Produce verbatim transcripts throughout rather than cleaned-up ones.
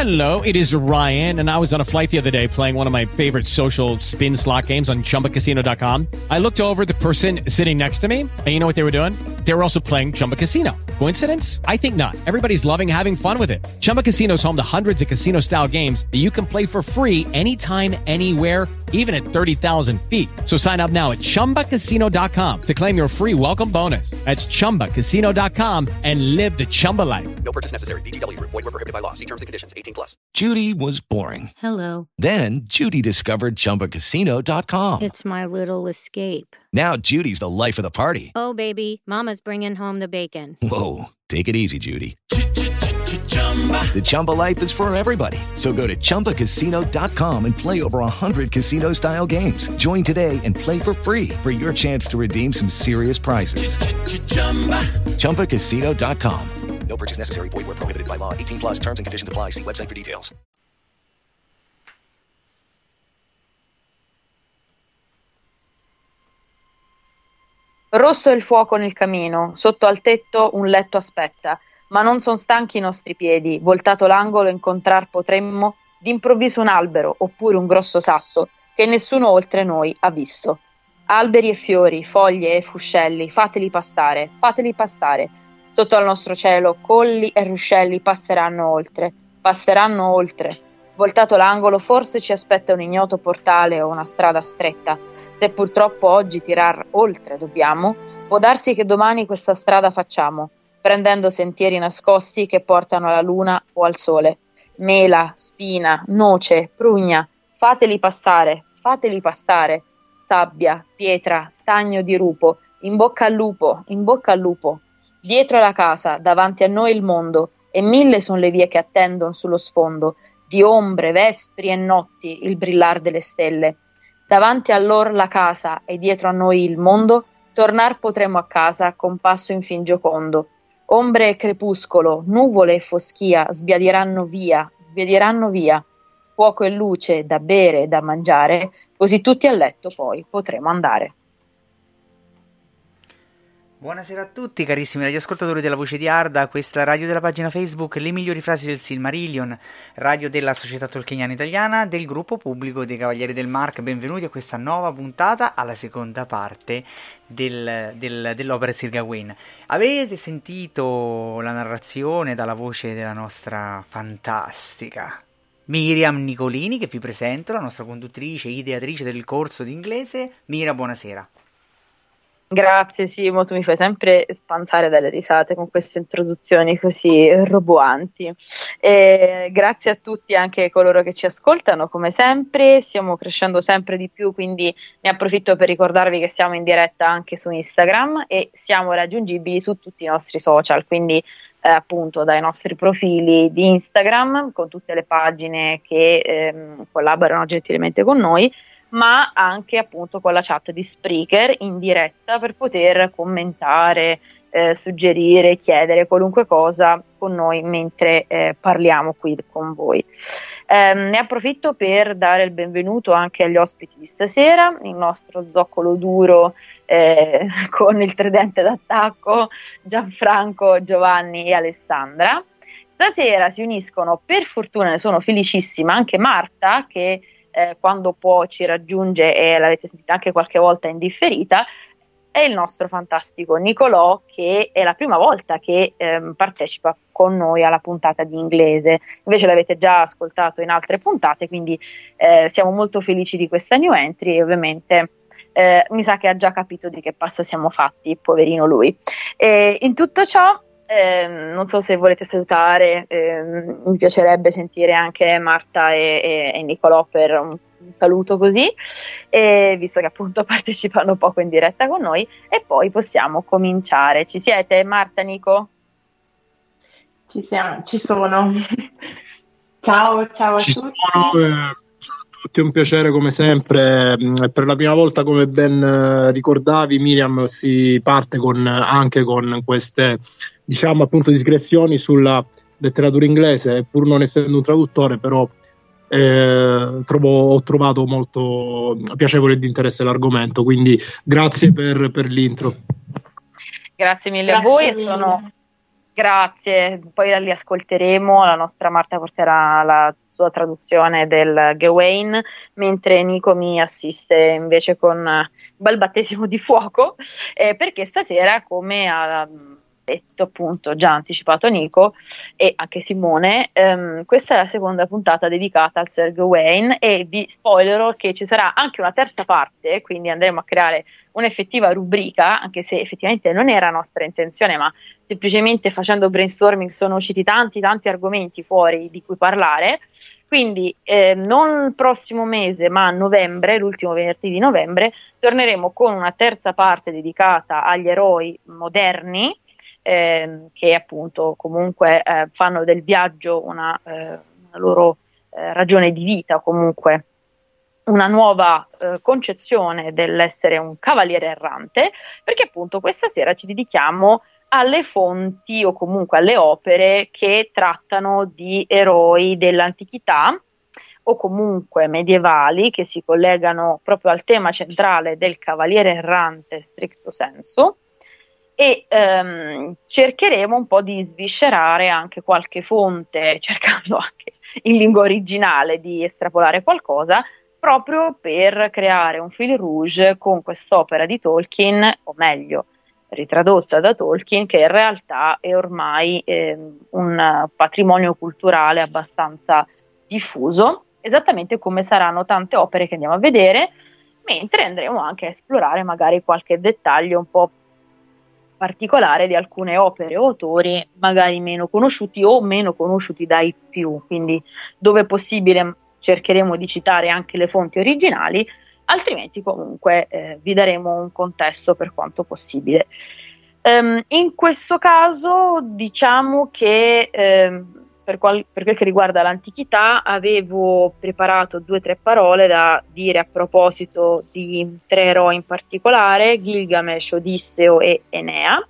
Hello, it is Ryan, and I was on a flight the other day playing one of my favorite social spin slot games on Chumba Casino dot com. I looked over at the person sitting next to me, and you know what they were doing? They were also playing Chumba Casino. Coincidence? I think not. Everybody's loving having fun with it. Chumba Casino is home to hundreds of casino-style games that you can play for free anytime, anywhere, even at thirty thousand feet. So sign up now at Chumba Casino dot com to claim your free welcome bonus. That's Chumba Casino dot com and live the Chumba life. No purchase necessary. V G W. Void where prohibited by law. See terms and conditions. eighteen plus. Judy was boring. Hello. Then Judy discovered Chumba Casino dot com. It's my little escape. Now Judy's the life of the party. Oh, baby, mama's bringing home the bacon. Whoa, take it easy, Judy. The Chumba life is for everybody. So go to Chumba Casino dot com and play over one hundred casino-style games. Join today and play for free for your chance to redeem some serious prizes. Chumba Casino dot com. No purchase necessary. Void where prohibited by law. eighteen plus terms and conditions apply. See website for details. Rosso è il fuoco nel camino, sotto al tetto un letto aspetta, ma non son stanchi i nostri piedi, voltato l'angolo incontrar potremmo d'improvviso un albero oppure un grosso sasso che nessuno oltre noi ha visto. Alberi e fiori, foglie e fuscelli, fateli passare, fateli passare. Sotto al nostro cielo colli e ruscelli passeranno oltre, passeranno oltre. Voltato l'angolo forse ci aspetta un ignoto portale o una strada stretta. Se purtroppo oggi tirar oltre dobbiamo, può darsi che domani questa strada facciamo, prendendo sentieri nascosti che portano alla luna o al sole. Mela, spina, noce, prugna, fateli passare, fateli passare. Sabbia, pietra, stagno di rupo, in bocca al lupo, in bocca al lupo. Dietro la casa, davanti a noi il mondo, e mille son le vie che attendon sullo sfondo, di ombre, vespri e notti il brillar delle stelle. Davanti a lor la casa e dietro a noi il mondo, tornar potremo a casa con passo infin giocondo. Ombre e crepuscolo, nuvole e foschia sbiadieranno via, sbiadieranno via. Fuoco e luce da bere e da mangiare, così tutti a letto poi potremo andare. Buonasera a tutti carissimi radioascoltatori della Voce di Arda, questa è la radio della pagina Facebook Le migliori frasi del Silmarillion, radio della Società Tolkieniana Italiana, del gruppo pubblico dei Cavalieri del Mark. Benvenuti a questa nuova puntata, alla seconda parte del, del, dell'opera Sir Gawain. Avete sentito la narrazione dalla voce della nostra fantastica Miriam Nicolini, che vi presento, la nostra conduttrice, ideatrice del corso di inglese. Mira, buonasera. Grazie Simo, tu mi fai sempre spantare dalle risate con queste introduzioni così roboanti. E grazie a tutti, anche coloro che ci ascoltano, come sempre, stiamo crescendo sempre di più, quindi ne approfitto per ricordarvi che siamo in diretta anche su Instagram e siamo raggiungibili su tutti i nostri social, quindi eh, appunto dai nostri profili di Instagram con tutte le pagine che ehm, collaborano gentilmente con noi, ma anche appunto con la chat di Spreaker in diretta per poter commentare, eh, suggerire, chiedere qualunque cosa con noi mentre eh, parliamo qui con voi. Eh, ne approfitto per dare il benvenuto anche agli ospiti di stasera, il nostro zoccolo duro eh, con il tridente d'attacco, Gianfranco, Giovanni e Alessandra. Stasera si uniscono, per fortuna ne sono felicissima, anche Marta, che Eh, quando può ci raggiunge e l'avete sentita anche qualche volta in differita, è il nostro fantastico Nicolò, che è la prima volta che ehm, partecipa con noi alla puntata di inglese. Invece l'avete già ascoltato in altre puntate, quindi eh, siamo molto felici di questa new entry e ovviamente eh, mi sa che ha già capito di che pasta siamo fatti, poverino lui. E in tutto ciò Eh, non so se volete salutare, eh, mi piacerebbe sentire anche Marta e, e, e Nicolò per un, un saluto così, e visto che appunto partecipano poco in diretta con noi, e poi possiamo cominciare. Ci siete, Marta, Nico? Ci siamo, ci sono. Ciao, ciao a ci tutti. Sono, eh, ciao a tutti, è un piacere come sempre. Per la prima volta, come ben ricordavi Miriam, si parte con, anche con queste, diciamo appunto, digressioni sulla letteratura inglese, pur non essendo un traduttore, però eh, trovo, ho trovato molto piacevole e di interesse l'argomento, quindi grazie per, per l'intro. Grazie mille Grazie a voi. mille. Sono, Grazie, poi li ascolteremo, la nostra Marta porterà la sua traduzione del Gawain, mentre Nico mi assiste invece con un bel battesimo di fuoco, eh, perché stasera, come ha detto appunto già anticipato Nico e anche Simone, ehm, questa è la seconda puntata dedicata al Sir Gawain, e vi spoilerò che ci sarà anche una terza parte, quindi andremo a creare un'effettiva rubrica, anche se effettivamente non era nostra intenzione, ma semplicemente facendo brainstorming sono usciti tanti tanti argomenti fuori di cui parlare. Quindi eh, non il prossimo mese, ma a novembre, l'ultimo venerdì di novembre, torneremo con una terza parte dedicata agli eroi moderni, eh, che appunto comunque eh, fanno del viaggio una, eh, una loro eh, ragione di vita, o comunque una nuova eh, concezione dell'essere un cavaliere errante, perché appunto questa sera ci dedichiamo alle fonti o comunque alle opere che trattano di eroi dell'antichità o comunque medievali, che si collegano proprio al tema centrale del cavaliere errante stricto sensu, e ehm, cercheremo un po' di sviscerare anche qualche fonte, cercando anche in lingua originale di estrapolare qualcosa, proprio per creare un fil rouge con quest'opera di Tolkien, o meglio, ritradotta da Tolkien, che in realtà è ormai eh, un patrimonio culturale abbastanza diffuso, esattamente come saranno tante opere che andiamo a vedere, mentre andremo anche a esplorare magari qualche dettaglio un po' particolare di alcune opere o autori magari meno conosciuti o meno conosciuti dai più, quindi dove possibile cercheremo di citare anche le fonti originali, altrimenti comunque eh, vi daremo un contesto per quanto possibile. Um, in questo caso diciamo che um, per, qual- per quel che riguarda l'antichità avevo preparato due o tre parole da dire a proposito di tre eroi in particolare: Gilgamesh, Odisseo e Enea.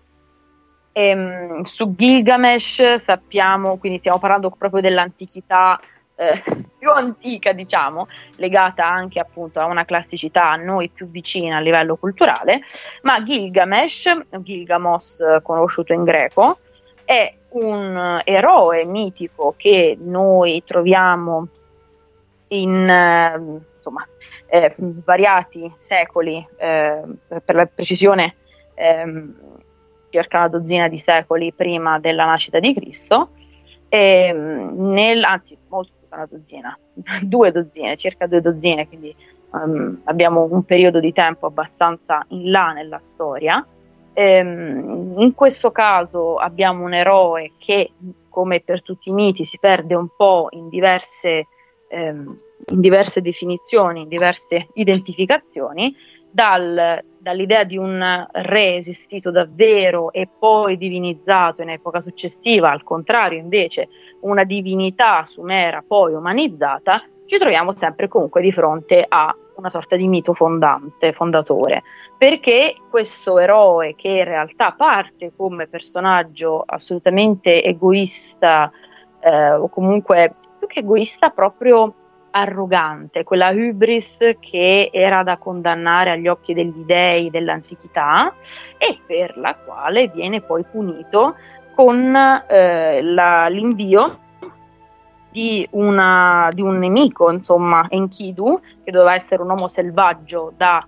E, su Gilgamesh sappiamo, quindi stiamo parlando proprio dell'antichità Eh, più antica, diciamo, legata anche appunto a una classicità a noi più vicina a livello culturale, ma Gilgamesh, Gilgamos conosciuto in greco, è un eroe mitico che noi troviamo in eh, insomma eh, svariati secoli, eh, per la precisione eh, circa una dozzina di secoli prima della nascita di Cristo, e, nel, anzi molto una dozzina, due dozzine, circa due dozzine, quindi um, abbiamo un periodo di tempo abbastanza in là nella storia. Ehm, in questo caso abbiamo un eroe che, come per tutti i miti, si perde un po' in diverse, ehm, in diverse definizioni, in diverse identificazioni, dal, dall'idea di un re esistito davvero e poi divinizzato in epoca successiva, al contrario invece una divinità sumera poi umanizzata, ci troviamo sempre comunque di fronte a una sorta di mito fondante, fondatore, perché questo eroe, che in realtà parte come personaggio assolutamente egoista, eh, o comunque più che egoista proprio arrogante, quella hubris che era da condannare agli occhi degli dei dell'antichità e per la quale viene poi punito con eh, la, l'invio di, una, di un nemico, insomma, Enkidu, che doveva essere un uomo selvaggio da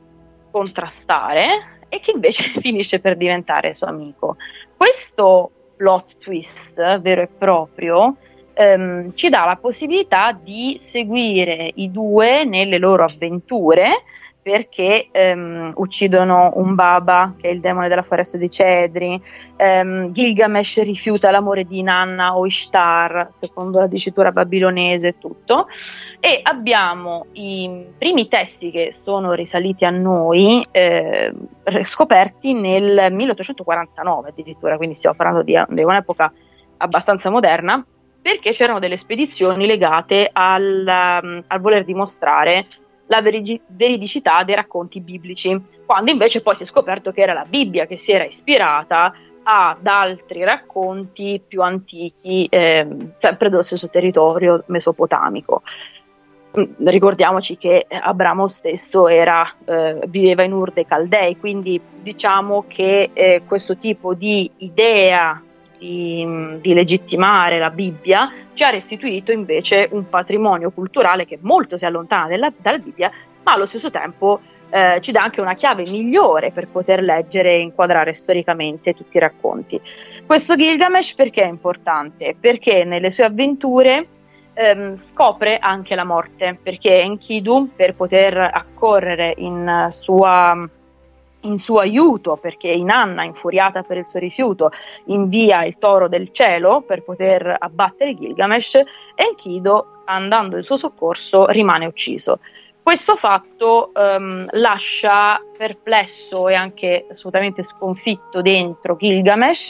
contrastare e che invece finisce per diventare suo amico. Questo plot twist vero e proprio ehm, ci dà la possibilità di seguire i due nelle loro avventure, perché ehm, uccidono un Baba, che è il demone della foresta dei cedri. ehm, Gilgamesh rifiuta l'amore di Inanna o Ishtar, secondo la dicitura babilonese e tutto, e abbiamo i primi testi che sono risaliti a noi, eh, scoperti nel milleottocentoquarantanove addirittura, quindi stiamo parlando di, di un'epoca abbastanza moderna, perché c'erano delle spedizioni legate al, um, al voler dimostrare la verigi- veridicità dei racconti biblici, quando invece poi si è scoperto che era la Bibbia che si era ispirata ad altri racconti più antichi, eh, sempre dello stesso territorio mesopotamico. Ricordiamoci che Abramo stesso era, eh, viveva in Ur dei Caldei, quindi diciamo che eh, questo tipo di idea di, di legittimare la Bibbia, ci ha restituito invece un patrimonio culturale che molto si allontana dalla, dalla Bibbia, ma allo stesso tempo eh, ci dà anche una chiave migliore per poter leggere e inquadrare storicamente tutti i racconti. Questo Gilgamesh perché è importante? Perché nelle sue avventure ehm, scopre anche la morte, perché Enkidu, per poter accorrere in sua... in suo aiuto, perché Inanna, infuriata per il suo rifiuto, invia il toro del cielo per poter abbattere Gilgamesh, Enkidu, andando in suo soccorso, rimane ucciso. Questo fatto ehm, lascia perplesso e anche assolutamente sconfitto dentro Gilgamesh,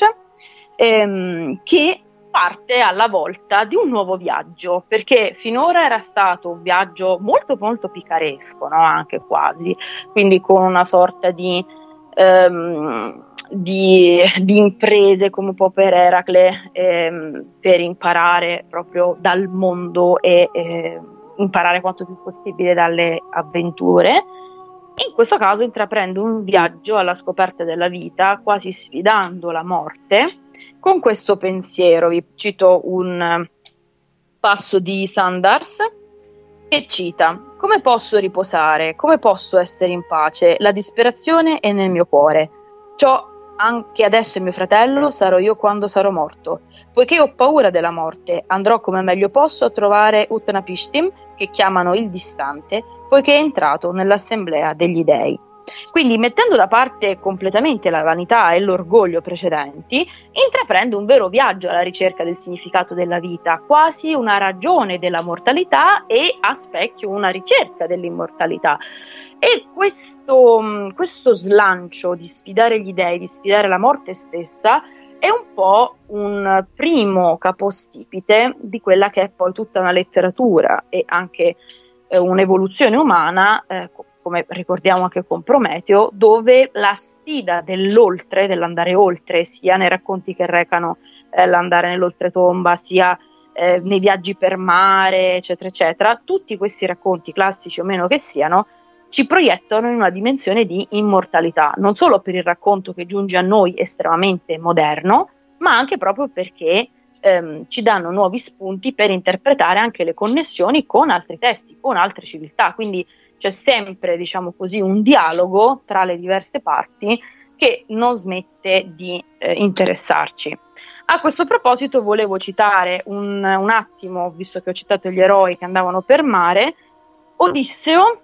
ehm, che parte alla volta di un nuovo viaggio, perché finora era stato un viaggio molto molto picaresco, no? Anche quasi, quindi con una sorta di, ehm, di, di imprese come un po' per Eracle, ehm, per imparare proprio dal mondo e eh, imparare quanto più possibile dalle avventure. In questo caso intraprende un viaggio alla scoperta della vita, quasi sfidando la morte, con questo pensiero. Vi cito un passo di Sandars che cita: come posso riposare, come posso essere in pace, la disperazione è nel mio cuore, ciò anche adesso è mio fratello, sarò io quando sarò morto, poiché ho paura della morte, andrò come meglio posso a trovare Utnapishtim, che chiamano il distante, poiché è entrato nell'assemblea degli dei. Quindi, mettendo da parte completamente la vanità e l'orgoglio precedenti, intraprende un vero viaggio alla ricerca del significato della vita, quasi una ragione della mortalità e a specchio una ricerca dell'immortalità. E questo, questo slancio di sfidare gli dei, di sfidare la morte stessa, è un po' un primo capostipite di quella che è poi tutta una letteratura e anche eh, un'evoluzione umana, eh, come ricordiamo anche con Prometeo, dove la sfida dell'oltre, dell'andare oltre, sia nei racconti che recano eh, l'andare nell'oltretomba, sia eh, nei viaggi per mare, eccetera, eccetera, tutti questi racconti, classici o meno che siano, ci proiettano in una dimensione di immortalità, non solo per il racconto che giunge a noi estremamente moderno, ma anche proprio perché ehm, ci danno nuovi spunti per interpretare anche le connessioni con altri testi, con altre civiltà. Quindi c'è sempre, diciamo così, un dialogo tra le diverse parti che non smette di eh, interessarci. A questo proposito volevo citare un, un attimo, visto che ho citato gli eroi che andavano per mare, Odisseo,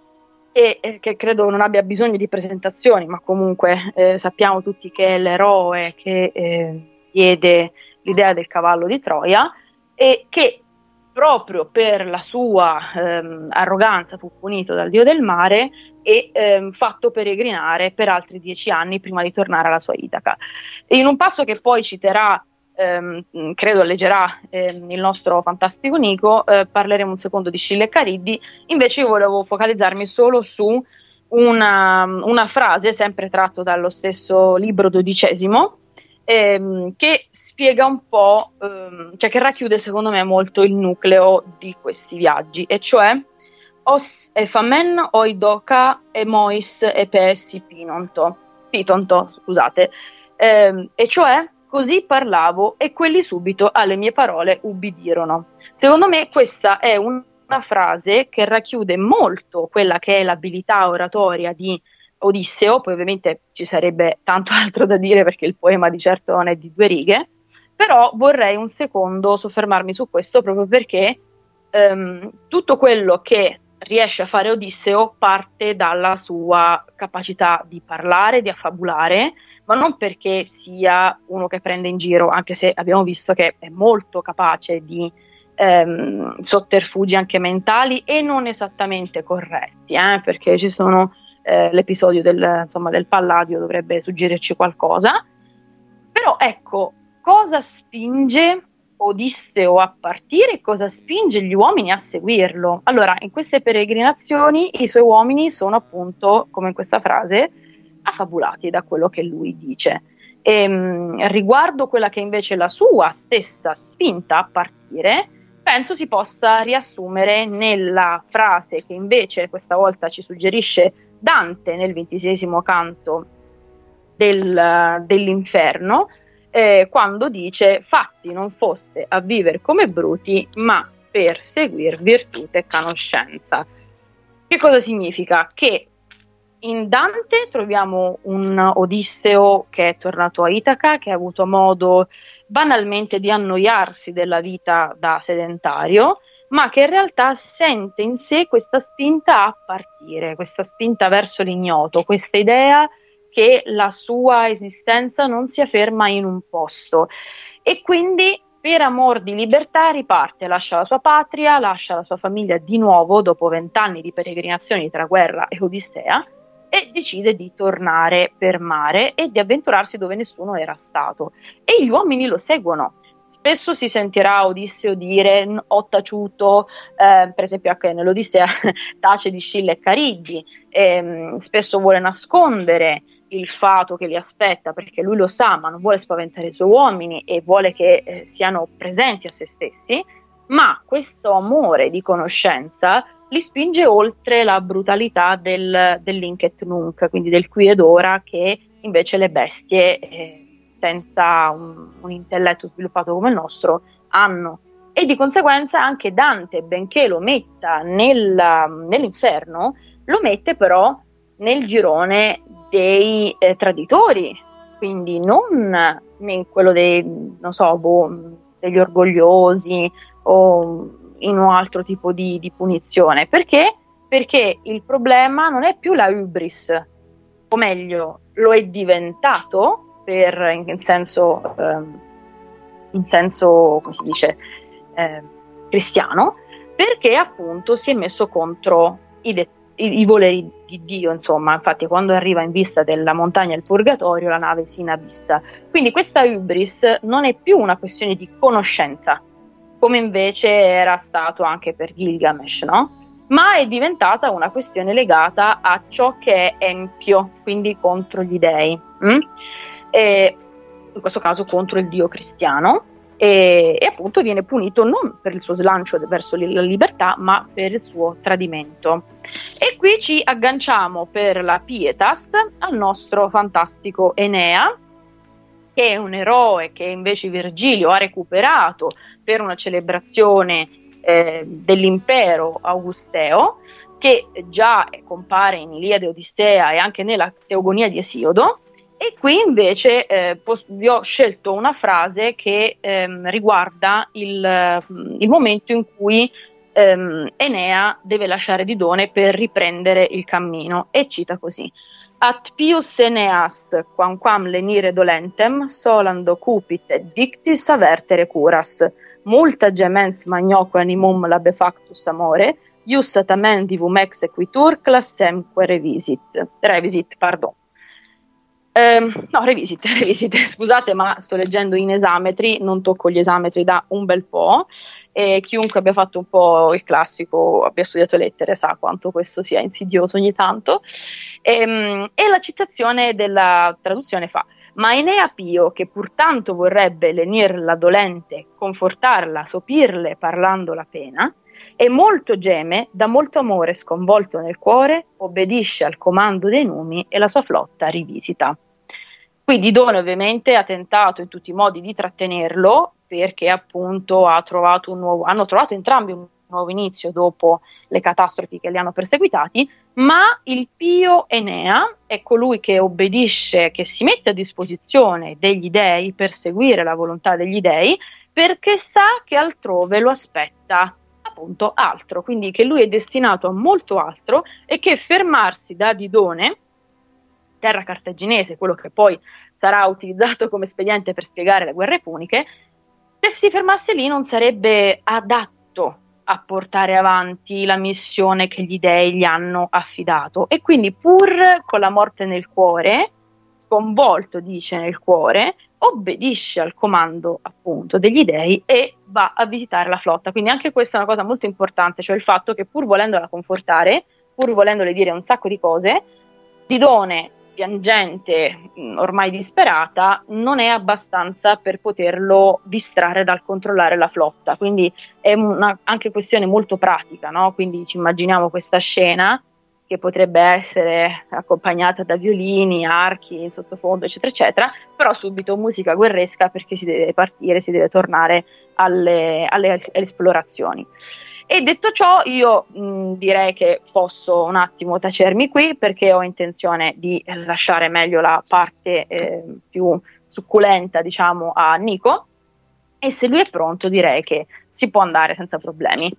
e eh, che credo non abbia bisogno di presentazioni, ma comunque eh, sappiamo tutti che è l'eroe che eh, diede l'idea del cavallo di Troia e che proprio per la sua ehm, arroganza fu punito dal dio del mare e ehm, fatto peregrinare per altri dieci anni prima di tornare alla sua Itaca. E in un passo che poi citerà, ehm, credo leggerà ehm, il nostro fantastico Nico, eh, parleremo un secondo di Scilla e Cariddi. Invece io volevo focalizzarmi solo su una, una frase, sempre tratto dallo stesso libro dodicesimo, ehm, che spiega un po', ehm, cioè che racchiude secondo me molto il nucleo di questi viaggi, e cioè os e famen oi doca e mois e pesi pinonto, pitonto, scusate, ehm, e cioè così parlavo e quelli subito alle mie parole ubbidirono. Secondo me questa è un, una frase che racchiude molto quella che è l'abilità oratoria di Odisseo. Poi ovviamente ci sarebbe tanto altro da dire perché il poema di certo non è di due righe, però vorrei un secondo soffermarmi su questo proprio perché ehm, tutto quello che riesce a fare Odisseo parte dalla sua capacità di parlare, di affabulare, ma non perché sia uno che prende in giro, anche se abbiamo visto che è molto capace di ehm, sotterfugi anche mentali e non esattamente corretti, eh, perché ci sono eh, l'episodio del, insomma, del Palladio dovrebbe suggerirci qualcosa. Però ecco, cosa spinge Odisseo a partire e cosa spinge gli uomini a seguirlo? Allora, in queste peregrinazioni i suoi uomini sono appunto, come in questa frase, affabulati da quello che lui dice. E, mh, riguardo quella che invece è la sua stessa spinta a partire, penso si possa riassumere nella frase che invece questa volta ci suggerisce Dante nel ventiseiesimo canto del, dell'Inferno, eh, quando dice fatti non foste a vivere come bruti, ma per seguir virtù e conoscenza. Che cosa significa? Che in Dante troviamo un Odisseo che è tornato a Itaca, che ha avuto modo banalmente di annoiarsi della vita da sedentario, ma che in realtà sente in sé questa spinta a partire, questa spinta verso l'ignoto, questa idea che la sua esistenza non sia ferma in un posto, e quindi per amor di libertà riparte, lascia la sua patria, lascia la sua famiglia di nuovo dopo vent'anni di peregrinazioni tra guerra e Odissea, e decide di tornare per mare e di avventurarsi dove nessuno era stato, e gli uomini lo seguono. Spesso si sentirà Odisseo dire ho taciuto, eh, per esempio anche nell'Odissea tace di Scilla e Cariddi, ehm, spesso vuole nascondere il fato che li aspetta perché lui lo sa, ma non vuole spaventare i suoi uomini e vuole che eh, siano presenti a se stessi, ma questo amore di conoscenza li spinge oltre la brutalità del, dell'hinc et nunc, quindi del qui ed ora, che invece le bestie eh, senza un, un intelletto sviluppato come il nostro hanno. E di conseguenza anche Dante, benché lo metta nel, nell'inferno, lo mette però nel girone dei eh, traditori, quindi non in quello dei, non so, boh, degli orgogliosi o in un altro tipo di, di punizione. Perché? Perché il problema non è più la hubris, o meglio, lo è diventato per in, in senso ehm, in senso, come si dice, eh, cristiano, perché appunto si è messo contro i, de- i, i voleri di Dio, insomma. Infatti quando arriva in vista della montagna del Purgatorio la nave si inabissa. Quindi questa hubris non è più una questione di conoscenza, come invece era stato anche per Gilgamesh, no? Ma è diventata una questione legata a ciò che è empio, quindi contro gli dei, mm? E in questo caso contro il Dio cristiano, e, e appunto viene punito non per il suo slancio verso la libertà, ma per il suo tradimento. E qui ci agganciamo per la pietas al nostro fantastico Enea, che è un eroe che invece Virgilio ha recuperato per una celebrazione eh, dell'impero augusteo, che già compare in Iliade, Odissea e anche nella Teogonia di Esiodo. E qui invece eh, pos- vi ho scelto una frase che ehm, riguarda il, il momento in cui ehm, Enea deve lasciare Didone per riprendere il cammino, e cita così: At pius Eneas quamquam lenire dolentem solando cupit et dictis avertere curas, multa gemens magnoque animum labefactus amore, ius tamendivum exequitur classemque revisit, revisit, pardon. Um, no, revisit, revisit, scusate, ma sto leggendo in esametri, non tocco gli esametri da un bel po', e chiunque abbia fatto un po' il classico, abbia studiato lettere, sa quanto questo sia insidioso ogni tanto. E, um, e la citazione della traduzione fa: ma Enea pio, che pur tanto vorrebbe lenir la dolente, confortarla, sopirle parlando la pena, e molto geme, da molto amore sconvolto nel cuore, obbedisce al comando dei numi e la sua flotta rivisita. Qui Didone ovviamente ha tentato in tutti i modi di trattenerlo, perché appunto ha trovato un nuovo, hanno trovato entrambi un nuovo inizio dopo le catastrofi che li hanno perseguitati, ma il pio Enea è colui che obbedisce, che si mette a disposizione degli dei per seguire la volontà degli dei, perché sa che altrove lo aspetta appunto altro, quindi che lui è destinato a molto altro, e che fermarsi da Didone, terra cartaginese, quello che poi sarà utilizzato come espediente per spiegare le guerre puniche, se si fermasse lì non sarebbe adatto a portare avanti la missione che gli dei gli hanno affidato. E quindi, pur con la morte nel cuore, sconvolto dice nel cuore, obbedisce al comando appunto degli dei e va a visitare la flotta. Quindi anche questa è una cosa molto importante, cioè il fatto che pur volendola confortare, pur volendole dire un sacco di cose, Didone, piangente, ormai disperata, non è abbastanza per poterlo distrarre dal controllare la flotta. Quindi è una anche questione molto pratica, no? Quindi ci immaginiamo questa scena che potrebbe essere accompagnata da violini, archi in sottofondo, eccetera, eccetera, però subito musica guerresca perché si deve partire, si deve tornare alle, alle, alle esplorazioni. E detto ciò, io mh, direi che posso un attimo tacermi qui perché ho intenzione di lasciare meglio la parte eh, più succulenta, diciamo, a Nico, e se lui è pronto direi che si può andare senza problemi.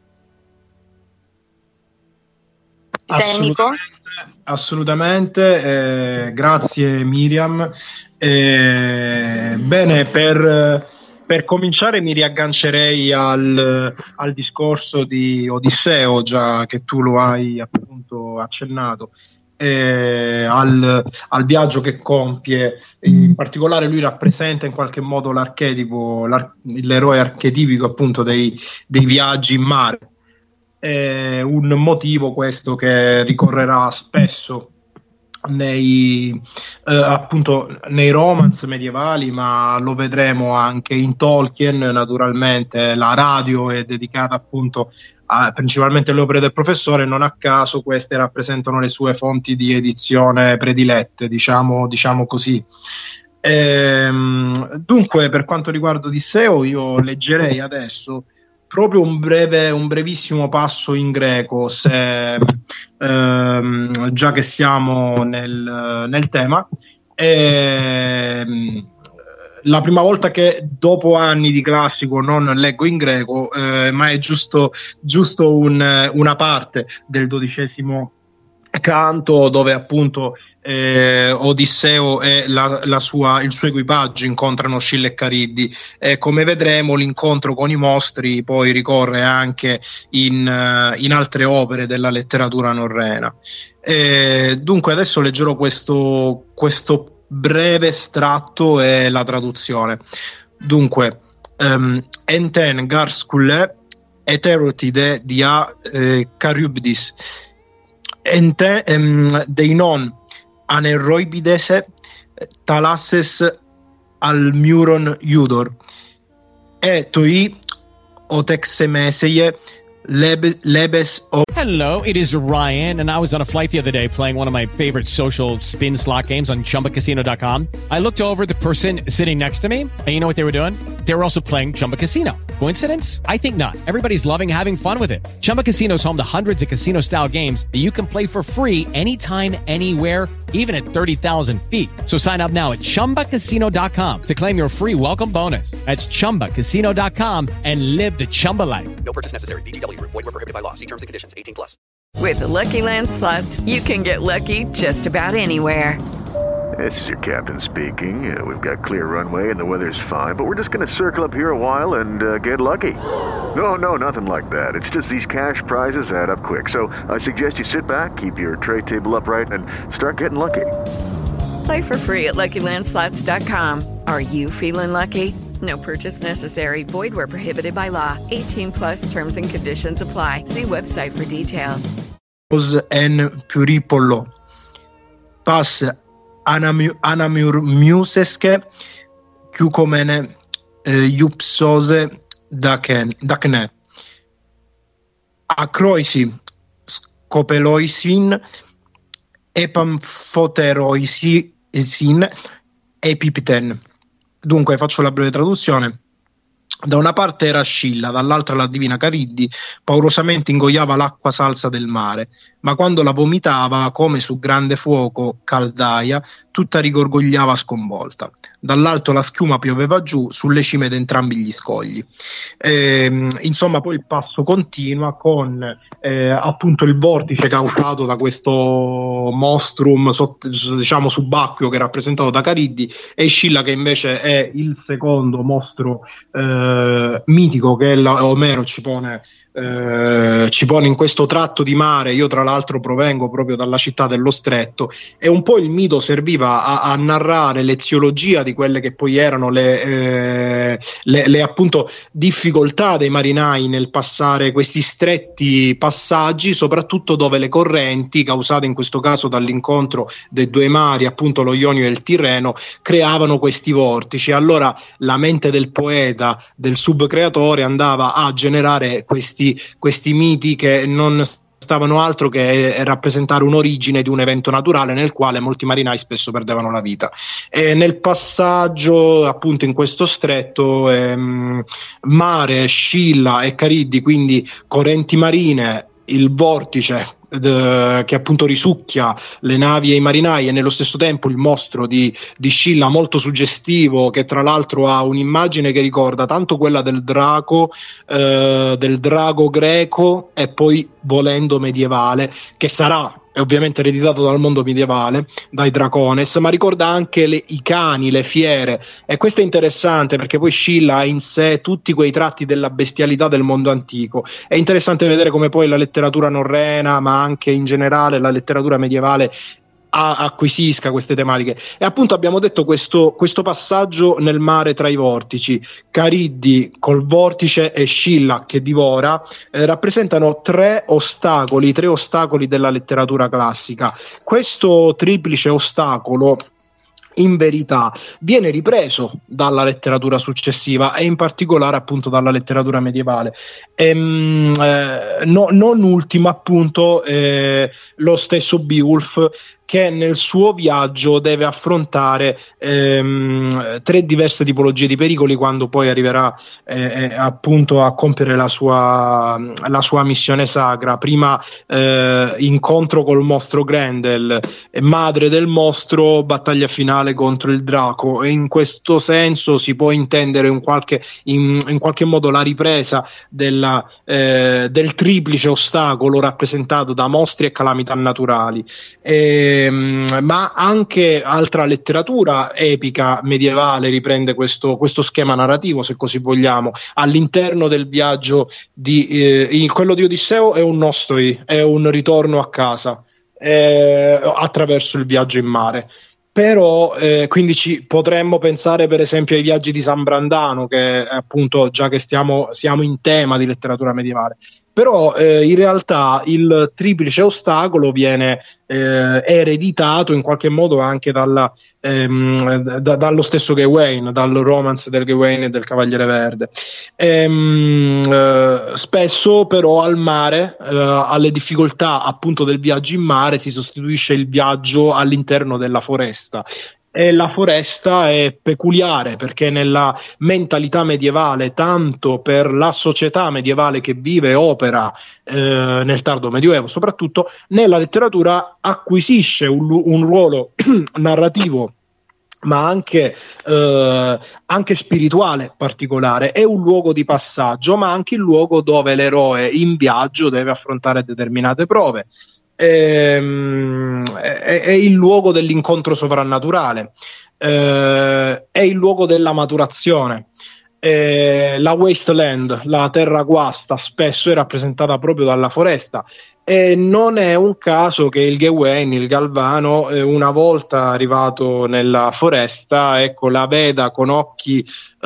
Assolutamente, assolutamente. Eh, grazie Miriam. Eh, bene, per, per cominciare mi riaggancerei al, al discorso di Odisseo, già che tu lo hai appunto accennato, eh, al, al viaggio che compie. In particolare lui rappresenta in qualche modo l'archetipo, l'ar- l'eroe archetipico appunto dei, dei viaggi in mare. È un motivo questo che ricorrerà spesso nei, eh, appunto nei romance medievali, ma lo vedremo anche in Tolkien. Naturalmente la radio è dedicata appunto a, principalmente alle opere del professore, non a caso queste rappresentano le sue fonti di edizione predilette, diciamo, diciamo così. Ehm, dunque, per quanto riguarda Odisseo, io leggerei adesso proprio un breve, un brevissimo passo in greco, se, ehm, già che siamo nel, nel tema. E, la prima volta che dopo anni di classico non leggo in greco, eh, ma è giusto, giusto un, una parte del dodicesimo canto dove appunto eh, Odisseo e la, la sua, il suo equipaggio incontrano Scilla e Cariddi, e come vedremo l'incontro con i mostri poi ricorre anche in, uh, in altre opere della letteratura norrena. E dunque adesso leggerò questo, questo breve estratto e la traduzione. Dunque um, enten gar skule eterotide dia eh, Charybdis ente um, deinon aneroibidese talasses al muron iudor e toi otexemeseie lebe, lebes o. Hello, it is Ryan, and I was on a flight the other day playing one of my favorite social spin slot games on Chumba Casino dot com. I looked over at the person sitting next to me, and you know what they were doing? They were also playing Chumba Casino. Coincidence? I think not. Everybody's loving having fun with it. Chumba Casino is home to hundreds of casino-style games that you can play for free anytime, anywhere, even at thirty thousand feet. So sign up now at Chumba Casino dot com to claim your free welcome bonus. That's Chumba Casino dot com and live the Chumba life. No purchase necessary. V G W. Void where prohibited by law. See terms and conditions. eighteen plus. With the Lucky Land Slots, you can get lucky just about anywhere. This is your captain speaking. Uh, we've got clear runway and the weather's fine, but we're just going to circle up here a while and uh, get lucky. No, no, nothing like that. It's just these cash prizes add up quick. So I suggest you sit back, keep your tray table upright, and start getting lucky. Play for free at Lucky Land Slots dot com. Are you feeling lucky? No purchase necessary. Void where prohibited by law. eighteen plus terms and conditions apply. See website for details. En puripollo. Pas anamurmuseske kyukomene iupsose dakne. Akroisi skopeloisin epamfoteroisin epipten. Dunque faccio la breve traduzione. Da una parte era Scilla, dall'altra la divina Cariddi, paurosamente ingoiava l'acqua salsa del mare, ma quando la vomitava, come su grande fuoco, caldaia, tutta rigorgogliava sconvolta. Dall'alto la schiuma pioveva giù sulle cime di entrambi gli scogli. E, insomma, poi il passo continua con eh, appunto il vortice causato da questo mostrum sott- diciamo subacqueo che è rappresentato da Cariddi, e Scilla che invece è il secondo mostro eh, mitico che la- Omero ci pone Eh, ci pone in questo tratto di mare. Io tra l'altro provengo proprio dalla città dello Stretto, e un po' il mito serviva a, a narrare l'eziologia di quelle che poi erano le, eh, le, le appunto difficoltà dei marinai nel passare questi stretti passaggi, soprattutto dove le correnti, causate in questo caso dall'incontro dei due mari, appunto lo Ionio e il Tirreno, creavano questi vortici. Allora la mente del poeta, del subcreatore, andava a generare questi questi miti che non stavano altro che rappresentare un'origine di un evento naturale nel quale molti marinai spesso perdevano la vita. E nel passaggio appunto in questo stretto ehm, mare, Scilla e Cariddi, quindi correnti marine, il vortice d- che appunto risucchia le navi e i marinai, e nello stesso tempo il mostro di, di Scilla molto suggestivo, che tra l'altro ha un'immagine che ricorda tanto quella del drago eh, del drago greco e poi volendo medievale, che sarà è ovviamente ereditato dal mondo medievale, dai dracones, ma ricorda anche le, i cani, le fiere, e questo è interessante perché poi Scilla ha in sé tutti quei tratti della bestialità del mondo antico. È interessante vedere come poi la letteratura norrena, ma anche in generale la letteratura medievale, acquisisca queste tematiche. E appunto abbiamo detto questo, questo passaggio nel mare tra i vortici, Cariddi col vortice e Scilla che divora, eh, rappresentano tre ostacoli, tre ostacoli della letteratura classica. Questo triplice ostacolo in verità viene ripreso dalla letteratura successiva e in particolare appunto dalla letteratura medievale. Ehm, eh, no, non ultimo appunto eh, lo stesso Beowulf, che nel suo viaggio deve affrontare ehm, tre diverse tipologie di pericoli quando poi arriverà eh, appunto a compiere la sua, la sua missione sacra. Prima eh, incontro col mostro Grendel, madre del mostro, battaglia finale contro il draco, e in questo senso si può intendere in qualche, in, in qualche modo la ripresa della, eh, del triplice ostacolo rappresentato da mostri e calamità naturali. E, ma anche altra letteratura epica medievale riprende questo, questo schema narrativo, se così vogliamo. All'interno del viaggio di eh, quello di Odisseo è un nostoi, è un ritorno a casa eh, attraverso il viaggio in mare. Però eh, quindi ci potremmo pensare per esempio ai viaggi di San Brandano, che appunto, già che stiamo siamo in tema di letteratura medievale. Però eh, in realtà il triplice ostacolo viene eh, ereditato in qualche modo anche dalla, ehm, da, dallo stesso Gawain, dal romance del Gawain e del Cavaliere Verde. Ehm, eh, spesso però al mare, eh, alle difficoltà appunto del viaggio in mare, si sostituisce il viaggio all'interno della foresta. E la foresta è peculiare perché nella mentalità medievale, tanto per la società medievale che vive e opera eh, nel tardo medioevo soprattutto, nella letteratura acquisisce un, un ruolo narrativo ma anche, eh, anche spirituale particolare. È un luogo di passaggio, ma anche il luogo dove l'eroe in viaggio deve affrontare determinate prove. È, è, è il luogo dell'incontro sovrannaturale, eh, è il luogo della maturazione. Eh, la wasteland, la terra guasta, spesso è rappresentata proprio dalla foresta, e non è un caso che il Gawain, il Galvano, eh, una volta arrivato nella foresta, ecco, la veda con occhi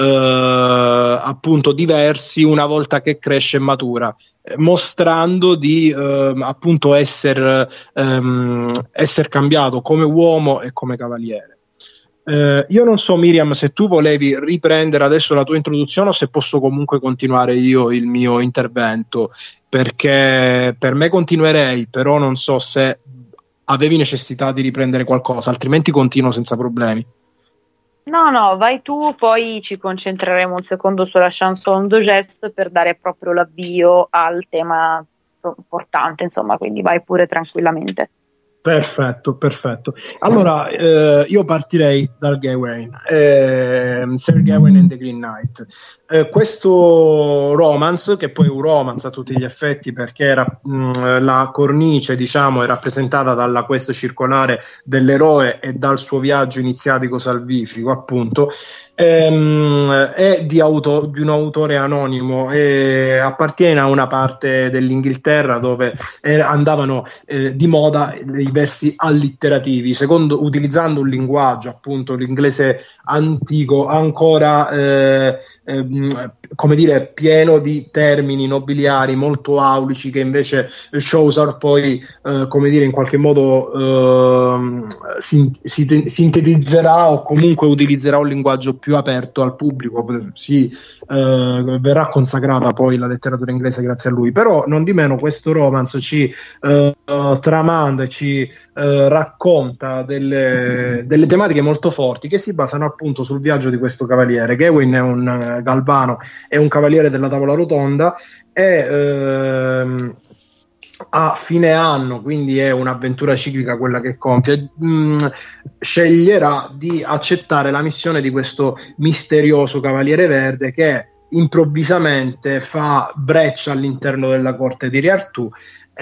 eh, appunto diversi una volta che cresce e matura, eh, mostrando di eh, appunto essere ehm, esser cambiato come uomo e come cavaliere. Eh, io non so, Miriam, se tu volevi riprendere adesso la tua introduzione o se posso comunque continuare io il mio intervento, perché per me continuerei, però non so se avevi necessità di riprendere qualcosa, altrimenti continuo senza problemi. No, no, vai tu, poi ci concentreremo un secondo sulla chanson de geste per dare proprio l'avvio al tema importante, insomma, quindi vai pure tranquillamente. Perfetto, perfetto. Allora, eh, io partirei dal Gawain, eh, Sir Gawain and the Green Knight. Eh, questo romance, che poi è un romance a tutti gli effetti perché era, mh, la cornice, diciamo, è rappresentata dalla quest circolare dell'eroe e dal suo viaggio iniziatico salvifico, appunto, ehm, è di, auto, di un autore anonimo e appartiene a una parte dell'Inghilterra dove eh, andavano eh, di moda i versi allitterativi, secondo, utilizzando un linguaggio, appunto l'inglese antico, ancora eh, eh, come dire, pieno di termini nobiliari molto aulici che invece Chaucer poi, eh, come dire, in qualche modo eh, sintetizzerà o comunque utilizzerà un linguaggio più aperto al pubblico. Si eh, verrà consacrata poi la letteratura inglese grazie a lui, però non di meno questo romance ci eh, tramanda, ci eh, racconta delle, delle tematiche molto forti che si basano appunto sul viaggio di questo cavaliere. Gawain è un uh, Galvano, è un cavaliere della tavola rotonda e ehm, a fine anno, quindi è un'avventura ciclica quella che compie, mh, sceglierà di accettare la missione di questo misterioso cavaliere verde che improvvisamente fa breccia all'interno della corte di Re Artù.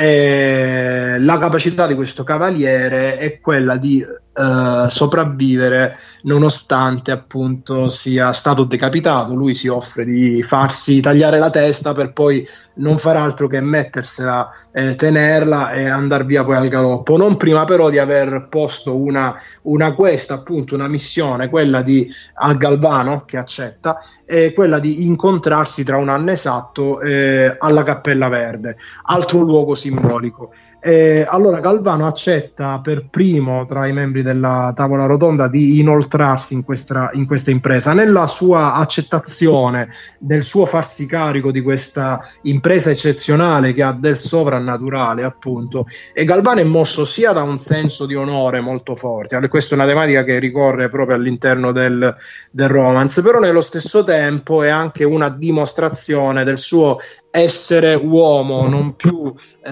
E la capacità di questo cavaliere è quella di eh, sopravvivere nonostante appunto sia stato decapitato. Lui si offre di farsi tagliare la testa per poi non far altro che mettersela, eh, tenerla e andar via poi al galoppo, non prima però di aver posto una, una questa appunto una missione, quella di a Galvano, che accetta, è quella di incontrarsi tra un anno esatto eh, alla Cappella Verde, altro luogo simbolico. Eh, allora Galvano accetta per primo tra i membri della tavola rotonda di inoltrarsi in questa, in questa impresa. Nella sua accettazione, nel suo farsi carico di questa impresa eccezionale che ha del sovrannaturale appunto, e Galvano è mosso sia da un senso di onore molto forte, questa è una tematica che ricorre proprio all'interno del, del romance, però nello stesso tempo è anche una dimostrazione del suo essere uomo, non più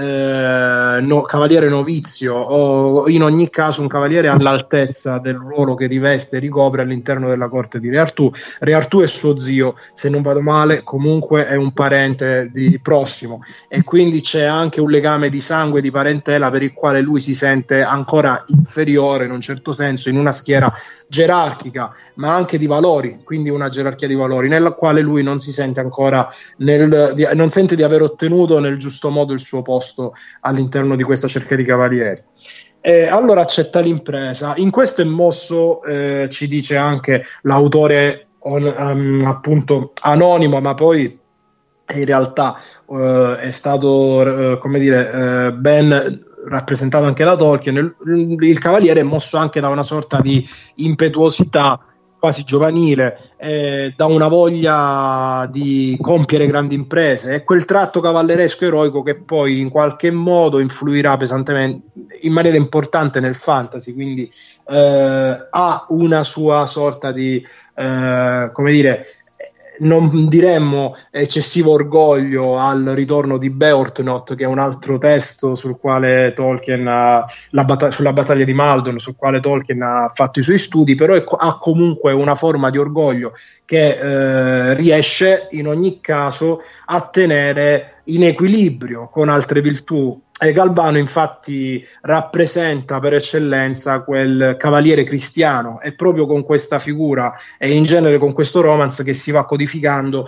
eh, no, cavaliere novizio, o in ogni caso un cavaliere all'altezza del ruolo che riveste e ricopre all'interno della corte di Re Artù. Re Artù è suo zio, se non vado male comunque è un parente di prossimo, e quindi c'è anche un legame di sangue, di parentela, per il quale lui si sente ancora inferiore in un certo senso in una schiera gerarchica, ma anche di valori, quindi una gerarchia di valori nella quale lui non si sente ancora nel, di, non sente di aver ottenuto nel giusto modo il suo posto all'interno di questa cerchia di cavalieri. E allora accetta l'impresa. In questo è mosso, eh, ci dice anche l'autore on, um, appunto anonimo, ma poi in realtà uh, è stato uh, come dire uh, ben rappresentato anche da Tolkien. Il, il cavaliere è mosso anche da una sorta di impetuosità quasi giovanile, eh, da una voglia di compiere grandi imprese, è quel tratto cavalleresco eroico che poi in qualche modo influirà pesantemente, in maniera importante nel fantasy, quindi eh, ha una sua sorta di eh, come dire, non diremmo eccessivo orgoglio al ritorno di Beorhtnoth, che è un altro testo sul quale Tolkien ha, la battag- sulla battaglia di Maldon, sul quale Tolkien ha fatto i suoi studi, però è, ha comunque una forma di orgoglio che eh, riesce in ogni caso a tenere in equilibrio con altre virtù. E Galvano infatti rappresenta per eccellenza quel cavaliere cristiano, è proprio con questa figura e in genere con questo romance che si va codificando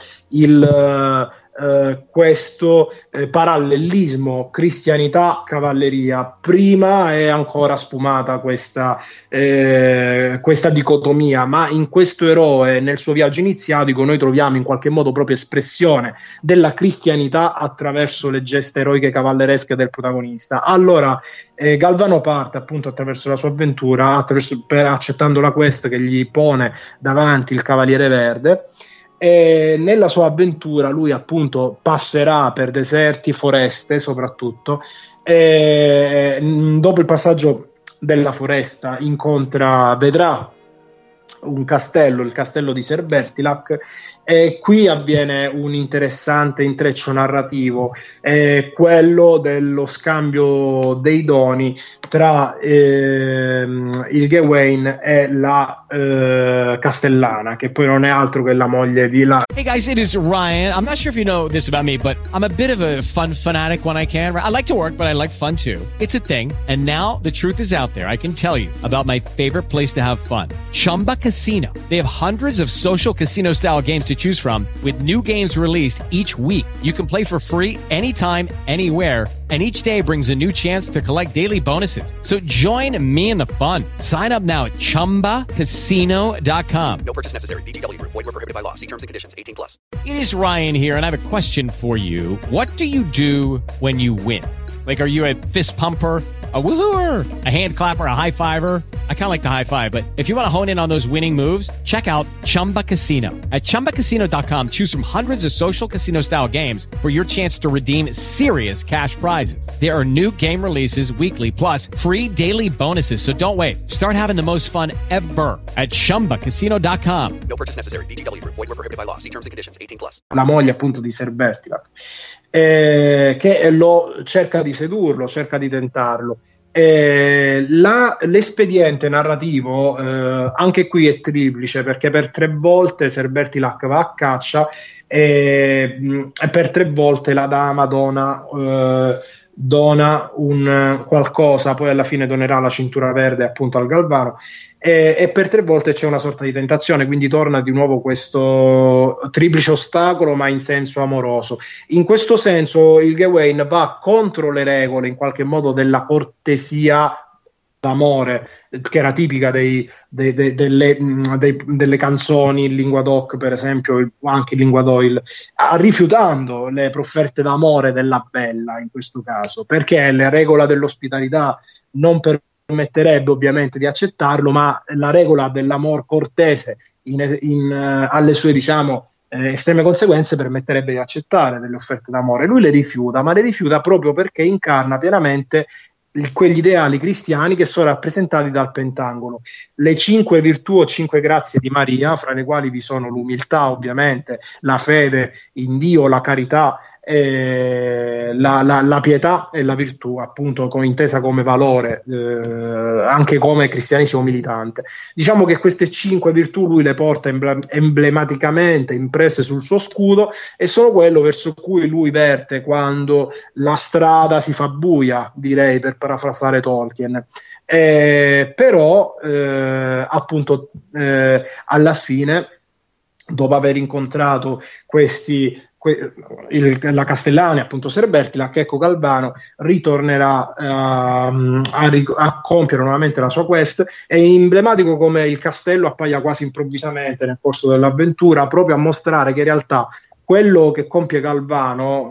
il Uh, questo eh, parallelismo cristianità-cavalleria. Prima è ancora sfumata questa, eh, questa dicotomia, ma in questo eroe, nel suo viaggio iniziatico, noi troviamo in qualche modo proprio espressione della cristianità attraverso le gesta eroiche cavalleresche del protagonista. Allora eh, Galvano parte appunto attraverso la sua avventura, attraverso, per, accettando la quest che gli pone davanti il Cavaliere Verde. E nella sua avventura lui appunto passerà per deserti, foreste soprattutto, e dopo il passaggio della foresta incontra, vedrà un castello, il castello di Ser Bertilac, e qui avviene un interessante intreccio narrativo, è quello dello scambio dei doni tra ehm, il Gawain e la eh, Castellana, che poi non è altro che la moglie di la... Hey guys, it is Ryan. I'm not sure if you know this about me, but I'm a bit of a fun fanatic when I can. I like to work, but I like fun too. It's a thing. And now the truth is out there. I can tell you about my favorite place to have fun. Chumba Casino. They have hundreds of social casino style games to choose from with new games released each week. You can play for free anytime, anywhere, And each day brings a new chance to collect daily bonuses. So join me in the fun. Sign up now at chumba casino dot com. No purchase necessary. V G W Group. Void where prohibited by law. See terms and conditions. eighteen plus. It is Ryan here, and I have a question for you. What do you do when you win? Like, are you a fist pumper, a woohooer, a hand clapper, a high fiver? I kind of like the high five, but if you want to hone in on those winning moves, check out Chumba Casino. At chumba casino dot com, choose from hundreds of social casino style games for your chance to redeem serious cash prizes. There are new game releases weekly, plus free daily bonuses. So don't wait. Start having the most fun ever at chumba casino dot com. No purchase necessary. V G W Group. Void where prohibited by law. See terms and conditions. eighteen plus. La moglie appunto di Ser Bertilak, eh, che lo cerca di sedurlo, cerca di tentarlo. Eh, la, l'espediente narrativo eh, anche qui è triplice, perché per tre volte Ser Bertilak va a caccia e, e per tre volte la dama dona, eh, dona un qualcosa, poi alla fine donerà la cintura verde appunto al Galvano, e, e per tre volte c'è una sorta di tentazione, quindi torna di nuovo questo triplice ostacolo ma in senso amoroso. In questo senso il Gawain va contro le regole in qualche modo della cortesia d'amore che era tipica dei, dei, dei, delle, dei, delle canzoni in lingua doc, per esempio, anche in lingua d'oil, rifiutando le profferte d'amore della bella in questo caso, perché la regola dell'ospitalità non permetterebbe ovviamente di accettarlo, ma la regola dell'amor cortese in, in, uh, alle sue, diciamo, eh, estreme conseguenze permetterebbe di accettare delle offerte d'amore. Lui le rifiuta, ma le rifiuta proprio perché incarna pienamente quegli ideali cristiani che sono rappresentati dal pentangolo, le cinque virtù o cinque grazie di Maria, fra le quali vi sono l'umiltà, ovviamente, la fede in Dio, la carità, eh, la, la, la pietà e la virtù, appunto, con, intesa come valore, eh, anche come cristianesimo militante. Diciamo che queste cinque virtù lui le porta emble- emblematicamente impresse sul suo scudo e sono quello verso cui lui verte quando la strada si fa buia, direi, per parafrasare Tolkien. Eh, però eh, appunto eh, alla fine, dopo aver incontrato questi que- il, la Castellana, appunto Ser Bertilak, ecco Galvano ritornerà uh, a, ric- a compiere nuovamente la sua quest. È emblematico come il castello appaia quasi improvvisamente nel corso dell'avventura, proprio a mostrare che in realtà quello che compie Galvano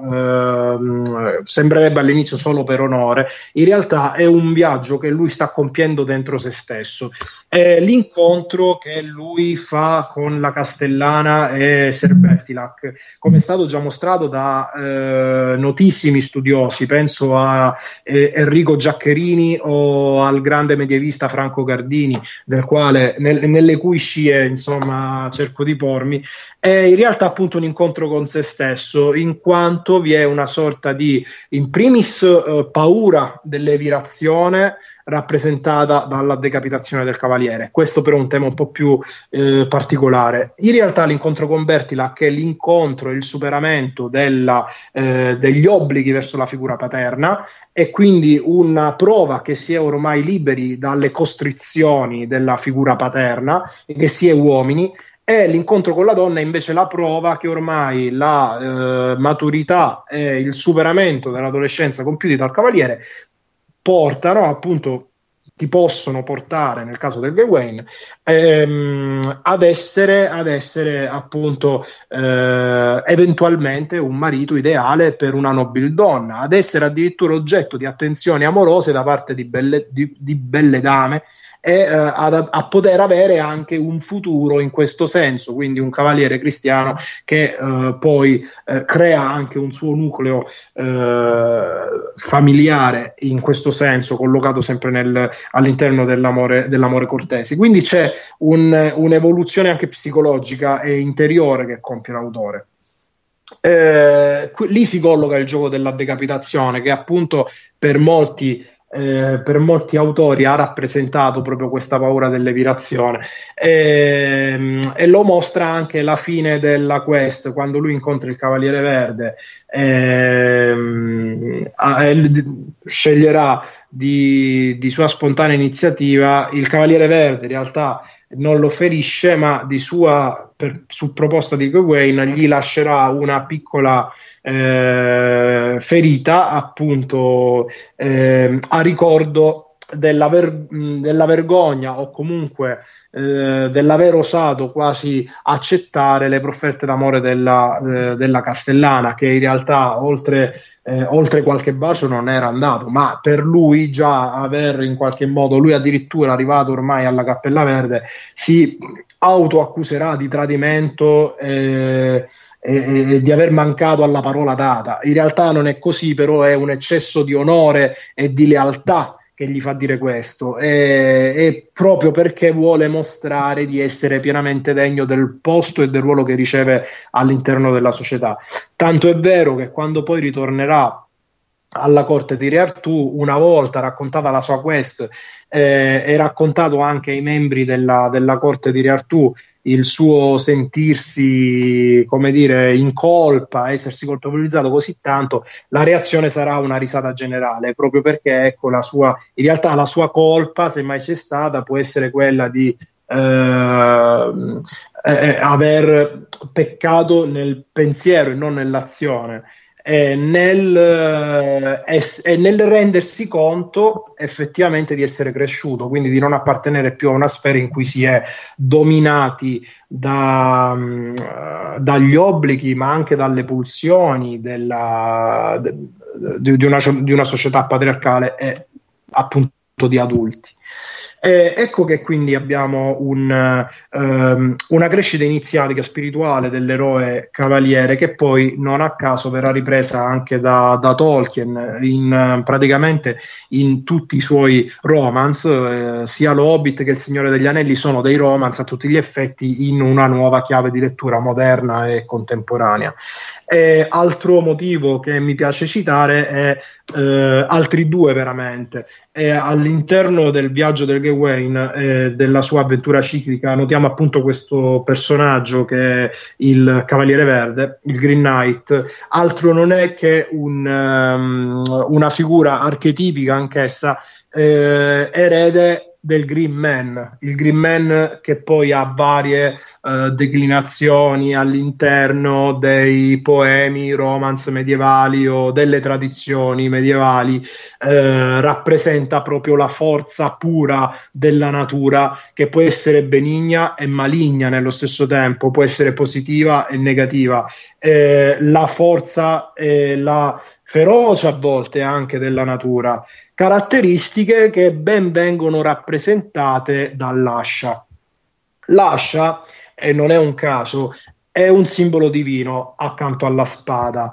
eh, sembrerebbe all'inizio solo per onore, in realtà è un viaggio che lui sta compiendo dentro se stesso. È l'incontro che lui fa con la Castellana e Ser Bertilak, come è stato già mostrato da eh, notissimi studiosi, penso a eh, Enrico Giaccherini o al grande medievista Franco Gardini, del quale, nel, nelle cui scie insomma cerco di pormi. È in realtà appunto un incontro con se stesso, in quanto vi è una sorta di, in primis, eh, paura dell'evirazione rappresentata dalla decapitazione del cavaliere. Questo però è un tema un po' più eh, particolare. In realtà l'incontro con Bertilak è l'incontro, il superamento della, eh, degli obblighi verso la figura paterna, e quindi una prova che si è ormai liberi dalle costrizioni della figura paterna e che si è uomini. E l'incontro con la donna è invece la prova che ormai la eh, maturità e il superamento dell'adolescenza compiuti dal cavaliere portano, appunto, ti possono portare, nel caso del Gawain, ehm, ad essere, ad essere appunto eh, eventualmente un marito ideale per una nobile donna, ad essere addirittura oggetto di attenzioni amorose da parte di belle, di, di belle dame, e eh, ad, a poter avere anche un futuro in questo senso, quindi un cavaliere cristiano che eh, poi eh, crea anche un suo nucleo eh, familiare in questo senso, collocato sempre nel, all'interno dell'amore, dell'amore cortese. Quindi c'è un, un'evoluzione anche psicologica e interiore che compie l'autore. Eh, qui, lì si colloca il gioco della decapitazione, che appunto per molti Eh, per molti autori ha rappresentato proprio questa paura dell'evirazione, e, e lo mostra anche la fine della quest, quando lui incontra il Cavaliere Verde. E, sceglierà di, di sua spontanea iniziativa, il Cavaliere Verde in realtà non lo ferisce, ma di sua, per, su proposta di Gawain, gli lascerà una piccola eh, ferita, appunto eh, a ricordo della, ver- della vergogna o comunque eh, dell'aver osato quasi accettare le profferte d'amore della, eh, della Castellana, che in realtà oltre Eh, oltre qualche bacio non era andato, ma per lui già aver in qualche modo, lui addirittura arrivato ormai alla Cappella Verde, si autoaccuserà di tradimento eh, e, e di aver mancato alla parola data. In realtà non è così, però è un eccesso di onore e di lealtà che gli fa dire questo, e, e proprio perché vuole mostrare di essere pienamente degno del posto e del ruolo che riceve all'interno della società. Tanto è vero che quando poi ritornerà alla corte di Re Artù, una volta raccontata la sua quest eh, e raccontato anche ai membri della, della corte di Re Artù il suo sentirsi, come dire, in colpa, essersi colpevolizzato così tanto, la reazione sarà una risata generale, proprio perché ecco la sua, in realtà la sua colpa, se mai c'è stata, può essere quella di eh, eh, aver peccato nel pensiero e non nell'azione. E nel, eh, e nel rendersi conto effettivamente di essere cresciuto, quindi di non appartenere più a una sfera in cui si è dominati da, uh, dagli obblighi, ma anche dalle pulsioni della, de, de, di, una, di una società patriarcale e appunto di adulti. Eh, ecco che quindi abbiamo un, um, una crescita iniziatica spirituale dell'eroe cavaliere, che poi non a caso verrà ripresa anche da, da Tolkien in, praticamente in tutti i suoi romance, eh, sia l'Hobbit che il Signore degli Anelli sono dei romance a tutti gli effetti in una nuova chiave di lettura moderna e contemporanea. E altro motivo che mi piace citare è eh, altri due veramente. E all'interno del viaggio del Gawain, eh, della sua avventura ciclica, notiamo appunto questo personaggio che è il Cavaliere Verde, il Green Knight, altro non è che un, um, una figura archetipica anch'essa, eh, erede del Green Man, il Green Man che poi ha varie uh, declinazioni all'interno dei poemi, romance medievali o delle tradizioni medievali, uh, rappresenta proprio la forza pura della natura, che può essere benigna e maligna nello stesso tempo, può essere positiva e negativa, eh, la forza e la ferocia a volte anche della natura, caratteristiche che ben vengono rappresentate dall'ascia. L'ascia, e non è un caso, è un simbolo divino accanto alla spada.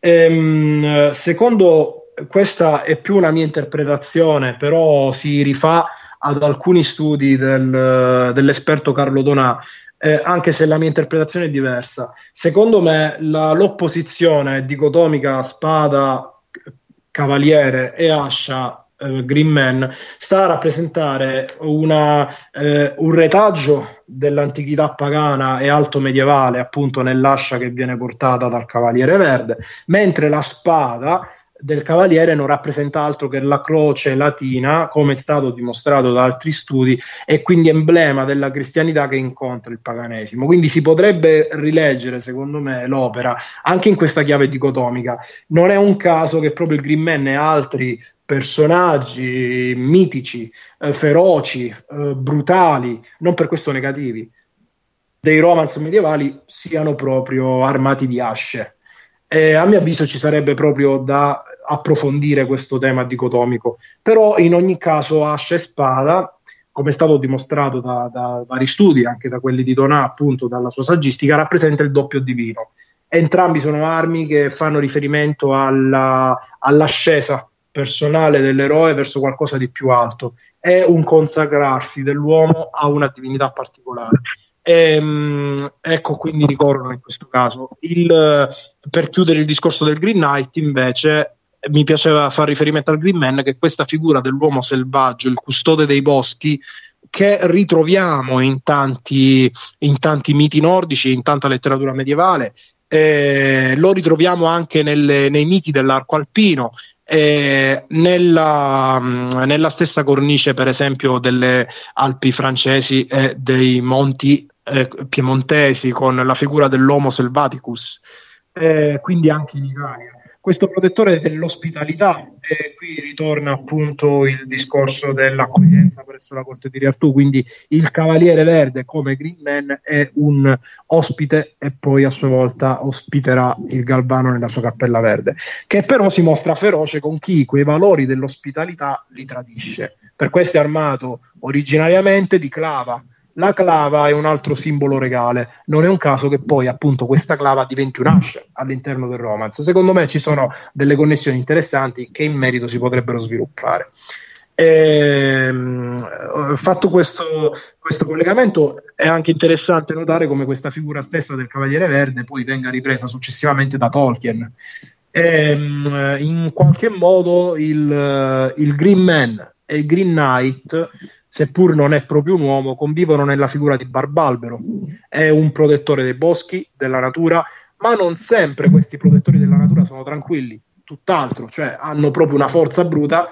Ehm, secondo questa è più una mia interpretazione, però si rifà ad alcuni studi del, dell'esperto Carlo Donà, eh, anche se la mia interpretazione è diversa. Secondo me la, l'opposizione dicotomica spada cavaliere e ascia eh, Green Man sta a rappresentare una, eh, un retaggio dell'antichità pagana e alto medievale, appunto nell'ascia che viene portata dal Cavaliere Verde, mentre la spada del Cavaliere non rappresenta altro che la croce latina, come è stato dimostrato da altri studi, e quindi emblema della cristianità che incontra il paganesimo. Quindi si potrebbe rileggere, secondo me, l'opera anche in questa chiave dicotomica. Non è un caso che proprio il Green Man e altri personaggi mitici, eh, feroci, eh, brutali, non per questo negativi, dei romance medievali siano proprio armati di asce. E a mio avviso ci sarebbe proprio da approfondire questo tema dicotomico, però in ogni caso ascia e spada, come è stato dimostrato da, da vari studi, anche da quelli di Donà, appunto dalla sua saggistica, rappresenta il doppio divino. Entrambi sono armi che fanno riferimento alla, all'ascesa personale dell'eroe verso qualcosa di più alto, è un consacrarsi dell'uomo a una divinità particolare. Ehm, ecco, quindi ricorrono in questo caso. Il, per chiudere il discorso del Green Knight, invece, mi piaceva far riferimento al Green Man, che è questa figura dell'uomo selvaggio, il custode dei boschi, che ritroviamo in tanti, in tanti miti nordici, in tanta letteratura medievale. Eh, lo ritroviamo anche nelle, nei miti dell'arco alpino, E nella, nella stessa cornice, per esempio, delle Alpi francesi e dei monti eh, piemontesi, con la figura dell'Homo selvaticus, eh, quindi anche in Italia. Questo protettore dell'ospitalità, e qui ritorna appunto il discorso dell'accoglienza presso la corte di Re Artù, quindi il Cavaliere Verde come Green Man è un ospite e poi a sua volta ospiterà il Galvano nella sua cappella verde, che però si mostra feroce con chi quei valori dell'ospitalità li tradisce. Per questo è armato originariamente di clava. La clava è un altro simbolo regale, non è un caso che poi appunto questa clava diventi un asce all'interno del romance. Secondo me ci sono delle connessioni interessanti che in merito si potrebbero sviluppare. E, fatto questo, questo collegamento, è anche interessante notare come questa figura stessa del Cavaliere Verde poi venga ripresa successivamente da Tolkien. E, in qualche modo il, il Green Man e il Green Knight, seppur non è proprio un uomo, convivono nella figura di Barbalbero. È un protettore dei boschi, della natura, ma non sempre questi protettori della natura sono tranquilli, tutt'altro, cioè hanno proprio una forza bruta,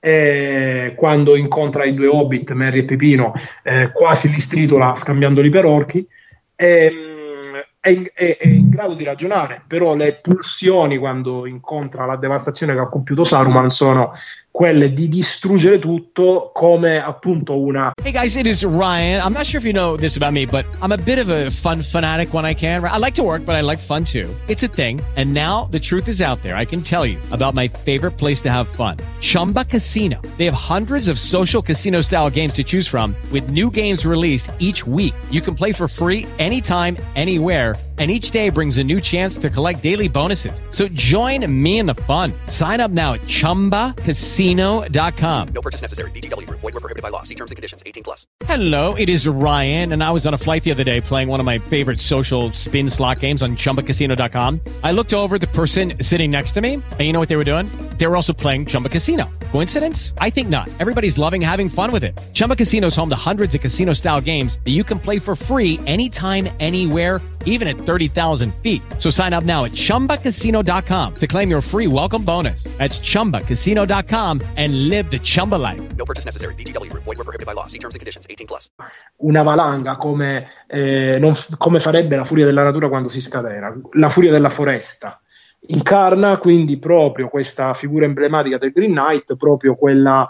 e quando incontra i due hobbit, Merry e Pipino, eh, quasi li stritola scambiandoli per orchi. E, È in, è, è in grado di ragionare, però le pulsioni quando incontra la devastazione che ha compiuto Saruman sono quelle di distruggere tutto, come appunto una... Hey guys, it is Ryan. I'm not sure if you know this about me, but I'm a bit of a fun fanatic when I can. I like to work, but I like fun too. It's a thing. And now the truth is out there. I can tell you about my favorite place to have fun. Chumba Casino. They have hundreds of social casino style games to choose from, with new games released each week. You can play for free anytime, anywhere, and each day brings a new chance to collect daily bonuses. So join me in the fun. Sign up now at chumba casino dot com. No purchase necessary. V G W Group. Void where prohibited by law. See terms and conditions. eighteen plus. Hello, it is Ryan, and I was on a flight the other day playing one of my favorite social spin slot games on chumba casino dot com. I looked over at the person sitting next to me, and you know what they were doing? They were also playing Chumba Casino. Coincidence? I think not. Everybody's loving having fun with it. Chumba Casino is home to hundreds of casino-style games that you can play for free anytime, anywhere, even at thirty thousand feet. So sign up now at chumba casino dot com to claim your free welcome bonus. That's chumba casino dot com and live the Chumba life. No purchase necessary. V G W Group. Void where prohibited by law. See terms and conditions. eighteen plus. Una valanga come, eh, non, come farebbe la furia della natura quando si scatena. La furia della foresta. Incarna quindi proprio questa figura emblematica del Green Knight, proprio quella,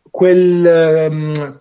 quel, um,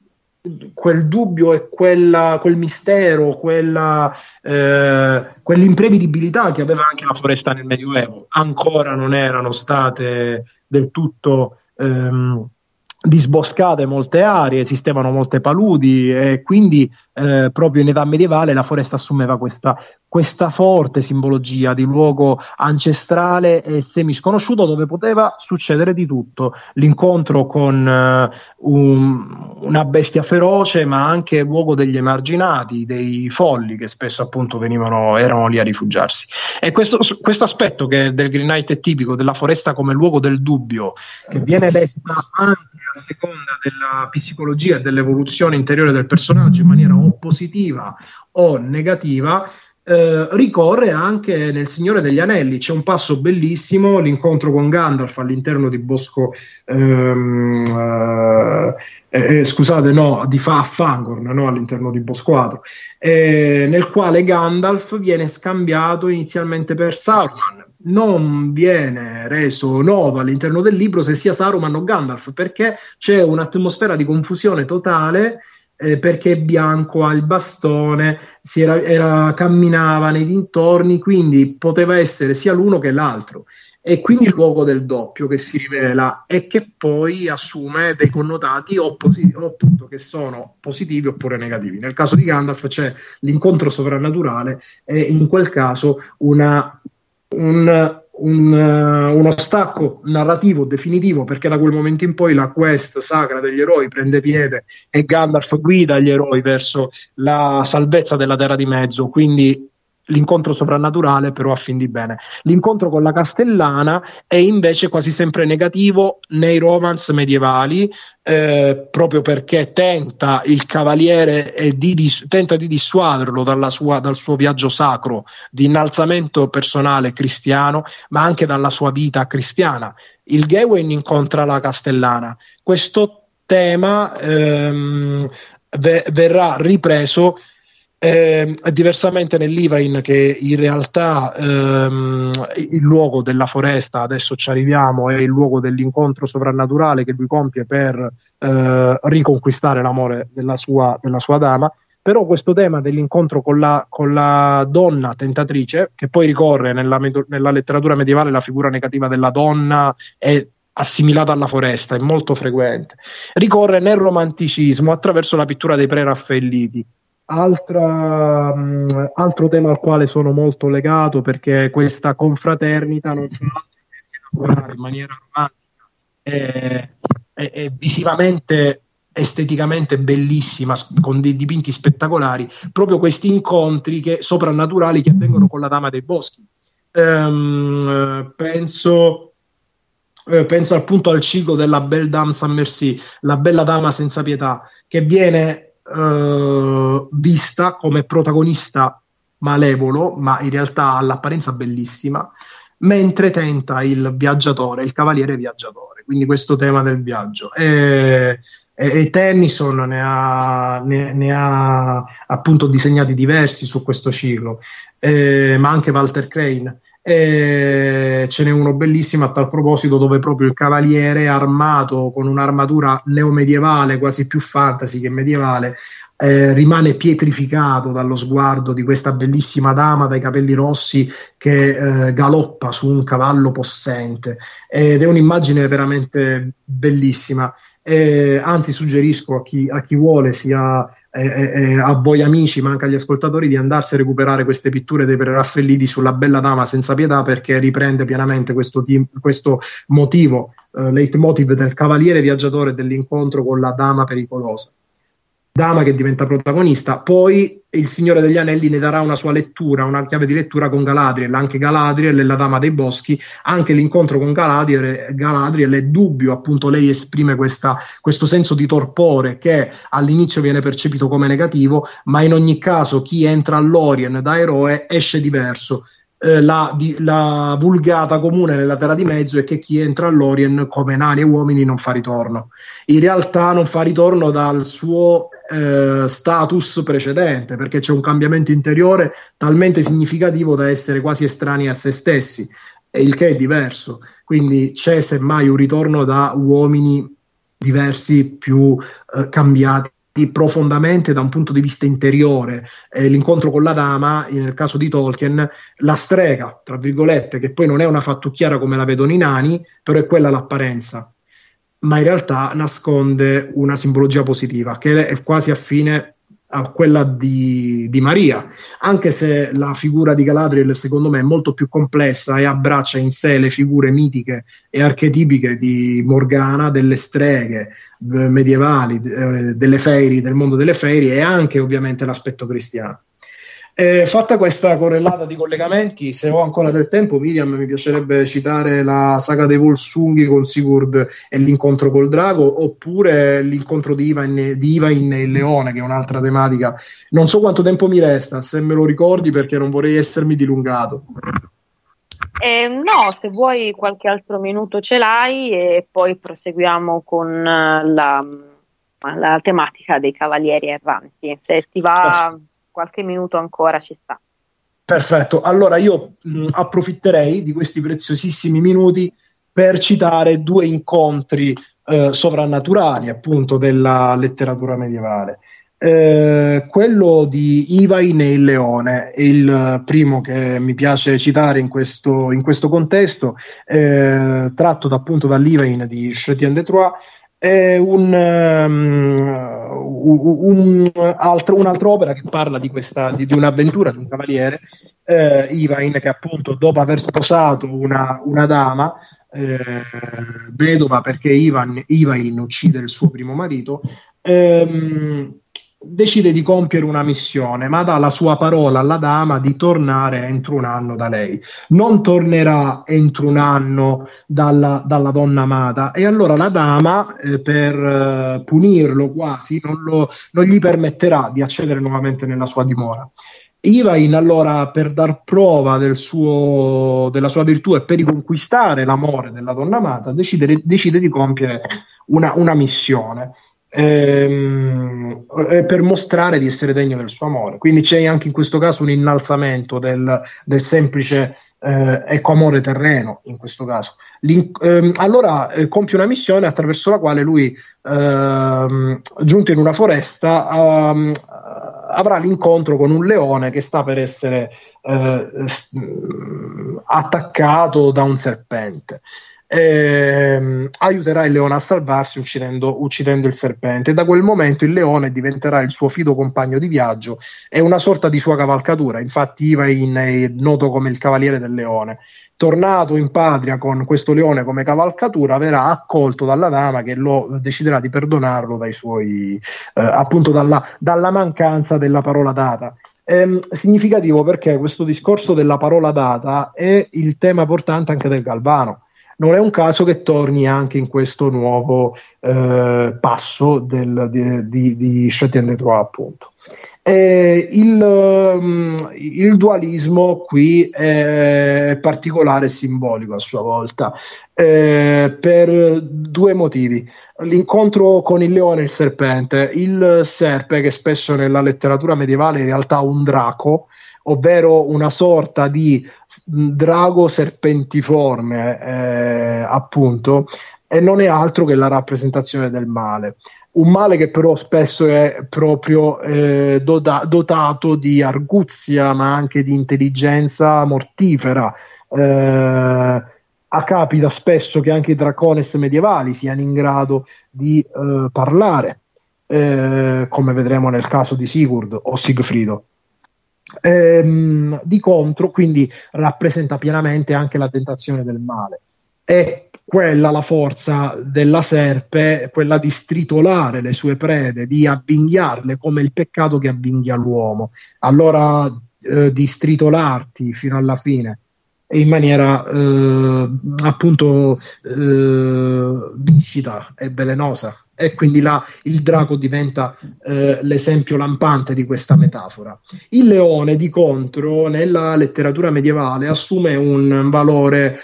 quel dubbio e quella, quel mistero, quella, eh, quell'imprevedibilità che aveva anche la foresta nel Medioevo. Ancora non erano state del tutto ehm, disboscate molte aree, esistevano molte paludi, e quindi eh, proprio in età medievale la foresta assumeva questa, questa forte simbologia di luogo ancestrale e semisconosciuto, dove poteva succedere di tutto: l'incontro con uh, un, una bestia feroce, ma anche luogo degli emarginati, dei folli, che spesso appunto venivano, erano lì a rifugiarsi. E questo, questo aspetto che del Green Knight è tipico, della foresta come luogo del dubbio, che viene letta anche a seconda della psicologia e dell'evoluzione interiore del personaggio in maniera o positiva o negativa, eh, ricorre anche nel Signore degli Anelli. C'è un passo bellissimo, l'incontro con Gandalf all'interno di Bosco ehm, eh, eh, scusate no di Fa- Fangorn, no, all'interno di Boscoatro, eh, nel quale Gandalf viene scambiato inizialmente per Saruman. Non viene reso noto all'interno del libro se sia Saruman o Gandalf, perché c'è un'atmosfera di confusione totale, eh, perché è bianco, ha il bastone, si era, era, camminava nei dintorni, quindi poteva essere sia l'uno che l'altro. E quindi il luogo del doppio che si rivela e che poi assume dei connotati o, posi- o appunto che sono positivi oppure negativi. Nel caso di Gandalf c'è l'incontro sovrannaturale e in quel caso una Un, un, uh, uno stacco narrativo definitivo, perché da quel momento in poi la quest sacra degli eroi prende piede e Gandalf guida gli eroi verso la salvezza della Terra di Mezzo. Quindi l'incontro sovrannaturale però a fin di bene. L'incontro con la Castellana è invece quasi sempre negativo nei romance medievali, eh, proprio perché tenta il cavaliere eh, di, di, tenta di dissuaderlo dalla sua, dal suo viaggio sacro di innalzamento personale cristiano, ma anche dalla sua vita cristiana. Il Gawain incontra la Castellana. Questo tema ehm, ve- verrà ripreso Eh, diversamente nell'Ivain, che in realtà ehm, il luogo della foresta, adesso ci arriviamo, è il luogo dell'incontro sovrannaturale che lui compie per eh, riconquistare l'amore della sua, della sua dama. Però questo tema dell'incontro con la, con la donna tentatrice, che poi ricorre nella, nella letteratura medievale, la figura negativa della donna è assimilata alla foresta, è molto frequente, ricorre nel romanticismo attraverso la pittura dei preraffaelliti. Altra, um, altro tema al quale sono molto legato, perché questa confraternita non fa altro che lavorare in maniera romantica e, e, e visivamente, esteticamente bellissima, con dei dipinti spettacolari, proprio questi incontri che, soprannaturali che avvengono con la Dama dei Boschi. Um, penso eh, penso appunto al ciclo della Belle Dame sans merci, la bella dama senza pietà, che viene Uh, vista come protagonista malevolo, ma in realtà ha l'apparenza bellissima, mentre tenta il viaggiatore, il cavaliere viaggiatore, quindi questo tema del viaggio. E, e, e Tennyson ne ha, ne, ne ha appunto disegnati diversi su questo ciclo, eh, ma anche Walter Crane. E ce n'è uno bellissimo a tal proposito, dove proprio il cavaliere armato con un'armatura neomedievale, quasi più fantasy che medievale, eh, rimane pietrificato dallo sguardo di questa bellissima dama dai capelli rossi che eh, galoppa su un cavallo possente, ed è un'immagine veramente bellissima. Eh, anzi, suggerisco a chi, a chi vuole, sia eh, eh, a voi amici ma anche agli ascoltatori, di andarsi a recuperare queste pitture dei preraffaelliti sulla bella dama senza pietà, perché riprende pienamente questo, questo motivo, eh, leitmotiv del cavaliere viaggiatore, dell'incontro con la dama pericolosa, dama che diventa protagonista. Poi il Signore degli Anelli ne darà una sua lettura, una chiave di lettura con Galadriel, anche Galadriel e la Dama dei Boschi. Anche l'incontro con Galadriel, Galadriel è dubbio, appunto lei esprime questa, questo senso di torpore che all'inizio viene percepito come negativo, ma in ogni caso chi entra all'Orien da eroe esce diverso. Eh, la, di, la vulgata comune nella Terra di Mezzo è che chi entra all'Orien come nani e uomini non fa ritorno. In realtà non fa ritorno dal suo eh, status precedente, perché c'è un cambiamento interiore talmente significativo da essere quasi estranei a se stessi, e il che è diverso. Quindi c'è semmai un ritorno da uomini diversi, più eh, cambiati profondamente da un punto di vista interiore. Eh, l'incontro con la dama, nel caso di Tolkien, la strega, tra virgolette, che poi non è una fattucchiara come la vedono i nani, però è quella l'apparenza, ma in realtà nasconde una simbologia positiva che è quasi affine a quella di, di Maria, anche se la figura di Galadriel secondo me è molto più complessa e abbraccia in sé le figure mitiche e archetipiche di Morgana, delle streghe eh, medievali, eh, delle Fairy, del mondo delle Fairy, e anche ovviamente l'aspetto cristiano. Eh, fatta questa correlata di collegamenti, se ho ancora del tempo, Miriam, mi piacerebbe citare la saga dei Volsunghi con Sigurd e l'incontro col drago, oppure l'incontro di Ivain, di Ivain e il leone, che è un'altra tematica. Non so quanto tempo mi resta, se me lo ricordi, perché non vorrei essermi dilungato. Eh, no, se vuoi qualche altro minuto ce l'hai e poi proseguiamo con la, la tematica dei cavalieri erranti. Se ti va... qualche minuto ancora ci sta. Perfetto, allora io mh, approfitterei di questi preziosissimi minuti per citare due incontri eh, sovrannaturali appunto della letteratura medievale. Eh, quello di Ivain e il leone è il primo che mi piace citare in questo, in questo contesto, eh, tratto da, appunto dall'Ivain di Chrétien de Troyes. È un, um, un altro, un'altra opera che parla di, questa, di, di un'avventura di un cavaliere, eh, Ivain, che appunto dopo aver sposato una, una dama eh, vedova, perché Ivan, Ivain uccide il suo primo marito, ehm, decide di compiere una missione, ma dà la sua parola alla dama di tornare entro un anno da lei. Non tornerà entro un anno dalla, dalla donna amata, e allora la dama, eh, per eh, punirlo quasi, non, lo, non gli permetterà di accedere nuovamente nella sua dimora. Ivain allora, per dar prova del suo, della sua virtù e per riconquistare l'amore della donna amata, decide, decide di compiere una, una missione. Ehm, per mostrare di essere degno del suo amore. Quindi c'è anche in questo caso un innalzamento del, del semplice eh, ecco amore terreno in questo caso. Ehm, allora eh, compie una missione attraverso la quale lui, ehm, giunto in una foresta, ehm, avrà l'incontro con un leone che sta per essere eh, attaccato da un serpente. Eh, aiuterà il leone a salvarsi uccidendo, uccidendo il serpente, e da quel momento il leone diventerà il suo fido compagno di viaggio e una sorta di sua cavalcatura. Infatti Ivain è noto come il cavaliere del leone. Tornato in patria con questo leone come cavalcatura, verrà accolto dalla dama, che lo deciderà di perdonarlo dai suoi eh, appunto dalla, dalla mancanza della parola data. È significativo perché questo discorso della parola data è il tema portante anche del Galvano. Non è un caso che torni anche in questo nuovo eh, passo del, di, di, di Chrétien de Troyes, appunto. E il, um, il dualismo qui è particolare e simbolico a sua volta, eh, per due motivi. L'incontro con il leone e il serpente. Il serpe, che spesso nella letteratura medievale è in realtà un draco, ovvero una sorta di drago serpentiforme, eh, appunto, e non è altro che la rappresentazione del male. Un male che però spesso è proprio eh, dota- dotato di arguzia, ma anche di intelligenza mortifera. Eh, capita spesso che anche i dracones medievali siano in grado di eh, parlare, eh, come vedremo nel caso di Sigurd o Sigfrido. Ehm, di contro, quindi rappresenta pienamente anche la tentazione del male. È quella la forza della serpe, quella di stritolare le sue prede, di avvinghiarle, come il peccato che avvinghia l'uomo. Allora eh, di stritolarti fino alla fine e in maniera eh, appunto eh, viscida e velenosa. E quindi là il drago diventa eh, l'esempio lampante di questa metafora. Il leone, di contro, nella letteratura medievale assume un valore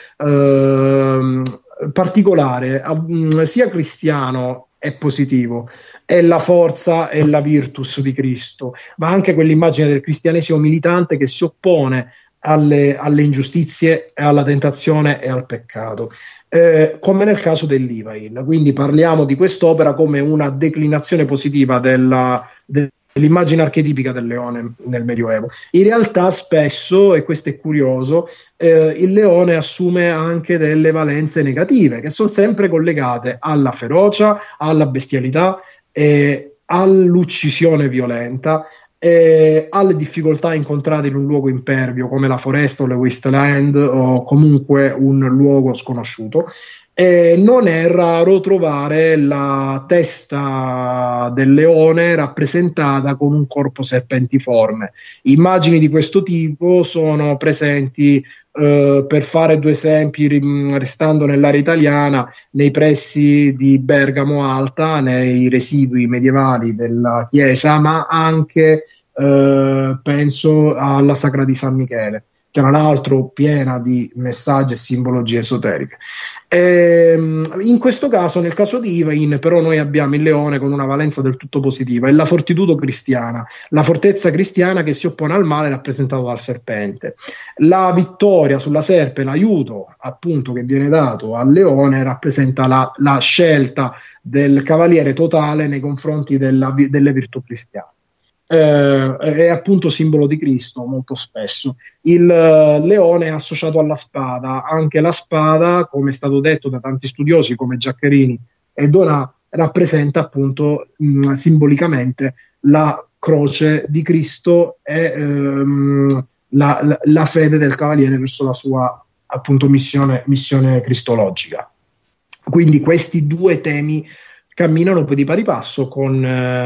eh, particolare, eh, sia cristiano e positivo. È la forza e la virtus di Cristo, ma anche quell'immagine del cristianesimo militante che si oppone alle, alle ingiustizie, alla tentazione e al peccato. Eh, come nel caso dell'Ivain. Quindi parliamo di quest'opera come una declinazione positiva della, dell'immagine archetipica del leone nel Medioevo. In realtà spesso, e questo è curioso, eh, il leone assume anche delle valenze negative che sono sempre collegate alla ferocia, alla bestialità, eh, all'uccisione violenta, e alle difficoltà incontrate in un luogo impervio come la foresta o le wasteland o comunque un luogo sconosciuto. E non è raro trovare la testa del leone rappresentata con un corpo serpentiforme. Immagini di questo tipo sono presenti, eh, per fare due esempi, restando nell'area italiana, nei pressi di Bergamo Alta, nei residui medievali della chiesa, ma anche eh, penso alla Sacra di San Michele, tra l'altro piena di messaggi e simbologie esoteriche. E, in questo caso, nel caso di Ivain, però noi abbiamo il leone con una valenza del tutto positiva, è la fortitudo cristiana, la fortezza cristiana che si oppone al male rappresentato dal serpente. La vittoria sulla serpe, l'aiuto appunto che viene dato al leone, rappresenta la, la scelta del cavaliere totale nei confronti della, delle virtù cristiane. Eh, è appunto simbolo di Cristo molto spesso. Il uh, leone è associato alla spada. Anche la spada, come è stato detto da tanti studiosi come Giaccherini e Donà, rappresenta appunto mh, simbolicamente la croce di Cristo e um, la, la, la fede del cavaliere verso la sua appunto missione, missione cristologica. Quindi questi due temi camminano poi di pari passo con,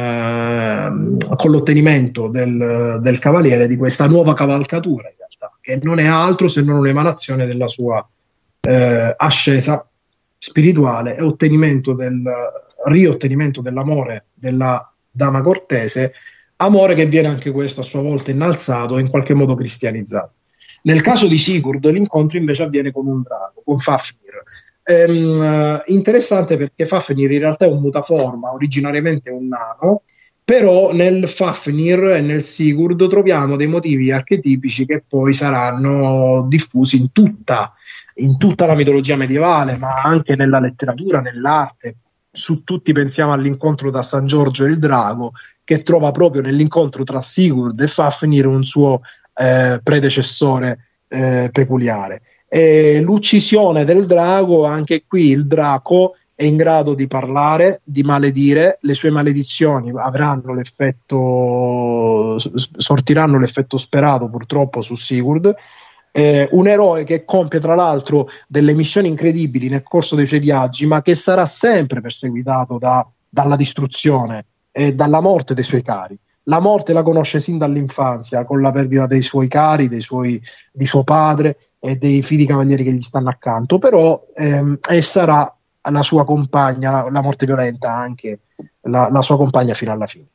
eh, con l'ottenimento del, del cavaliere di questa nuova cavalcatura, in realtà, che non è altro se non un'emanazione della sua eh, ascesa spirituale e ottenimento del, riottenimento dell'amore della dama cortese, amore che viene anche questo a sua volta innalzato e in qualche modo cristianizzato. Nel caso di Sigurd l'incontro invece avviene con un drago, con Fafnir. Ehm, interessante perché Fafnir in realtà è un mutaforma, originariamente un nano, però nel Fafnir e nel Sigurd troviamo dei motivi archetipici che poi saranno diffusi in tutta, in tutta la mitologia medievale, ma anche nella letteratura, nell'arte. Su tutti pensiamo all'incontro da San Giorgio e il drago, che trova proprio nell'incontro tra Sigurd e Fafnir un suo eh, predecessore eh, peculiare. E l'uccisione del drago, anche qui il draco è in grado di parlare, di maledire, le sue maledizioni avranno l'effetto, sortiranno l'effetto sperato purtroppo su Sigurd, eh, un eroe che compie tra l'altro delle missioni incredibili nel corso dei suoi viaggi, ma che sarà sempre perseguitato da, dalla distruzione e dalla morte dei suoi cari. La morte la conosce sin dall'infanzia, con la perdita dei suoi cari, dei suoi, di suo padre e dei fidi cavalieri che gli stanno accanto, però ehm, e sarà la sua compagna, la, la morte violenta anche, la, la sua compagna fino alla fine.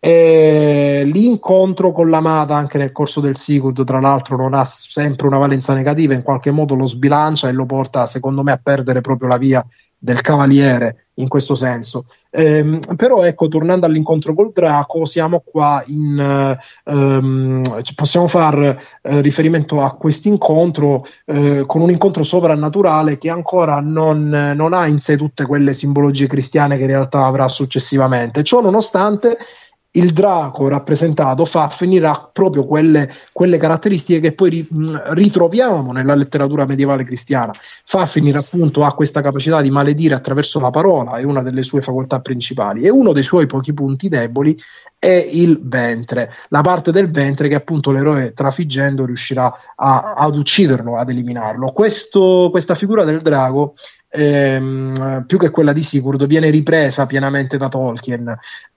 E l'incontro con l'amata anche nel corso del Sigurd, tra l'altro, non ha sempre una valenza negativa, in qualche modo lo sbilancia e lo porta, secondo me, a perdere proprio la via del cavaliere in questo senso. Ehm, però ecco, tornando all'incontro col draco, siamo qua in ehm, possiamo far eh, riferimento a questo incontro eh, con un incontro sovrannaturale che ancora non, non ha in sé tutte quelle simbologie cristiane che in realtà avrà successivamente. Ciò nonostante, il draco rappresentato Fafnir ha proprio quelle, quelle caratteristiche che poi ri, ritroviamo nella letteratura medievale cristiana. Fafnir appunto ha questa capacità di maledire attraverso la parola, è una delle sue facoltà principali, e uno dei suoi pochi punti deboli è il ventre, la parte del ventre che appunto l'eroe, trafiggendo, riuscirà a, ad ucciderlo, ad eliminarlo. Questo, questa figura del drago, Ehm, più che quella di Sigurd, viene ripresa pienamente da Tolkien.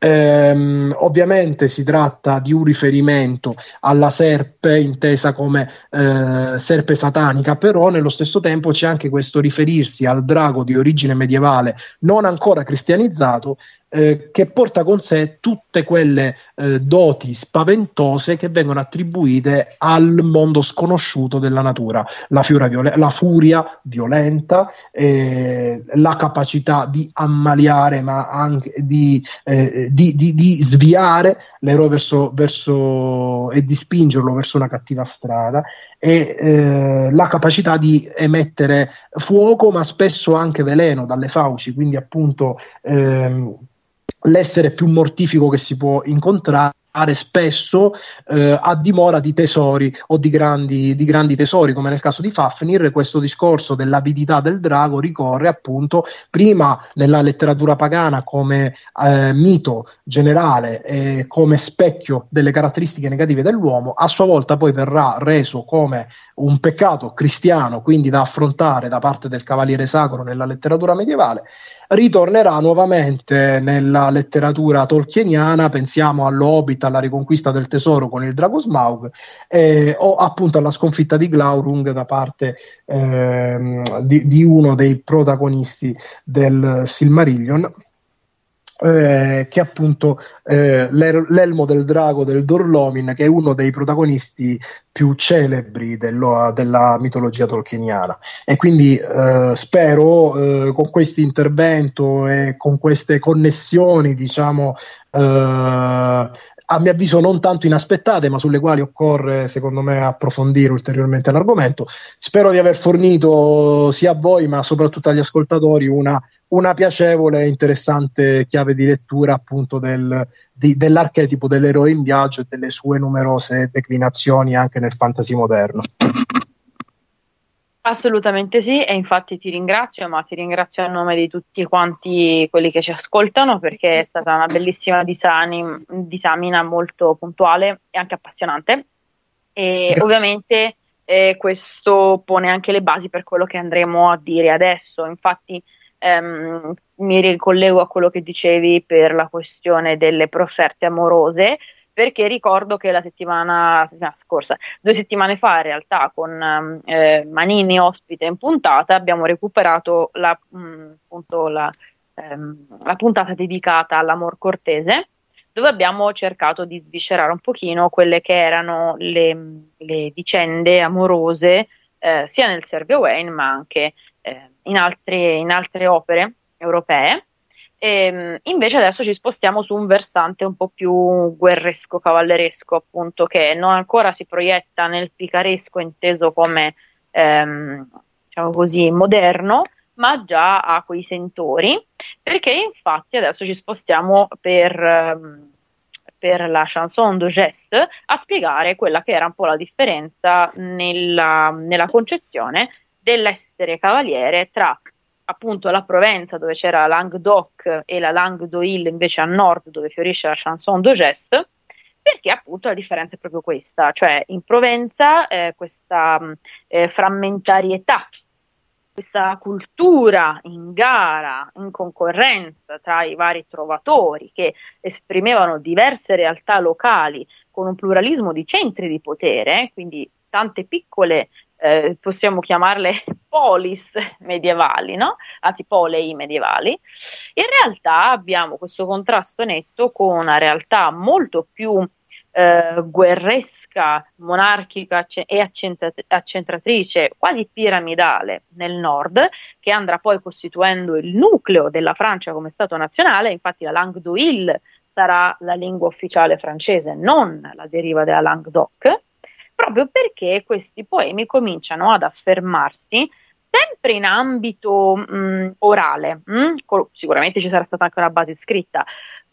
Ehm, ovviamente si tratta di un riferimento alla serpe intesa come eh, serpe satanica, però nello stesso tempo c'è anche questo riferirsi al drago di origine medievale non ancora cristianizzato, eh, che porta con sé tutte quelle eh, doti spaventose che vengono attribuite al mondo sconosciuto della natura, la, fiura viol- la furia violenta, eh, la capacità di ammaliare, ma anche di, eh, di, di, di sviare l'eroe verso, verso e di spingerlo verso una cattiva strada, e eh, la capacità di emettere fuoco, ma spesso anche veleno dalle fauci, quindi appunto ehm, l'essere più mortifico che si può incontrare, spesso eh, a dimora di tesori o di grandi, di grandi tesori, come nel caso di Fafnir. Questo discorso dell'avidità del drago ricorre appunto prima nella letteratura pagana come eh, mito generale e come specchio delle caratteristiche negative dell'uomo, a sua volta poi verrà reso come un peccato cristiano, quindi da affrontare da parte del cavaliere sacro nella letteratura medievale. Ritornerà nuovamente nella letteratura tolkieniana, pensiamo all'Hobbit, alla riconquista del tesoro con il drago Smaug, eh, o appunto alla sconfitta di Glaurung da parte eh, di, di uno dei protagonisti del Silmarillion, eh, che appunto eh, l'el- l'elmo del drago del Dorlomin, che è uno dei protagonisti più celebri dello, della mitologia tolkieniana. E quindi eh, spero eh, con questo intervento e con queste connessioni, diciamo eh, a mio avviso non tanto inaspettate, ma sulle quali occorre secondo me approfondire ulteriormente l'argomento, spero di aver fornito sia a voi ma soprattutto agli ascoltatori una, una piacevole e interessante chiave di lettura appunto del, di, dell'archetipo dell'eroe in viaggio e delle sue numerose declinazioni anche nel fantasy moderno. Assolutamente sì, e infatti ti ringrazio, ma ti ringrazio a nome di tutti quanti quelli che ci ascoltano, perché è stata una bellissima disani- disamina molto puntuale e anche appassionante, e ovviamente eh, questo pone anche le basi per quello che andremo a dire adesso. Infatti ehm, mi ricollego a quello che dicevi per la questione delle profferte amorose, perché ricordo che la settimana, la settimana scorsa, due settimane fa in realtà, con eh, Manini ospite in puntata, abbiamo recuperato la, mh, appunto la, ehm, la puntata dedicata all'amor cortese, dove abbiamo cercato di sviscerare un pochino quelle che erano le, le vicende amorose eh, sia nel Sergio Wayne ma anche eh, in, altre, in altre opere europee. E, invece adesso ci spostiamo su un versante un po' più guerresco, cavalleresco, appunto, che non ancora si proietta nel picaresco inteso come ehm, diciamo così moderno, ma già ha quei sentori, perché infatti adesso ci spostiamo per, per la chanson de geste a spiegare quella che era un po' la differenza nella, nella concezione dell'essere cavaliere tra appunto la Provenza, dove c'era Languedoc, e la Langue d'Oil invece a nord, dove fiorisce la chanson de geste, perché appunto la differenza è proprio questa, cioè in Provenza eh, questa eh, frammentarietà, questa cultura in gara, in concorrenza tra i vari trovatori che esprimevano diverse realtà locali con un pluralismo di centri di potere, quindi tante piccole, eh, possiamo chiamarle polis medievali, no? Anzi polei medievali. In realtà abbiamo questo contrasto netto con una realtà molto più eh, guerresca, monarchica e accentratrice, quasi piramidale nel nord, che andrà poi costituendo il nucleo della Francia come Stato nazionale. Infatti la Langue d'Oil sarà la lingua ufficiale francese, non la deriva della Languedoc, proprio perché questi poemi cominciano ad affermarsi sempre in ambito mh, orale, mh? Sicuramente ci sarà stata anche una base scritta,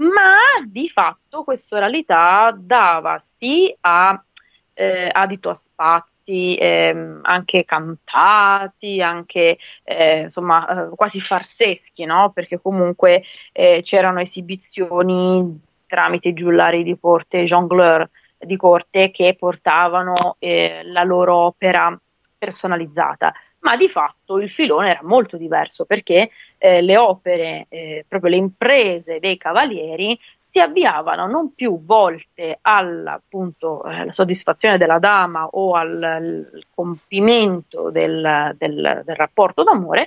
ma di fatto questa oralità dava sì a eh, adito a spazi eh, anche cantati, anche eh, insomma eh, quasi farseschi, no? Perché comunque eh, c'erano esibizioni tramite i giullari di corte, jongleur di corte, che portavano eh, la loro opera personalizzata. Ma di fatto il filone era molto diverso, perché eh, le opere, eh, proprio le imprese dei cavalieri, si avviavano non più volte alla appunto, eh, la soddisfazione della dama o al, al compimento del, del, del rapporto d'amore,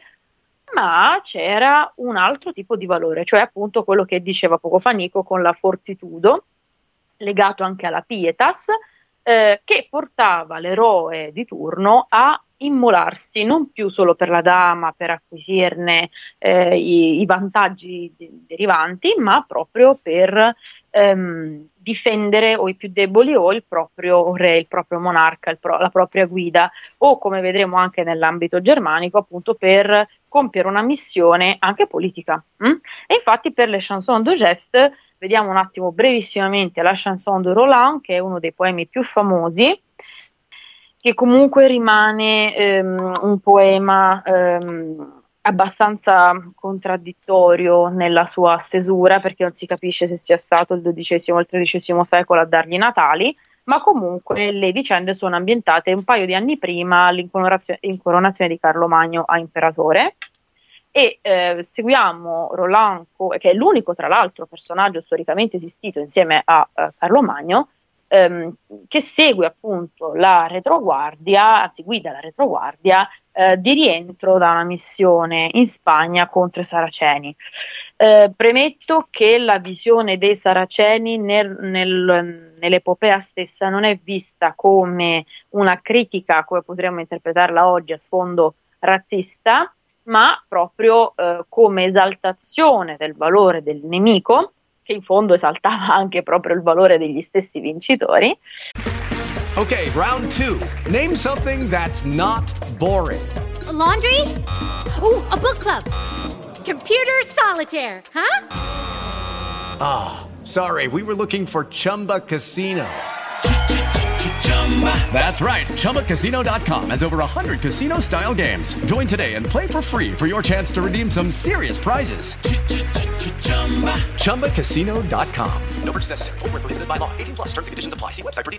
ma c'era un altro tipo di valore, cioè appunto quello che diceva poco fa Nico con la fortitudo, legato anche alla pietas, eh, che portava l'eroe di turno a immolarsi non più solo per la dama, per acquisirne eh, i, i vantaggi de- derivanti, ma proprio per ehm, difendere o i più deboli o il proprio re, il proprio monarca, il pro- la propria guida, o come vedremo anche nell'ambito germanico, appunto per compiere una missione anche politica. Hm? E infatti per le chansons de geste vediamo un attimo brevissimamente la chanson de Roland, che è uno dei poemi più famosi, che comunque rimane ehm, un poema ehm, abbastanza contraddittorio nella sua stesura, perché non si capisce se sia stato il dodicesimo o il tredicesimo secolo a dargli i natali, ma comunque le vicende sono ambientate un paio di anni prima all'incoronazione di Carlo Magno a imperatore. E eh, seguiamo Roland, che è l'unico tra l'altro personaggio storicamente esistito insieme a uh, Carlo Magno, ehm, che segue appunto la retroguardia, anzi guida la retroguardia eh, di rientro da una missione in Spagna contro i Saraceni. Eh, premetto che la visione dei Saraceni nel, nel, nell'epopea stessa non è vista come una critica, come potremmo interpretarla oggi, a sfondo razzista, ma proprio eh, come esaltazione del valore del nemico, che in fondo esaltava anche proprio il valore degli stessi vincitori. Okay, round two. Name something that's not boring. A laundry? Ooh, a book club. Computer solitaire, huh? Ah, oh, sorry, we were looking for Chumba Casino. That's right. Chumba Casino dot com has over one hundred casino-style games. Join today and play for free for your chance to redeem some serious prizes. Chumba Casino dot com. No purchase necessary. Void where prohibited by law. eighteen plus terms and conditions apply. See website for details.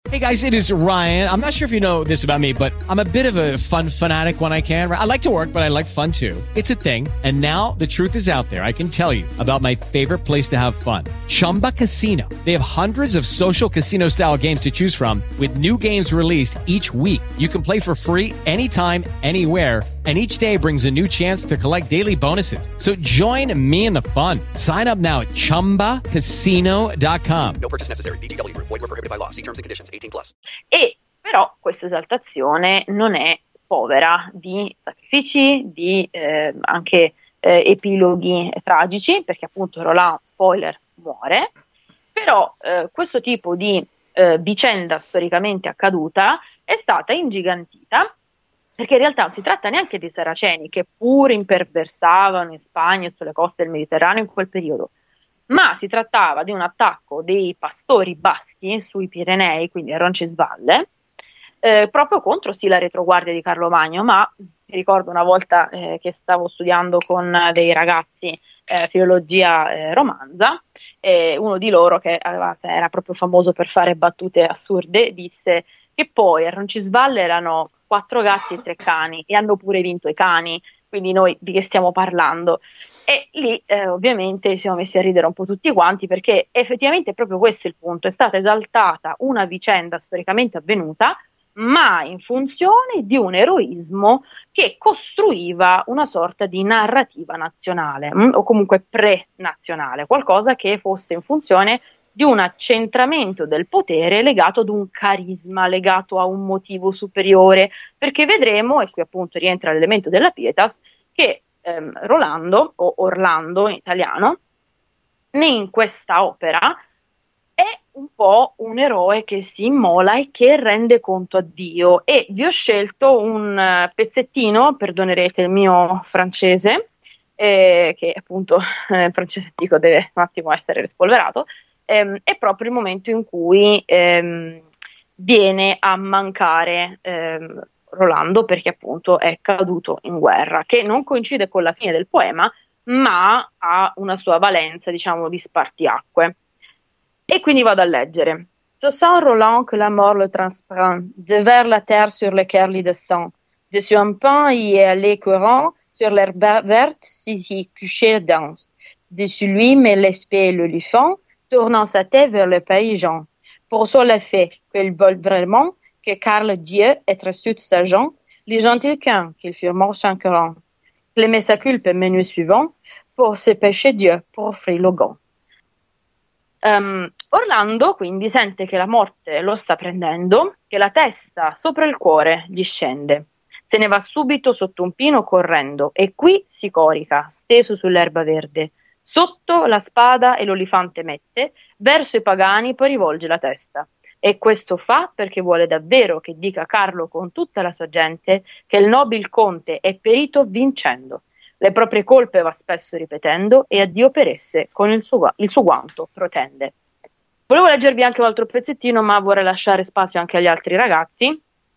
Hey guys, it is Ryan. I'm not sure if you know this about me, but I'm a bit of a fun fanatic when I can. I like to work, but I like fun too. It's a thing. And now the truth is out there. I can tell you about my favorite place to have fun. Chumba Casino. They have hundreds of social casino style games to choose from with new games released each week. You can play for free anytime, anywhere. And each day brings a new chance to collect daily bonuses. So join me in the fun. Sign up now at chumba casino dot com. No purchase necessary. V G W Group. Void where prohibited by law. See terms and conditions. eighteen plus. E però questa esaltazione non è povera di sacrifici, di eh, anche eh, epiloghi tragici, perché appunto Roland, spoiler, muore. Però eh, questo tipo di eh, vicenda storicamente accaduta è stata ingigantita, perché in realtà non si tratta neanche dei Saraceni, che pur imperversavano in Spagna e sulle coste del Mediterraneo in quel periodo, ma si trattava di un attacco dei pastori baschi sui Pirenei, quindi a Roncesvalles, eh, proprio contro sì la retroguardia di Carlo Magno, ma mi ricordo una volta eh, che stavo studiando con dei ragazzi eh, filologia eh, romanza, e uno di loro, che aveva, era proprio famoso per fare battute assurde, disse che poi a Roncesvalles erano quattro gatti e tre cani e hanno pure vinto i cani, quindi noi di che stiamo parlando? E lì eh, ovviamente ci siamo messi a ridere un po' tutti quanti, perché effettivamente proprio questo è il punto: è stata esaltata una vicenda storicamente avvenuta, ma in funzione di un eroismo che costruiva una sorta di narrativa nazionale, mh, o comunque pre-nazionale, qualcosa che fosse in funzione di un accentramento del potere legato ad un carisma, legato a un motivo superiore, perché vedremo, e qui appunto rientra l'elemento della pietas, che ehm, Rolando, o Orlando in italiano, in questa opera è un po' un eroe che si immola e che rende conto a Dio. E vi ho scelto un uh, pezzettino, perdonerete il mio francese, eh, che appunto eh, il francese antico deve un attimo essere rispolverato, ehm, è proprio il momento in cui ehm, viene a mancare ehm, Rolando, perché appunto è caduto in guerra, che non coincide con la fine del poema, ma ha una sua valenza, diciamo, di spartiacque. E quindi vado a leggere. Ce sent Roland que la mort le transprend, de vers la terre sur laquelle il descend, de sur un pan y est allé courant, sur l'herbe verte s'y couchait danse. Dessus lui met l'esprit et l'éléphant, tournant sa tête vers le pays Jean. Pour ça le fait qu'il vole vraiment, que car le Dieu est reçu de sa gens, les gentils qu'un, qu'ils furent morts chanquerant. Clémer sa culpe menu suivant, pour ses péchés Dieu, pour offrir le gant. Um, Orlando quindi sente che la morte lo sta prendendo, che la testa sopra il cuore gli scende, se ne va subito sotto un pino correndo e qui si corica, steso sull'erba verde, sotto la spada e l'olifante mette, verso i pagani poi rivolge la testa, e questo fa perché vuole davvero che dica Carlo con tutta la sua gente che il nobil conte è perito vincendo. Le proprie colpe va spesso ripetendo e a Dio per esse con il suo, il suo guanto protende. Volevo leggervi anche un altro pezzettino, ma vorrei lasciare spazio anche agli altri ragazzi,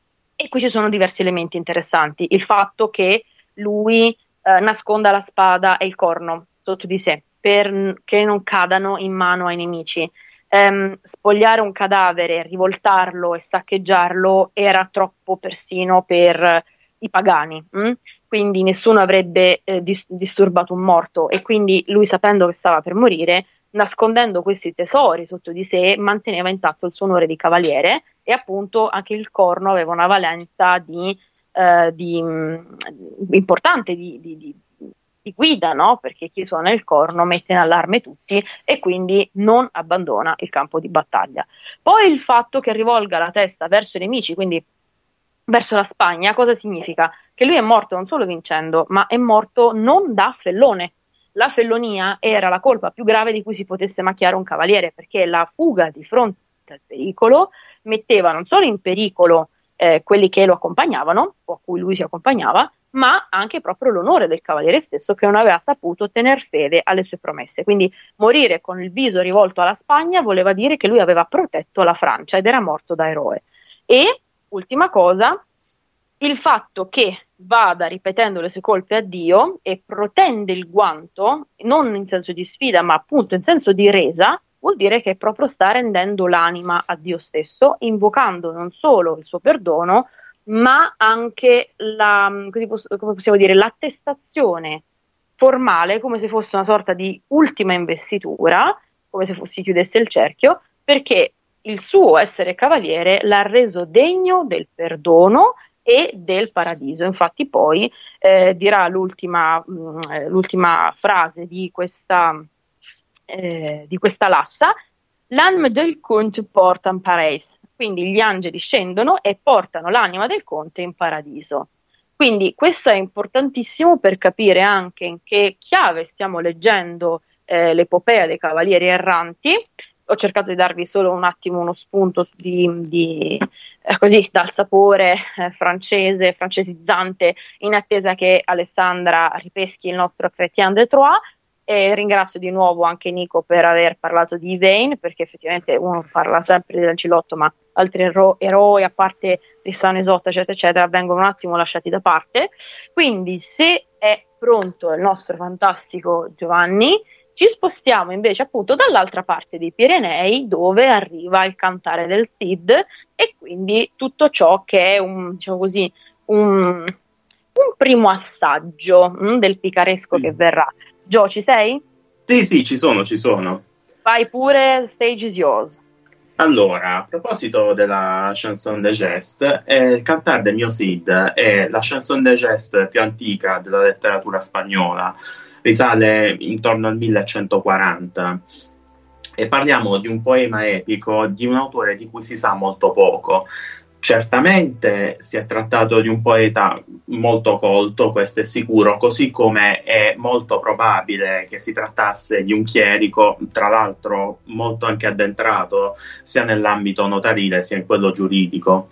e qui ci sono diversi elementi interessanti. Il fatto che lui eh, nasconda la spada e il corno sotto di sé perché non cadano in mano ai nemici. Ehm, spogliare un cadavere, rivoltarlo e saccheggiarlo era troppo persino per i pagani, mh? Quindi nessuno avrebbe eh, dis- disturbato un morto, e quindi lui, sapendo che stava per morire, nascondendo questi tesori sotto di sé, manteneva intatto il suo onore di cavaliere, e appunto anche il corno aveva una valenza di, eh, di, mh, importante di, di, di, di guida, no? Perché chi suona il corno mette in allarme tutti e quindi non abbandona il campo di battaglia. Poi il fatto che rivolga la testa verso i nemici, quindi verso la Spagna, cosa significa? Che lui è morto non solo vincendo, ma è morto non da fellone. La fellonia era la colpa più grave di cui si potesse macchiare un cavaliere, perché la fuga di fronte al pericolo metteva non solo in pericolo eh, quelli che lo accompagnavano, o a cui lui si accompagnava, ma anche proprio l'onore del cavaliere stesso, che non aveva saputo tener fede alle sue promesse. Quindi morire con il viso rivolto alla Spagna voleva dire che lui aveva protetto la Francia ed era morto da eroe. E ultima cosa, il fatto che vada ripetendo le sue colpe a Dio e protende il guanto, non in senso di sfida, ma appunto in senso di resa, vuol dire che proprio sta rendendo l'anima a Dio stesso, invocando non solo il suo perdono, ma anche la, come possiamo dire, l'attestazione formale, come se fosse una sorta di ultima investitura, come se si chiudesse il cerchio, perché il suo essere cavaliere l'ha reso degno del perdono e del paradiso. Infatti poi eh, dirà l'ultima, mh, l'ultima frase di questa, eh, di questa lassa: l'anima del conte porta in paradis. Quindi gli angeli scendono e portano l'anima del conte in paradiso. Quindi questo è importantissimo per capire anche in che chiave stiamo leggendo eh, l'epopea dei cavalieri erranti. Ho cercato di darvi solo un attimo uno spunto di, di, eh, così, dal sapore eh, francese, francesizzante, in attesa che Alessandra ripeschi il nostro Chrétien de Troyes. E ringrazio di nuovo anche Nico per aver parlato di Yvain, perché effettivamente uno parla sempre di Lancilotto, ma altri ero- eroi, a parte Tristano e Isotta, eccetera, eccetera, vengono un attimo lasciati da parte. Quindi, se è pronto il nostro fantastico Giovanni, ci spostiamo invece appunto dall'altra parte dei Pirenei, dove arriva il cantare del Cid e quindi tutto ciò che è un, diciamo così, un, un primo assaggio mh, del picaresco mm. che verrà. Gio, ci sei? Sì, sì, ci sono, ci sono. Vai pure, stage is yours. Allora, a proposito della chanson de geste, eh, il Cantar del mio Cid è la chanson de geste più antica della letteratura spagnola, risale intorno al millecentoquaranta e parliamo di un poema epico di un autore di cui si sa molto poco. Certamente si è trattato di un poeta molto colto, questo è sicuro, così come è molto probabile che si trattasse di un chierico, tra l'altro molto anche addentrato sia nell'ambito notarile sia in quello giuridico.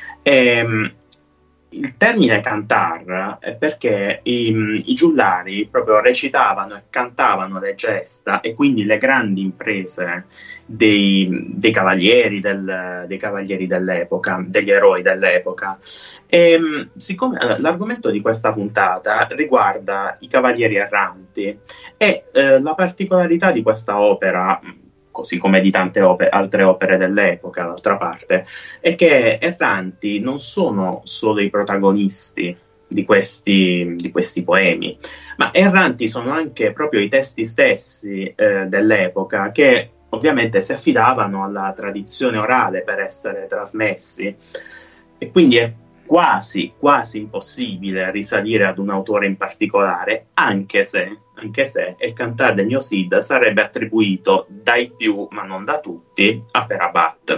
E, il termine cantar è perché i, i giullari proprio recitavano e cantavano le gesta e quindi le grandi imprese dei, dei cavalieri del, dei cavalieri dell'epoca, degli eroi dell'epoca. E siccome l'argomento di questa puntata riguarda i cavalieri erranti e eh, la particolarità di questa opera, così come di tante opere, altre opere dell'epoca, d'altra parte, è che erranti non sono solo i protagonisti di questi, di questi poemi, ma erranti sono anche proprio i testi stessi eh, dell'epoca, che ovviamente si affidavano alla tradizione orale per essere trasmessi, e quindi è quasi, quasi impossibile risalire ad un autore in particolare, anche se anche se il Cantar del mio Cid sarebbe attribuito dai più, ma non da tutti, a Perabat.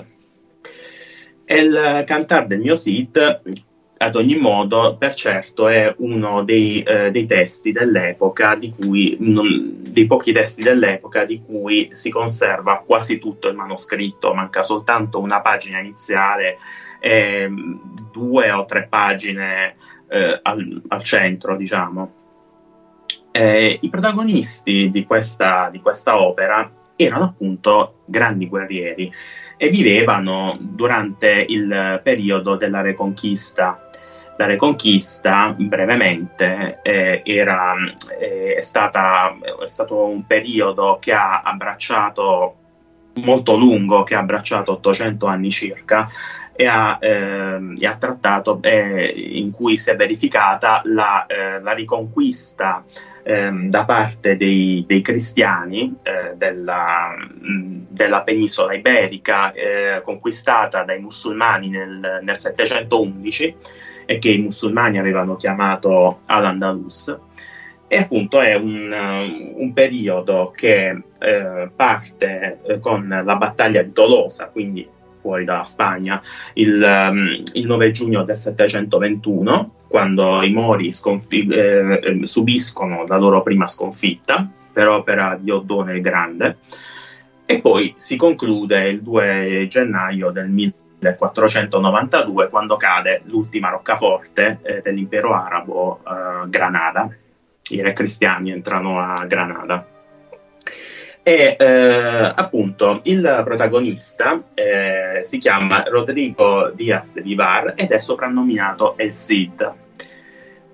Il Cantar del mio Cid, ad ogni modo, per certo è uno dei, eh, dei testi dell'epoca, di cui non, dei pochi testi dell'epoca di cui si conserva quasi tutto il manoscritto, manca soltanto una pagina iniziale e due o tre pagine eh, al, al centro, diciamo. Eh, I protagonisti di questa, di questa opera erano appunto grandi guerrieri e vivevano durante il periodo della Reconquista. La Reconquista, brevemente, eh, era, eh, è, stata, è stato un periodo che ha abbracciato, molto lungo, che ha abbracciato ottocento anni circa, e ha, eh, e ha trattato, eh, in cui si è verificata la, eh, la riconquista eh, da parte dei, dei cristiani eh, della, della penisola iberica, eh, conquistata dai musulmani nel, nel settecentoundici e che i musulmani avevano chiamato Al-Andalus. E appunto è un, un periodo che eh, parte eh, con la battaglia di Tolosa, quindi fuori dalla Spagna, il, um, il nove giugno del settecentoventuno, quando i Mori sconfi- eh, subiscono la loro prima sconfitta per opera di Oddone il Grande, e poi si conclude il due gennaio del millequattrocentonovantadue, quando cade l'ultima roccaforte eh, dell'impero arabo, eh, Granada. I re cristiani entrano a Granada. E eh, appunto il protagonista eh, si chiama Rodrigo Díaz de Vivar ed è soprannominato El Cid.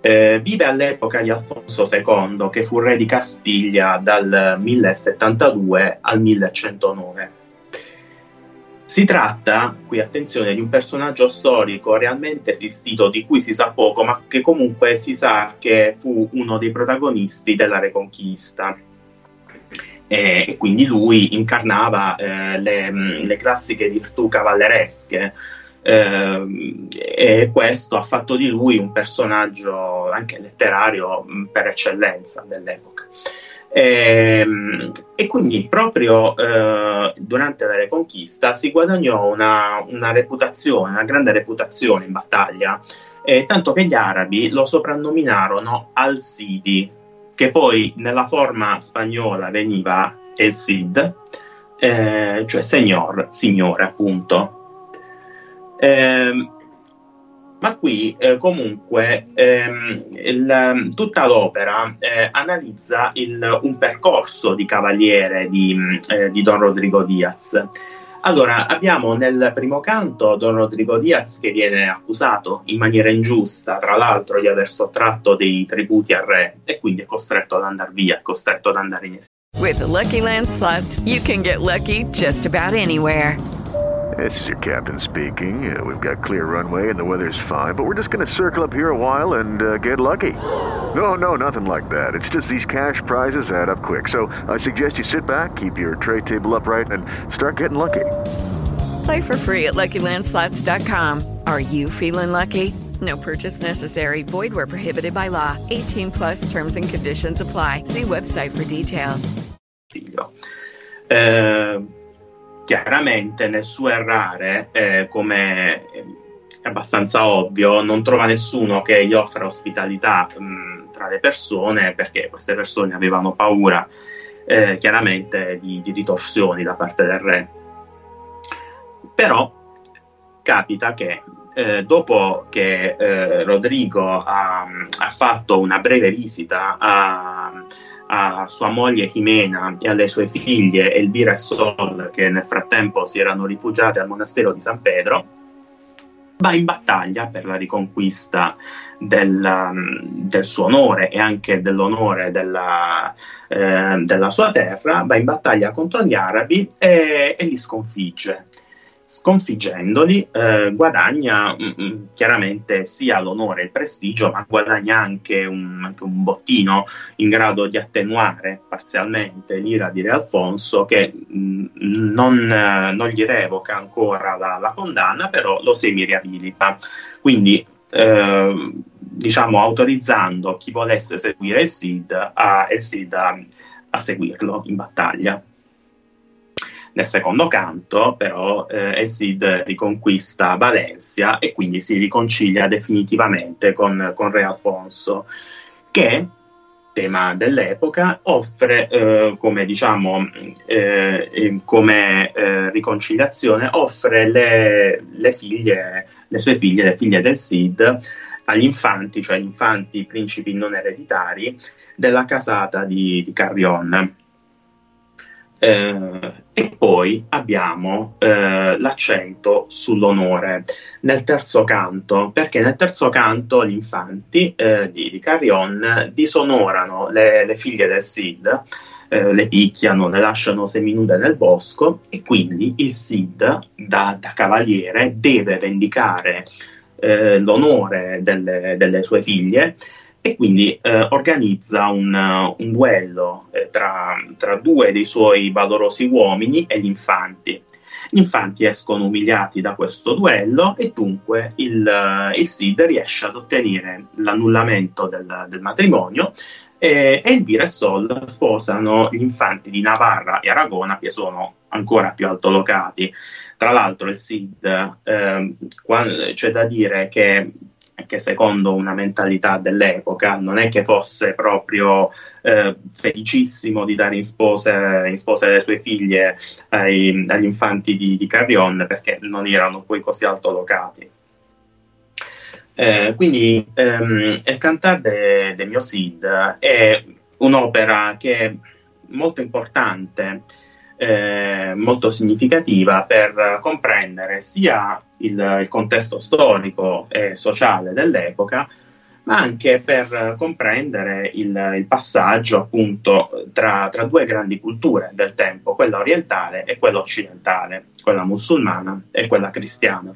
Eh, vive all'epoca di Alfonso secondo, che fu re di Castiglia dal millesettantadue al millecentonove. Si tratta, qui attenzione, di un personaggio storico realmente esistito, di cui si sa poco, ma che comunque si sa che fu uno dei protagonisti della Reconquista. E, e quindi lui incarnava eh, le, le classiche virtù cavalleresche, eh, e questo ha fatto di lui un personaggio anche letterario per eccellenza dell'epoca. E, e quindi proprio eh, durante la Reconquista si guadagnò una, una reputazione, una grande reputazione in battaglia, eh, tanto che gli arabi lo soprannominarono Al-Sidi, che poi nella forma spagnola veniva El Cid, eh, cioè signor, signore appunto. Eh, ma qui eh, comunque ehm, il, tutta l'opera eh, analizza il, un percorso di cavaliere di, eh, di Don Rodrigo Diaz. Allora, abbiamo nel primo canto Don Rodrigo Diaz che viene accusato in maniera ingiusta, tra l'altro, di aver sottratto dei tributi al re, e quindi è costretto ad andare via, è costretto ad andare in esilio. With the Lucky Land Slots, you can get lucky just about anywhere. This is your captain speaking. Uh, we've got clear runway and the weather's fine, but we're just going to circle up here a while and uh, get lucky. No, no, nothing like that. It's just these cash prizes add up quick. So I suggest you sit back, keep your tray table upright, and start getting lucky. Play for free at Lucky Land Slots dot com. Are you feeling lucky? No purchase necessary. Void where prohibited by law. eighteen plus terms and conditions apply. See website for details. Eh... Chiaramente nel suo errare, eh, come è abbastanza ovvio, non trova nessuno che gli offra ospitalità mh, tra le persone, perché queste persone avevano paura eh, chiaramente di, di ritorsioni da parte del re. Però capita che eh, dopo che eh, Rodrigo ha, ha fatto una breve visita a a sua moglie Jimena e alle sue figlie Elvira e Sol, che nel frattempo si erano rifugiate al monastero di San Pedro, va in battaglia per la riconquista del, del suo onore e anche dell'onore della, eh, della sua terra, va in battaglia contro gli arabi e, e li sconfigge. Sconfiggendoli eh, guadagna mh, chiaramente sia l'onore e il prestigio, ma guadagna anche un, anche un bottino in grado di attenuare parzialmente l'ira di Re Alfonso, che mh, non, eh, non gli revoca ancora la, la condanna, però lo semi-riabilita. Quindi eh, diciamo autorizzando chi volesse seguire il Cid a, il Cid a, a seguirlo in battaglia. Nel secondo canto, però, eh, El Cid riconquista Valencia e quindi si riconcilia definitivamente con, con Re Alfonso, che, tema dell'epoca, offre eh, come diciamo eh, come eh, riconciliazione, offre le, le figlie, le sue figlie, le figlie del Cid, agli infanti, cioè gli infanti principi non ereditari della casata di, di Carrion. Eh, e poi abbiamo eh, l'accento sull'onore nel terzo canto, perché nel terzo canto gli infanti eh, di, di Carrion disonorano le, le figlie del Cid, eh, le picchiano, le lasciano seminude nel bosco, e quindi il Cid da, da cavaliere deve vendicare eh, l'onore delle, delle sue figlie, e quindi eh, organizza un, un duello eh, tra, tra due dei suoi valorosi uomini e gli infanti. Gli infanti escono umiliati da questo duello e dunque il, il Cid riesce ad ottenere l'annullamento del, del matrimonio, e Elvira e Sol sposano gli infanti di Navarra e Aragona, che sono ancora più altolocati. Tra l'altro il Cid, eh, quando, c'è da dire che che secondo una mentalità dell'epoca non è che fosse proprio eh, felicissimo di dare in spose, in spose le sue figlie ai, agli infanti di, di Carrion, perché non erano poi così altolocati. Eh, quindi ehm, Il Cantar de, de mio Cid è un'opera che è molto importante, eh, molto significativa per comprendere sia il, il contesto storico e sociale dell'epoca, ma anche per comprendere il, il passaggio appunto tra, tra due grandi culture del tempo, quella orientale e quella occidentale, quella musulmana e quella cristiana.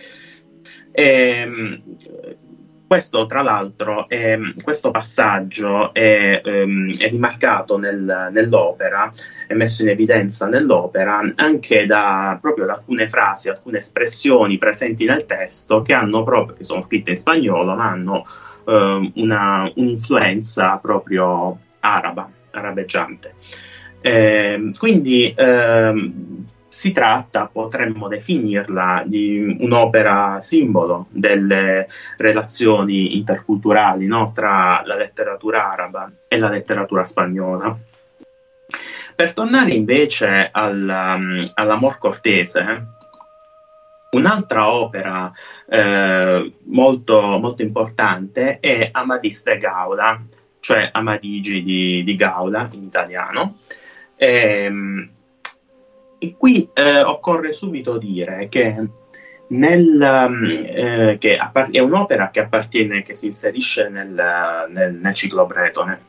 E, questo, tra l'altro, è, questo passaggio è, um, è rimarcato nel, nell'opera, è messo in evidenza nell'opera anche da, proprio da alcune frasi, alcune espressioni presenti nel testo che hanno proprio, che sono scritte in spagnolo, ma hanno um, una, un'influenza proprio araba, arabeggiante. Eh, quindi ehm, si tratta, potremmo definirla, di un'opera simbolo delle relazioni interculturali, no? Tra la letteratura araba e la letteratura spagnola. Per tornare invece al, um, all'Amor Cortese, un'altra opera eh, molto, molto importante è Amadís de Gaula, cioè Amadigi di, di Gaula in italiano. E, E qui eh, occorre subito dire che, nel, eh, che appar- è un'opera che appartiene, che si inserisce nel, nel, nel ciclo bretone.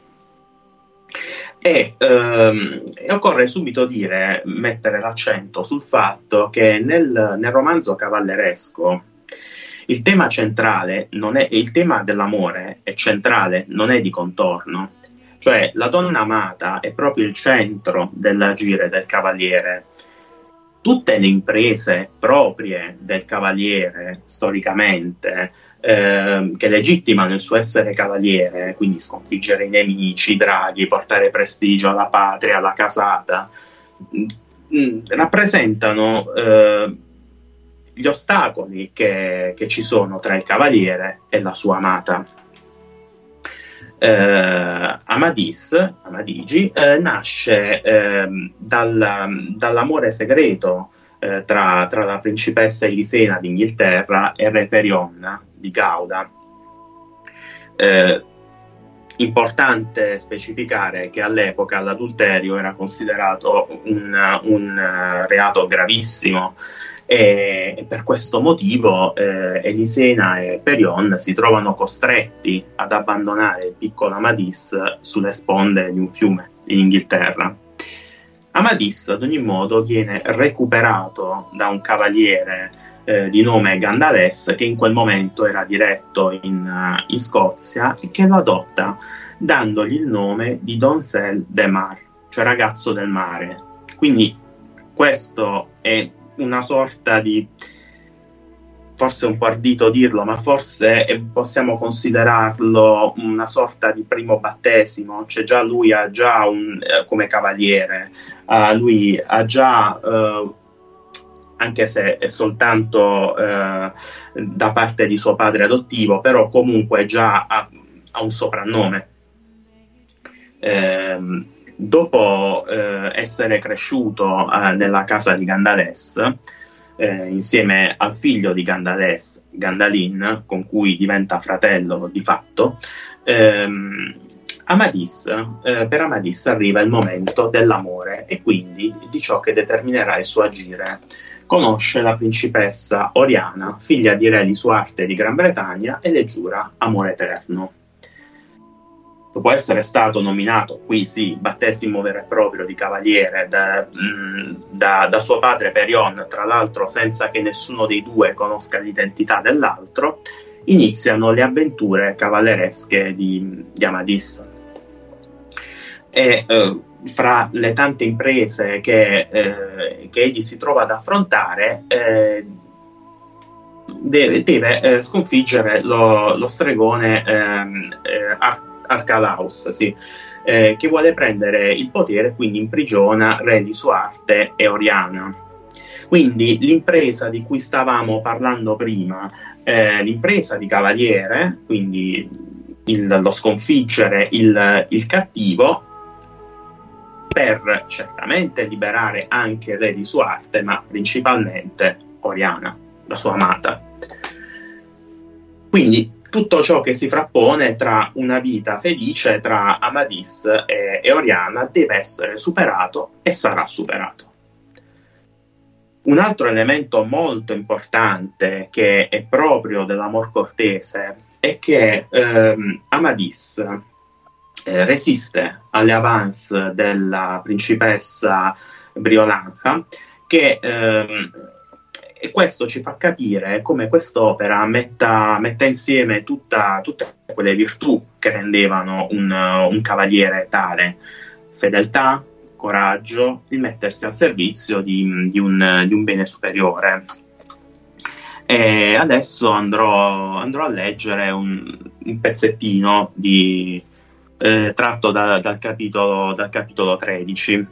E, ehm, e occorre subito dire, mettere l'accento sul fatto che nel, nel romanzo cavalleresco il tema centrale, non è, il tema dell'amore è centrale, non è di contorno. Cioè la donna amata è proprio il centro dell'agire del cavaliere. Tutte le imprese proprie del cavaliere, storicamente, eh, che legittimano il suo essere cavaliere, quindi sconfiggere i nemici, i draghi, portare prestigio alla patria, alla casata, mh, rappresentano eh, gli ostacoli che, che ci sono tra il cavaliere e la sua amata. Eh, Amadís, Amadigi, eh, nasce eh, dal, dall'amore segreto eh, tra, tra la principessa Elisena d'Inghilterra e Re Perion di Gauda. Eh, importante specificare che all'epoca l'adulterio era considerato un, un reato gravissimo, e, e per questo motivo eh, Elisena e Perion si trovano costretti ad abbandonare il piccolo Amadís sulle sponde di un fiume in Inghilterra. Amadís ad ogni modo viene recuperato da un cavaliere eh, di nome Gandalès, che in quel momento era diretto in, uh, in Scozia, e che lo adotta dandogli il nome di Donzelle de Mar, cioè ragazzo del mare. Quindi questo è una sorta di, forse è un po' ardito dirlo, ma forse possiamo considerarlo una sorta di primo battesimo. Cioè già lui ha già un, eh, come cavaliere, uh, lui ha già, uh, anche se è soltanto uh, da parte di suo padre adottivo, però comunque già ha, ha un soprannome. Eh, dopo eh, essere cresciuto eh, nella casa di Gandalès, eh, insieme al figlio di Gandalès, Gandalin, con cui diventa fratello di fatto, ehm, Amadís, eh, per Amadís arriva il momento dell'amore e quindi di ciò che determinerà il suo agire. Conosce la principessa Oriana, figlia di re Lisuarte di Gran Bretagna, e le giura amore eterno. Dopo essere stato nominato, qui sì, battesimo vero e proprio di cavaliere, da, da, da suo padre Perion, tra l'altro senza che nessuno dei due conosca l'identità dell'altro, iniziano le avventure cavalleresche di, di Amadís. E eh, fra le tante imprese che, eh, che egli si trova ad affrontare, eh, deve, deve eh, sconfiggere lo, lo stregone ehm, eh, Ar- Arcalaus, sì, eh, che vuole prendere il potere e quindi imprigiona Re Lisuarte e Oriana. Quindi l'impresa di cui stavamo parlando prima, eh, l'impresa di cavaliere, quindi il, lo sconfiggere il, il cattivo, per certamente liberare anche Re Lisuarte, ma principalmente Oriana, la sua amata. Quindi tutto ciò che si frappone tra una vita felice tra Amadís e, e Oriana deve essere superato e sarà superato. Un altro elemento molto importante che è proprio dell'amor cortese è che ehm, Amadis eh, resiste alle avance della principessa Briolanca, che ehm, e questo ci fa capire come quest'opera metta, metta insieme tutta, tutte quelle virtù che rendevano un, un cavaliere tale: fedeltà, coraggio, il mettersi al servizio di, di, un, di un bene superiore. E adesso andrò, andrò a leggere un, un pezzettino di, eh, tratto da, dal, capitolo, dal capitolo tredici.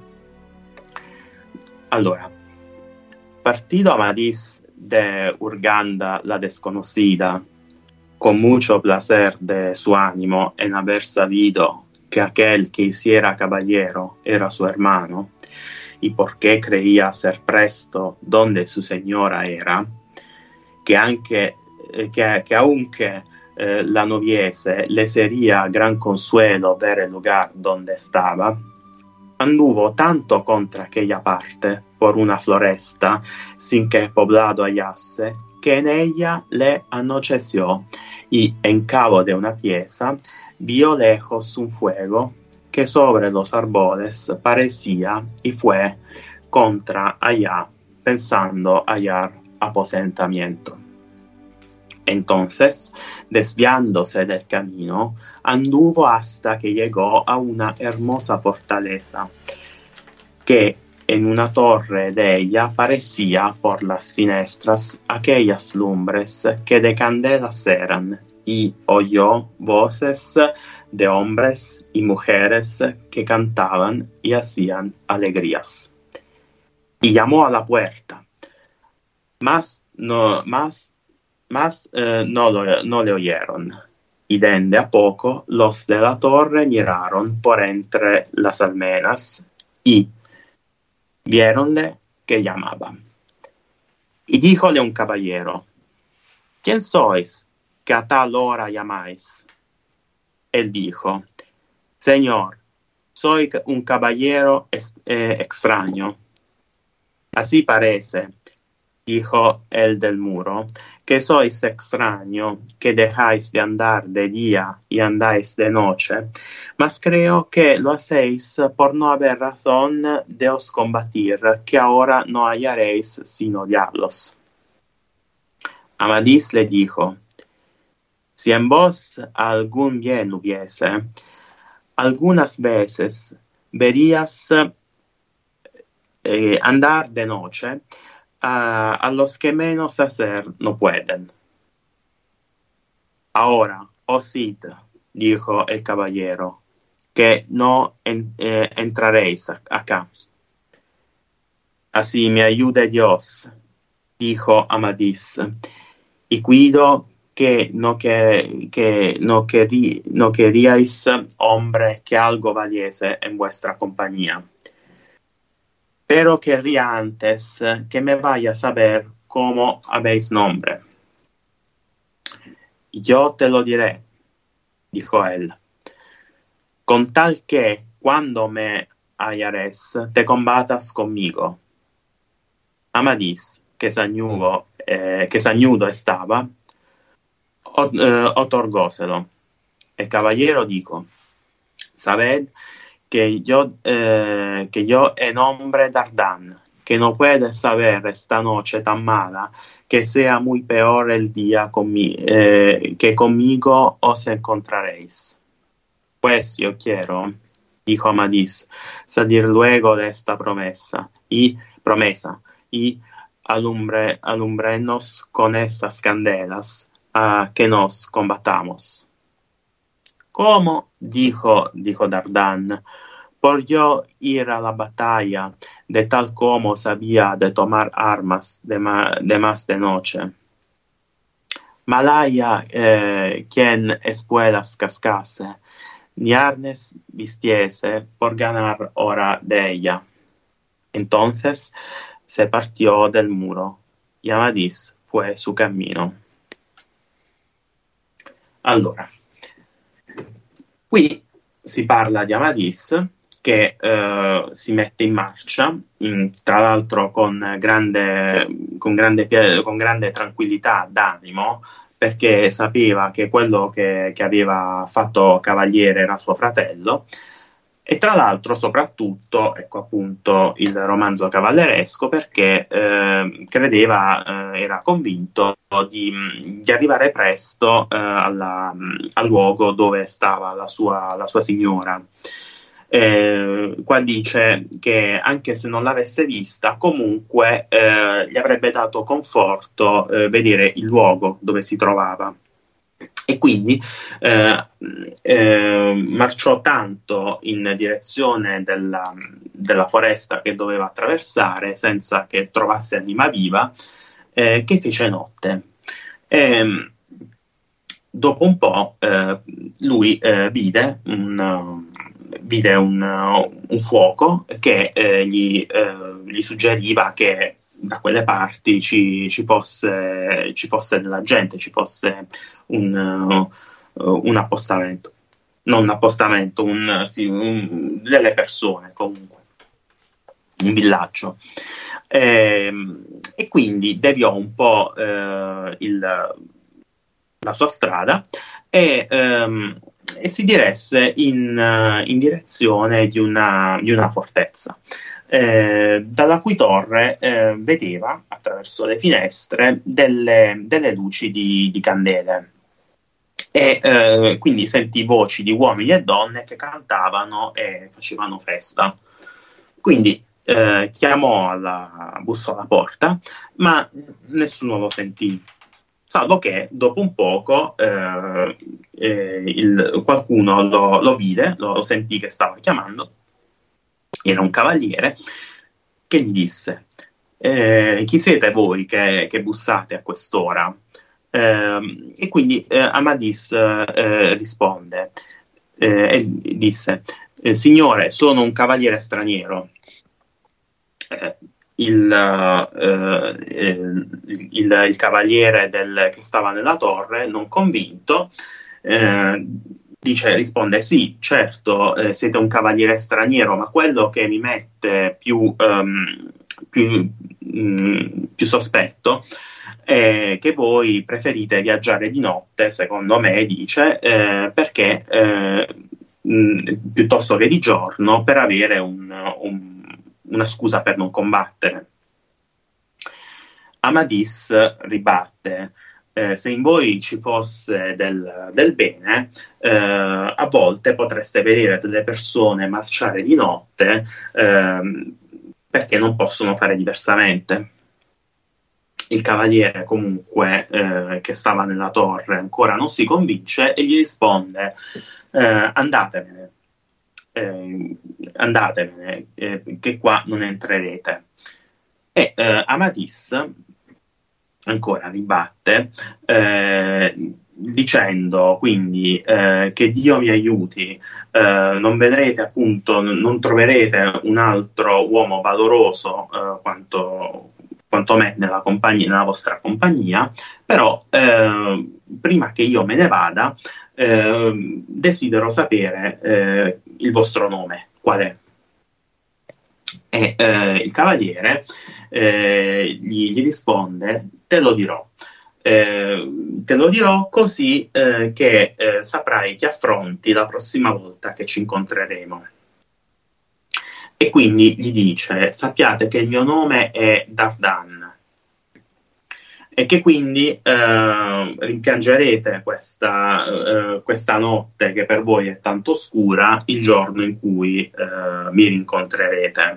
Allora, partido Amadis de Urganda la desconocida, con mucho placer de su ánimo en haber sabido que aquel que hiciera caballero era su hermano, y porque creía ser presto donde su señora era, que, anche, que, que aunque eh, la no viese, le sería gran consuelo ver el lugar donde estaba, anduvo tanto contra aquella parte por una floresta sin que poblado hallase, que en ella le anocheció, y en cabo de una pieza vio lejos un fuego que sobre los árboles parecía, y fue contra allá, pensando hallar aposentamiento. Entonces, desviándose del camino, anduvo hasta que llegó a una hermosa fortaleza, que en una torre de ella parecía por las finestras aquellas lumbres que de candelas eran, y oyó voces de hombres y mujeres que cantaban y hacían alegrías. Y llamó a la puerta, mas no, mas, mas, eh, no, lo, no le oyeron. Y dende a poco los de la torre miraron por entre las almenas y viéronle que llamaba. Y díjole un caballero: ¿Quién sois que a tal hora llamáis? Él dijo: Señor, soy un caballero est- eh, extraño. Así parece, dijo el del muro, que sois extraño, que dejáis de andar de día y andáis de noche, mas creo que lo hacéis por no haber razón de os combatir, que ahora no hallaréis sino diablos. Amadis le dijo: Si en vos algún bien hubiese, algunas veces verías eh, andar de noche Uh, a los que menos hacer no pueden. Ahora, oh Cid, dijo el caballero, que no en, eh, entraréis acá. Así me ayude Dios, dijo Amadis, y cuido que no, que, que no, querí, no queríais hombre que algo valiese en vuestra compañía. Pero querría antes que me vaya a saber cómo habéis nombre. Yo te lo diré, dijo él, con tal que cuando me hallares te combatas conmigo. Amadis, que sañudo, eh, que sañudo estaba, ot, eh, otorgóselo. El caballero dijo: Sabed que yo, eh, que yo en hombre Dardán, que no puede saber esta noche tan mala, que sea muy peor el día conmi- eh, que conmigo os encontraréis. Pues yo quiero, dijo Amadis, salir luego de esta promesa, y promesa, y alumbre, alumbrenos con estas candelas, a que nos combatamos. ¿Cómo? Dijo, dijo Dardán, por yo ir a la batalla, de tal como sabía de tomar armas de, ma, de más de noche. Malaya eh, quien espuelas cascase, ni arnes vistiese por ganar hora de ella. Entonces se partió del muro y Amadis fue su camino. Allora, qui si parla di Amadis che eh, si mette in marcia, mh, tra l'altro con grande, con, grande, con grande tranquillità d'animo, perché sapeva che quello che, che aveva fatto cavaliere era suo fratello. E tra l'altro, soprattutto, ecco appunto il romanzo cavalleresco, perché eh, credeva, eh, era convinto di, di arrivare presto eh, alla, al luogo dove stava la sua, la sua signora. Eh, qua dice che anche se non l'avesse vista, comunque eh, gli avrebbe dato conforto eh, vedere il luogo dove si trovava. E quindi eh, eh, marciò tanto in direzione della, della foresta che doveva attraversare senza che trovasse anima viva, eh, che fece notte. E, dopo un po' eh, lui eh, vide, un, vide un, un fuoco che eh, gli, eh, gli suggeriva che da quelle parti ci, ci fosse ci fosse della gente, ci fosse un, uh, un appostamento, non un appostamento, un, sì, un, delle persone comunque, un villaggio. E, e quindi deviò un po' uh, il, la sua strada e, um, e si diresse in, uh, in direzione di una, di una fortezza. Eh, dalla cui torre eh, vedeva attraverso le finestre delle, delle luci di, di candele e eh, quindi sentì voci di uomini e donne che cantavano e facevano festa. Quindi eh, chiamò alla bussò alla porta, ma nessuno lo sentì, salvo che dopo un poco eh, eh, il, qualcuno lo, lo vide, lo, lo sentì che stava chiamando. Era un cavaliere che gli disse: eh, chi siete voi che, che bussate a quest'ora? Eh, e quindi eh, Amadis eh, risponde eh, e disse: eh, signore, sono un cavaliere straniero. Eh, il, eh, il, il, il cavaliere del, che stava nella torre, non convinto, eh, dice, risponde: sì, certo, eh, siete un cavaliere straniero, ma quello che mi mette più, um, più, um, più sospetto è che voi preferite viaggiare di notte, secondo me, dice, eh, perché eh, mh, piuttosto che di giorno, per avere un, un, una scusa per non combattere. Amadis ribatte: Eh, se in voi ci fosse del, del bene, eh, a volte potreste vedere delle persone marciare di notte eh, perché non possono fare diversamente. Il cavaliere comunque eh, che stava nella torre ancora non si convince e gli risponde: eh, andatevene, eh, andatevene, eh, che qua non entrerete. E eh, Amadis ancora ribatte eh, dicendo quindi eh, che Dio vi aiuti, eh, non vedrete appunto, non troverete un altro uomo valoroso eh, quanto, quanto me nella, compagnia, nella vostra compagnia, però eh, prima che io me ne vada eh, desidero sapere eh, il vostro nome, qual è? E eh, il cavaliere eh, gli, gli risponde: te lo dirò, eh, te lo dirò così eh, che eh, saprai chi affronti la prossima volta che ci incontreremo. E quindi gli dice: sappiate che il mio nome è Dardan e che quindi eh, rimpiangerete questa, eh, questa notte che per voi è tanto oscura il giorno in cui eh, mi rincontrerete.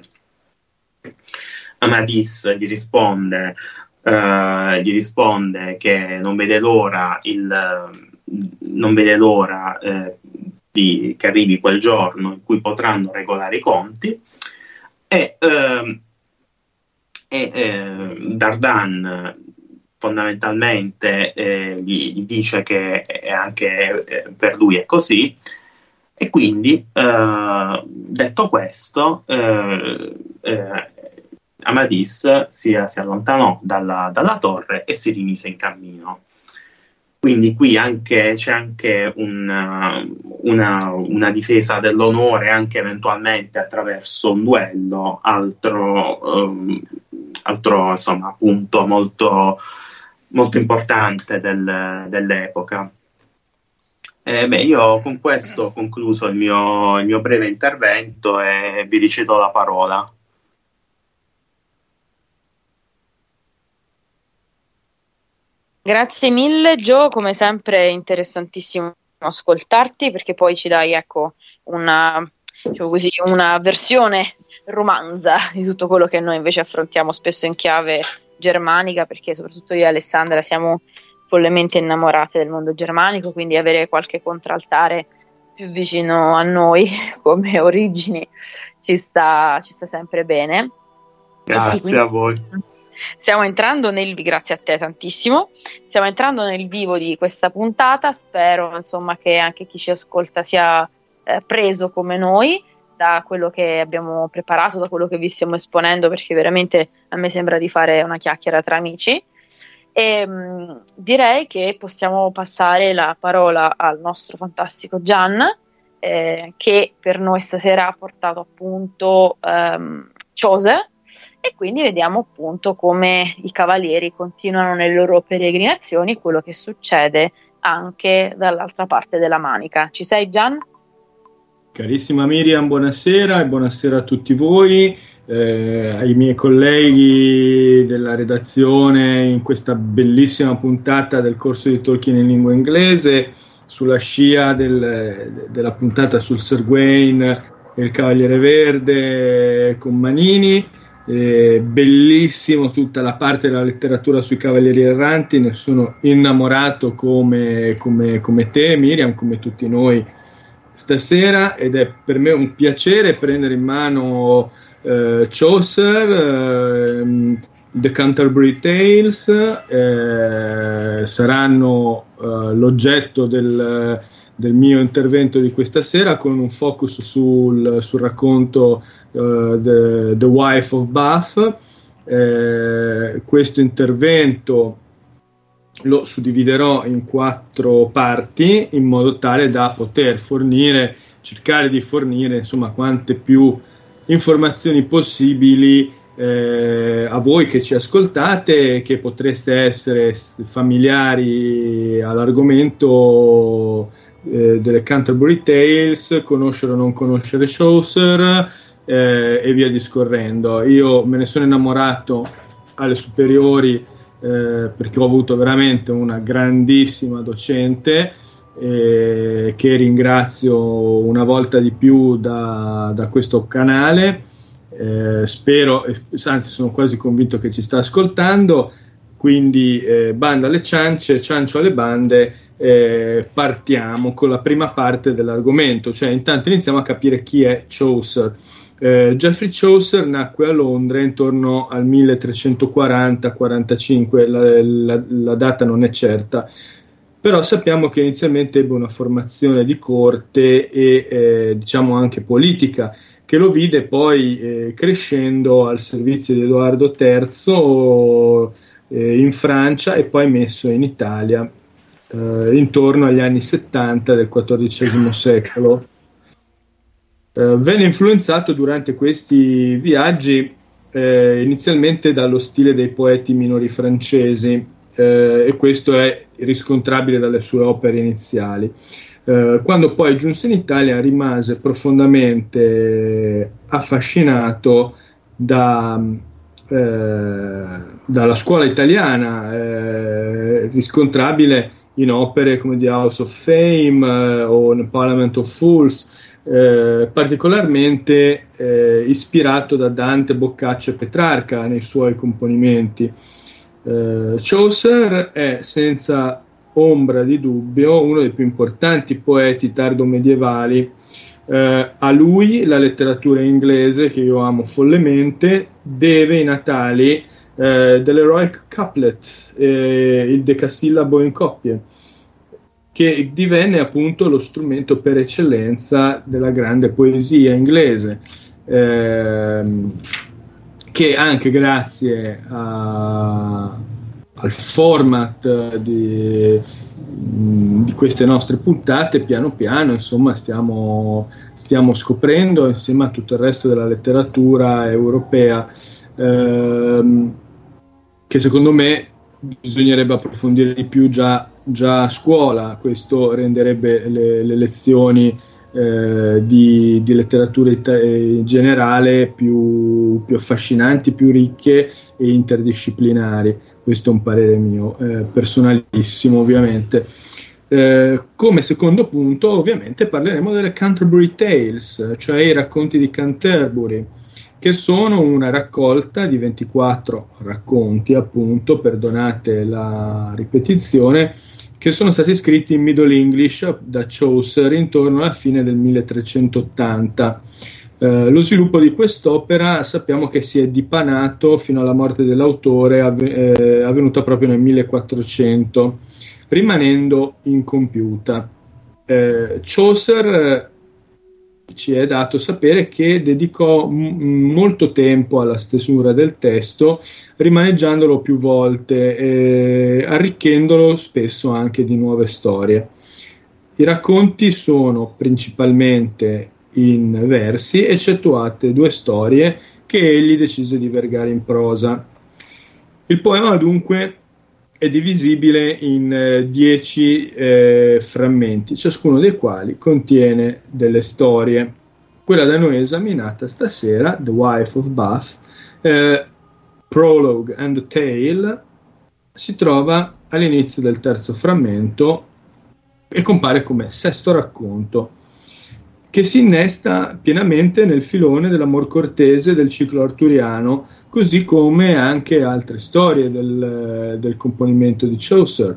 Amadis gli risponde, eh, gli risponde che non vede l'ora, il, non vede l'ora eh, di, che arrivi quel giorno in cui potranno regolare i conti, e, eh, e eh, Dardan fondamentalmente eh, gli, gli dice che è anche eh, per lui è così, e quindi eh, detto questo eh, eh, Amadis si, si allontanò dalla, dalla torre e si rimise in cammino. Quindi qui anche, c'è anche una, una, una difesa dell'onore, anche eventualmente attraverso un duello, altro, um, altro insomma, appunto molto molto importante del, dell'epoca. Eh, beh, io con questo ho concluso il mio, il mio breve intervento e vi ricevo la parola. Grazie mille Gio, come sempre è interessantissimo ascoltarti, perché poi ci dai, ecco, una, diciamo così, una versione romanza di tutto quello che noi invece affrontiamo spesso in chiave germanica, perché soprattutto io e Alessandra siamo follemente innamorate del mondo germanico, quindi avere qualche contraltare più vicino a noi come origini ci sta, ci sta sempre bene. Grazie sì, a voi. Stiamo entrando nel grazie a te tantissimo. Stiamo entrando nel vivo di questa puntata. Spero insomma che anche chi ci ascolta sia eh, preso come noi da quello che abbiamo preparato, da quello che vi stiamo esponendo, perché veramente a me sembra di fare una chiacchiera tra amici. E mh, direi che possiamo passare la parola al nostro fantastico Gian, eh, che per noi stasera ha portato appunto um, Chaucer, e quindi vediamo appunto come i cavalieri continuano nelle loro peregrinazioni, quello che succede anche dall'altra parte della Manica. Ci sei, Gian? Carissima Miriam, buonasera e buonasera a tutti voi, eh, ai miei colleghi della redazione in questa bellissima puntata del corso di Tolkien in lingua inglese, sulla scia del, della puntata sul Sir Gawain e il Cavaliere Verde con Manini. Eh, bellissimo tutta la parte della letteratura sui Cavalieri Erranti, ne sono innamorato come, come, come te Miriam, come tutti noi stasera, ed è per me un piacere prendere in mano eh, Chaucer, eh, The Canterbury Tales, eh, saranno eh, l'oggetto del, del mio intervento di questa sera, con un focus sul, sul racconto Uh, the, the Wife of Bath. Eh, questo intervento lo suddividerò in quattro parti in modo tale da poter fornire, cercare di fornire insomma quante più informazioni possibili eh, a voi che ci ascoltate, che potreste essere familiari all'argomento eh, delle Canterbury Tales, conoscere o non conoscere Chaucer, Eh, e via discorrendo. Io me ne sono innamorato alle superiori eh, perché ho avuto veramente una grandissima docente eh, che ringrazio una volta di più da, da questo canale. Eh, spero, anzi sono quasi convinto che ci sta ascoltando, quindi eh, bando alle ciance, ciancio alle bande. Eh, partiamo con la prima parte dell'argomento, cioè intanto iniziamo a capire chi è Chaucer. Eh, Geoffrey Chaucer nacque a Londra intorno al milletrecentoquaranta quarantacinque, la, la, la data non è certa, però sappiamo che inizialmente ebbe una formazione di corte e eh, diciamo anche politica, che lo vide poi eh, crescendo al servizio di Edoardo terzo eh, in Francia e poi messo in Italia eh, intorno agli anni settanta del quattordicesimo secolo. Uh, venne influenzato durante questi viaggi eh, inizialmente dallo stile dei poeti minori francesi eh, e questo è riscontrabile dalle sue opere iniziali. Uh, quando poi giunse in Italia rimase profondamente affascinato da, eh, dalla scuola italiana, eh, riscontrabile in opere come The House of Fame eh, o The Parliament of Fools. Eh, particolarmente eh, ispirato da Dante, Boccaccio e Petrarca nei suoi componimenti. Eh, Chaucer è senza ombra di dubbio uno dei più importanti poeti tardomedievali. Eh, a lui la letteratura inglese, che io amo follemente, deve i natali eh, dell'Heroic Couplet, eh, il decasillabo in coppie, che divenne appunto lo strumento per eccellenza della grande poesia inglese, ehm, che anche grazie a, al format di, di queste nostre puntate piano piano insomma stiamo, stiamo scoprendo insieme a tutto il resto della letteratura europea, ehm, che secondo me bisognerebbe approfondire di più già, già a scuola. Questo renderebbe le, le lezioni eh, di, di letteratura ita- in generale più, più affascinanti, più ricche e interdisciplinari. Questo è un parere mio, eh, personalissimo ovviamente. Eh, come secondo punto ovviamente parleremo delle Canterbury Tales, cioè i racconti di Canterbury, che sono una raccolta di ventiquattro racconti, appunto, perdonate la ripetizione, che sono stati scritti in Middle English da Chaucer intorno alla fine del milletrecentottanta. Eh, lo sviluppo di quest'opera sappiamo che si è dipanato fino alla morte dell'autore, avve- eh, avvenuta proprio nel millequattrocento, rimanendo incompiuta. Eh, Chaucer ci è dato sapere che dedicò m- molto tempo alla stesura del testo, rimaneggiandolo più volte e arricchendolo spesso anche di nuove storie. I racconti sono principalmente in versi, eccettuate due storie che egli decise di vergare in prosa. Il poema dunque è divisibile in eh, dieci eh, frammenti, ciascuno dei quali contiene delle storie. Quella da noi esaminata stasera, The Wife of Bath, eh, Prologue and the Tale, si trova all'inizio del terzo frammento e compare come sesto racconto, che si innesta pienamente nel filone dell'amor cortese del ciclo arturiano, così come anche altre storie del, del componimento di Chaucer.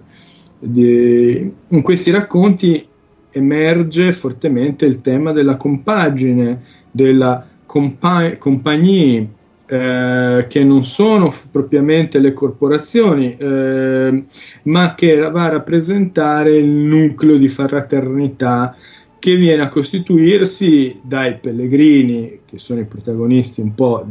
Di, in questi racconti emerge fortemente il tema della compagine, della compa- compagnie, eh, che non sono propriamente le corporazioni, eh, ma che va a rappresentare il nucleo di fraternità che viene a costituirsi dai pellegrini, che sono i protagonisti un po'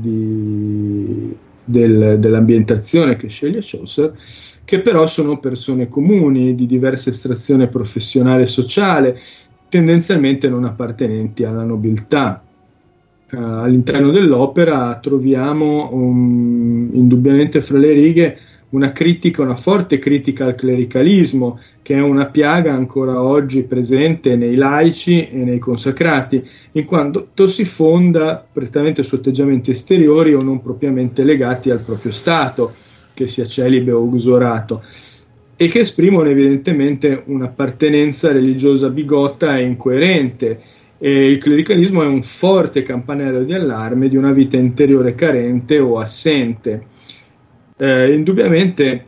di, del, dell'ambientazione che sceglie Chaucer, che però sono persone comuni, di diversa estrazione professionale e sociale, tendenzialmente non appartenenti alla nobiltà. Uh, all'interno dell'opera troviamo um, indubbiamente fra le righe una critica, una forte critica al clericalismo, che è una piaga ancora oggi presente nei laici e nei consacrati, in quanto si fonda prettamente su atteggiamenti esteriori o non propriamente legati al proprio stato, che sia celibe o uxorato, e che esprimono evidentemente un'appartenenza religiosa bigotta e incoerente. E il clericalismo è un forte campanello di allarme di una vita interiore carente o assente. Eh, indubbiamente,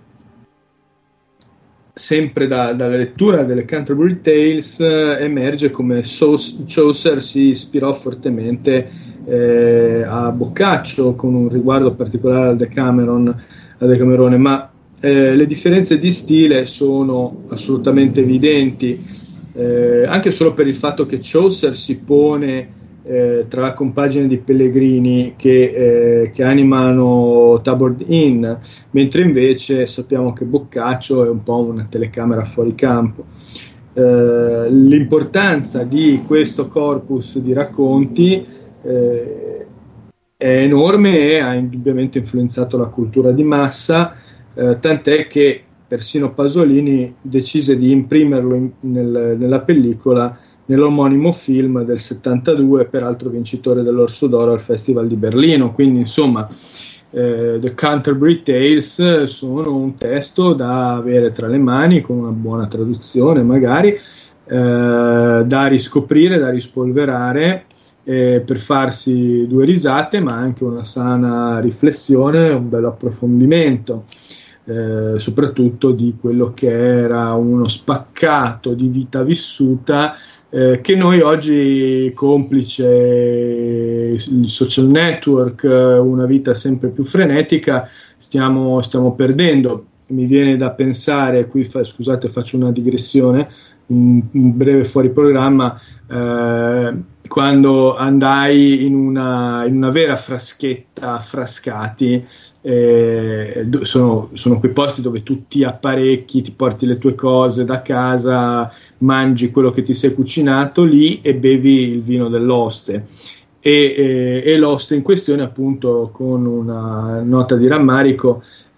sempre da, dalla lettura delle Canterbury Tales eh, emerge come Chaucer si ispirò fortemente eh, a Boccaccio, con un riguardo particolare al Decameron, al Decamerone, ma eh, le differenze di stile sono assolutamente evidenti, eh, anche solo per il fatto che Chaucer si pone Eh, tra la compagine di pellegrini che, eh, che animano Tabard Inn, mentre invece sappiamo che Boccaccio è un po' una telecamera fuori campo. Eh, l'importanza di questo corpus di racconti eh, è enorme e ha indubbiamente influenzato la cultura di massa, eh, tant'è che persino Pasolini decise di imprimerlo in, nel, nella pellicola, nell'omonimo film del settantadue, peraltro vincitore dell'Orso d'Oro al Festival di Berlino. Quindi insomma eh, The Canterbury Tales sono un testo da avere tra le mani, con una buona traduzione magari, eh, da riscoprire, da rispolverare, eh, per farsi due risate, ma anche una sana riflessione, un bello approfondimento, eh, soprattutto di quello che era uno spaccato di vita vissuta, Eh, che noi oggi, complice il social network, una vita sempre più frenetica, stiamo, stiamo perdendo. Mi viene da pensare, qui fa, scusate faccio una digressione, un, un breve fuori programma, eh, quando andai in una, in una vera fraschetta a Frascati, eh, sono, sono quei posti dove tu ti apparecchi, ti porti le tue cose da casa, mangi quello che ti sei cucinato lì e bevi il vino dell'oste. E, e, e l'oste in questione, appunto, con una nota di rammarico,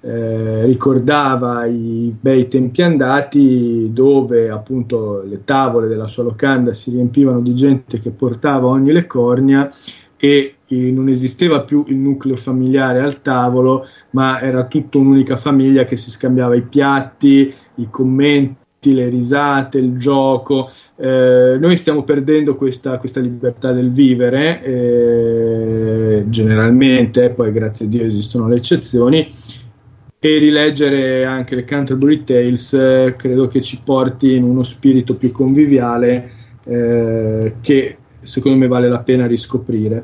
eh, ricordava i bei tempi andati, dove appunto le tavole della sua locanda si riempivano di gente che portava ogni le cornia, e eh, non esisteva più il nucleo familiare al tavolo, ma era tutta un'unica famiglia che si scambiava i piatti, i commenti, le risate, il gioco. Eh, noi stiamo perdendo questa, questa libertà del vivere, eh, generalmente, poi grazie a Dio esistono le eccezioni, e rileggere anche le Canterbury Tales eh, credo che ci porti in uno spirito più conviviale, eh, che secondo me vale la pena riscoprire.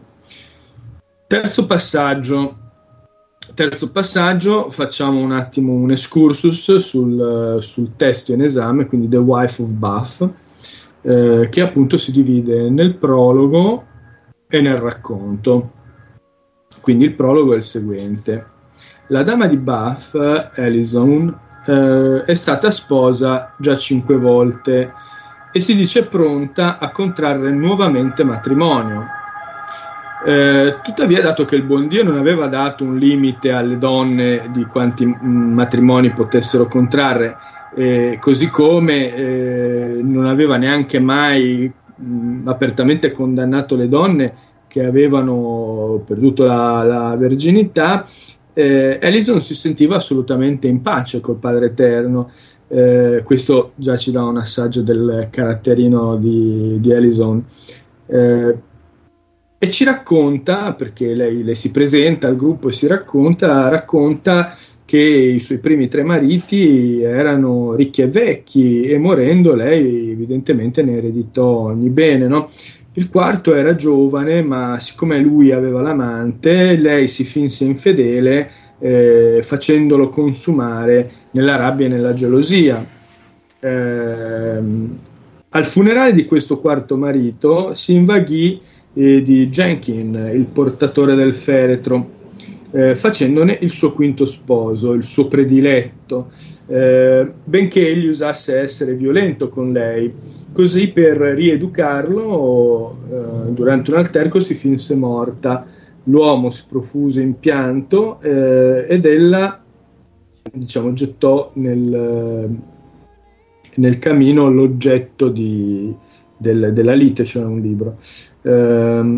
Terzo passaggio, terzo passaggio, facciamo un attimo un excursus sul, sul testo in esame, quindi The Wife of Bath, eh, che appunto si divide nel prologo e nel racconto. Quindi il prologo è il seguente: la dama di Bath, Alison, eh, è stata sposa già cinque volte e si dice pronta a contrarre nuovamente matrimonio. Eh, tuttavia, dato che il buon Dio non aveva dato un limite alle donne di quanti mh, matrimoni potessero contrarre, eh, così come eh, non aveva neanche mai mh, apertamente condannato le donne che avevano perduto la, la verginità, eh, Alison si sentiva assolutamente in pace col Padre Eterno. Eh, questo già ci dà un assaggio del caratterino di, di Alison, eh, e ci racconta, perché lei, lei si presenta al gruppo e si racconta, racconta che i suoi primi tre mariti erano ricchi e vecchi, e morendo lei evidentemente ne ereditò ogni bene, no? Il quarto era giovane, ma siccome lui aveva l'amante, lei si finse infedele, eh, facendolo consumare nella rabbia e nella gelosia. Eh, al funerale di questo quarto marito si invaghì eh, di Jenkin, il portatore del feretro, eh, facendone il suo quinto sposo, il suo prediletto, eh, benché egli usasse essere violento con lei. Così, per rieducarlo, eh, durante un alterco si finse morta. L'uomo si profuse in pianto, eh, ed ella, diciamo, gettò nel, nel camino l'oggetto di, del, della lite, cioè un libro. Eh,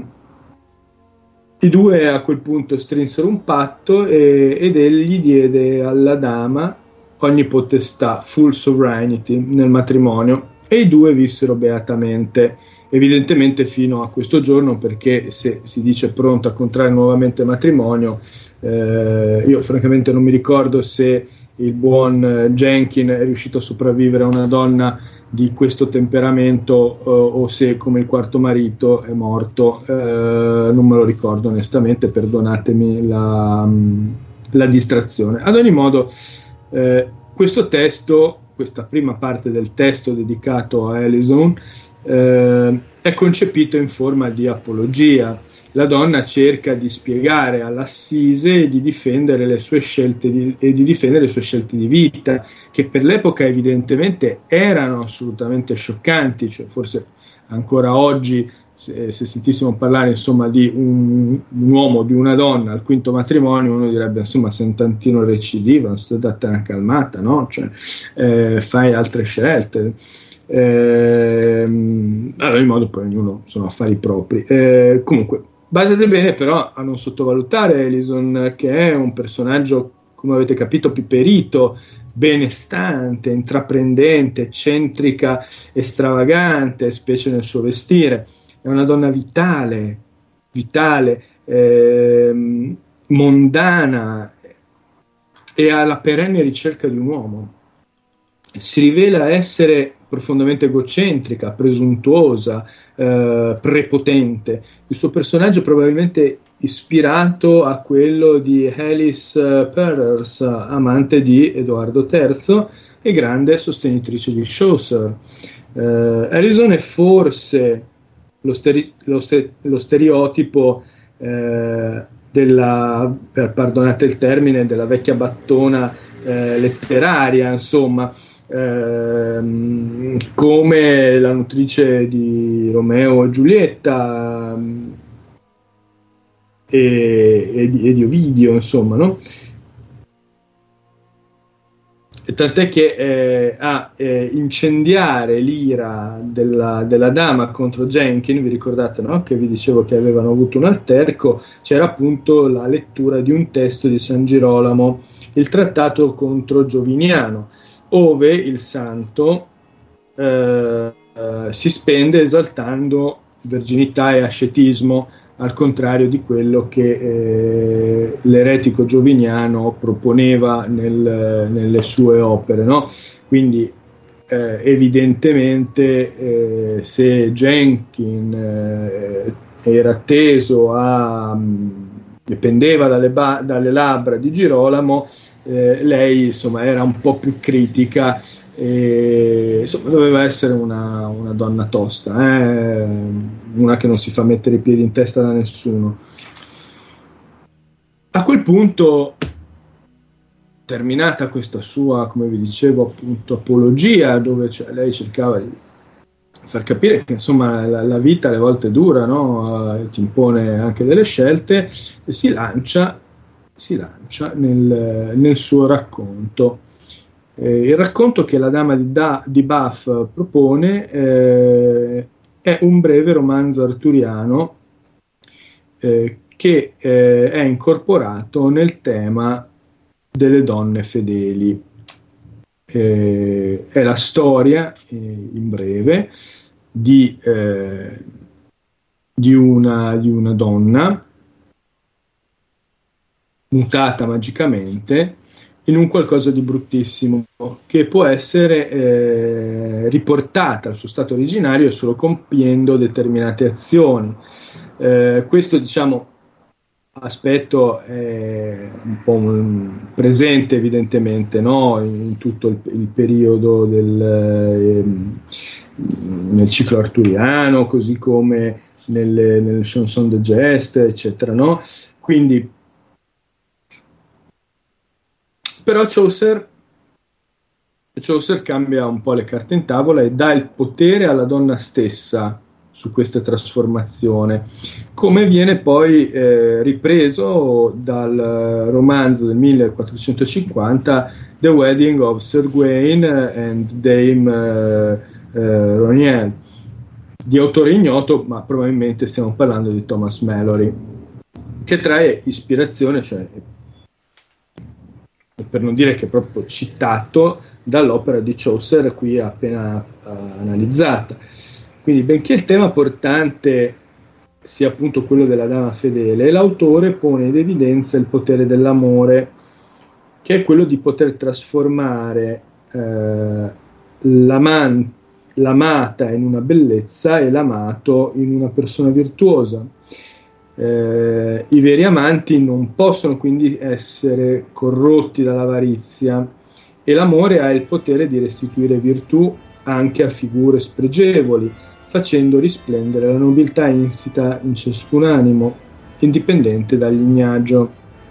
I due a quel punto strinsero un patto, e, ed egli diede alla dama ogni potestà, full sovereignty, nel matrimonio, e i due vissero beatamente, evidentemente fino a questo giorno, perché se si dice pronto a contrarre nuovamente matrimonio, eh, io francamente non mi ricordo se il buon Jenkin è riuscito a sopravvivere a una donna di questo temperamento, eh, o se come il quarto marito è morto, eh, non me lo ricordo onestamente, perdonatemi la, la distrazione. Ad ogni modo, eh, questo testo, questa prima parte del testo dedicato a Alison, eh, è concepito in forma di apologia. La donna cerca di spiegare all'assise e di difendere le sue scelte di, e di difendere le sue scelte di vita, che per l'epoca evidentemente erano assolutamente scioccanti, cioè forse ancora oggi, se, se sentissimo parlare insomma di un, un uomo, di una donna al quinto matrimonio, uno direbbe insomma sei un tantino recidiva, non sto data una calmata, no? Cioè, eh, fai altre scelte. Eh, allora, in modo, poi ognuno sono affari propri. Eh, comunque, badate bene però a non sottovalutare Alison, che è un personaggio, come avete capito, piperito, benestante, intraprendente, eccentrica, stravagante, specie nel suo vestire. È una donna vitale, vitale, eh, mondana, e alla perenne ricerca di un uomo. Si rivela essere profondamente egocentrica, presuntuosa, eh, prepotente. Il suo personaggio è probabilmente ispirato a quello di Alice Perrers, amante di Edoardo terzo e grande sostenitrice di Chaucer. Eh, Alison è forse lo, steri- lo, st- lo stereotipo eh, della, per, perdonate il termine, della vecchia battona eh, letteraria, insomma, ehm, come la nutrice di Romeo e Giulietta e, e, di, e di Ovidio, insomma, no? E tant'è che eh, a eh, incendiare l'ira della, della dama contro Jenkin, vi ricordate, no? Che vi dicevo che avevano avuto un alterco, c'era appunto la lettura di un testo di San Girolamo, il trattato contro Gioviniano, ove il santo eh, eh, si spende esaltando verginità e ascetismo, al contrario di quello che eh, l'eretico Gioviniano proponeva nel, nelle sue opere, no? Quindi eh, evidentemente eh, se Jenkin eh, era teso a dipendeva dalle, ba- dalle labbra di Girolamo, eh, lei insomma era un po' più critica e insomma doveva essere una, una donna tosta, eh? Una che non si fa mettere i piedi in testa da nessuno. A quel punto, terminata questa sua, come vi dicevo appunto, apologia, dove cioè, lei cercava di far capire che insomma la, la vita alle volte è dura, no? Uh, ti impone anche delle scelte, e si lancia, si lancia nel, nel suo racconto. Eh, il racconto che la dama di, da, di Bath propone eh, è un breve romanzo arturiano eh, che eh, è incorporato nel tema delle donne fedeli. Eh, è la storia, eh, in breve, di, eh, di, una, di una donna mutata magicamente in un qualcosa di bruttissimo, che può essere eh, riportata al suo stato originario solo compiendo determinate azioni. Eh, questo, diciamo, aspetto è un po' un presente evidentemente, no? in tutto il, il periodo del eh, nel ciclo arturiano, così come nelle, nelle chanson de geste, eccetera, no? Quindi però Chaucer, Chaucer cambia un po' le carte in tavola e dà il potere alla donna stessa su questa trasformazione, come viene poi eh, ripreso dal romanzo del millequattrocentocinquanta The Wedding of Sir Gawain and Dame eh, eh, Roniel, di autore ignoto, ma probabilmente stiamo parlando di Thomas Malory, che trae ispirazione, cioè per non dire che è proprio citato dall'opera di Chaucer qui appena uh, analizzata. Quindi, benché il tema portante sia appunto quello della dama fedele, l'autore pone in evidenza il potere dell'amore, che è quello di poter trasformare eh, l'aman- l'amata in una bellezza e l'amato in una persona virtuosa. Eh, i veri amanti non possono quindi essere corrotti dall'avarizia, e l'amore ha il potere di restituire virtù anche a figure spregevoli, facendo risplendere la nobiltà insita in ciascun animo, indipendente dal lignaggio.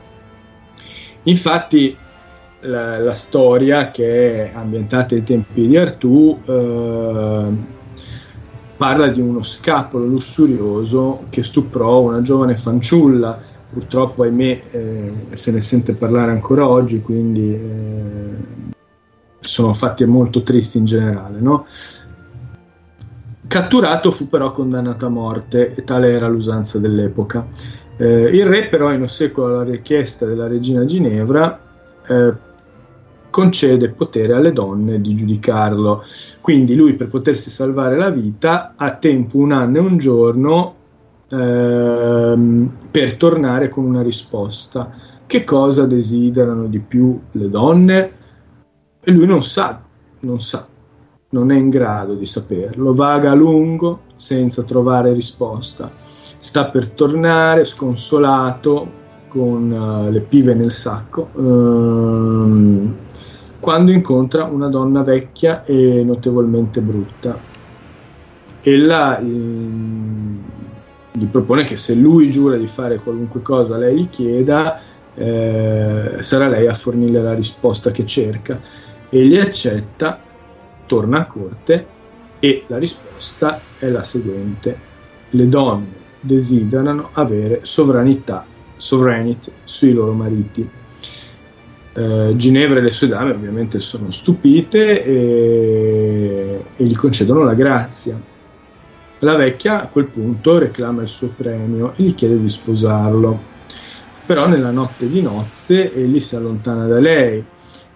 Infatti la, la storia, che è ambientata ai tempi di Artù, eh, parla di uno scapolo lussurioso che stuprò una giovane fanciulla. Purtroppo, ahimè, eh, se ne sente parlare ancora oggi, quindi eh, sono fatti molto tristi in generale, no? Catturato, fu però condannato a morte, e tale era l'usanza dell'epoca. Eh, il re però, in ossequio alla richiesta della regina Ginevra, eh, concede potere alle donne di giudicarlo. Quindi lui, per potersi salvare la vita, ha tempo un anno e un giorno ehm, per tornare con una risposta. Che cosa desiderano di più le donne? E lui non sa, non sa, non è in grado di saperlo. Vaga a lungo senza trovare risposta. Sta per tornare sconsolato, con uh, le pive nel sacco, ehm, quando incontra una donna vecchia e notevolmente brutta. Ella mm, gli propone che se lui giura di fare qualunque cosa lei gli chieda, eh, sarà lei a fornirle la risposta che cerca. Egli accetta, torna a corte, e la risposta è la seguente: le donne desiderano avere sovranità, sovereignty sui loro mariti. Eh, Ginevra e le sue dame ovviamente sono stupite e, e gli concedono la grazia. La vecchia a quel punto reclama il suo premio e gli chiede di sposarlo, però nella notte di nozze egli si allontana da lei,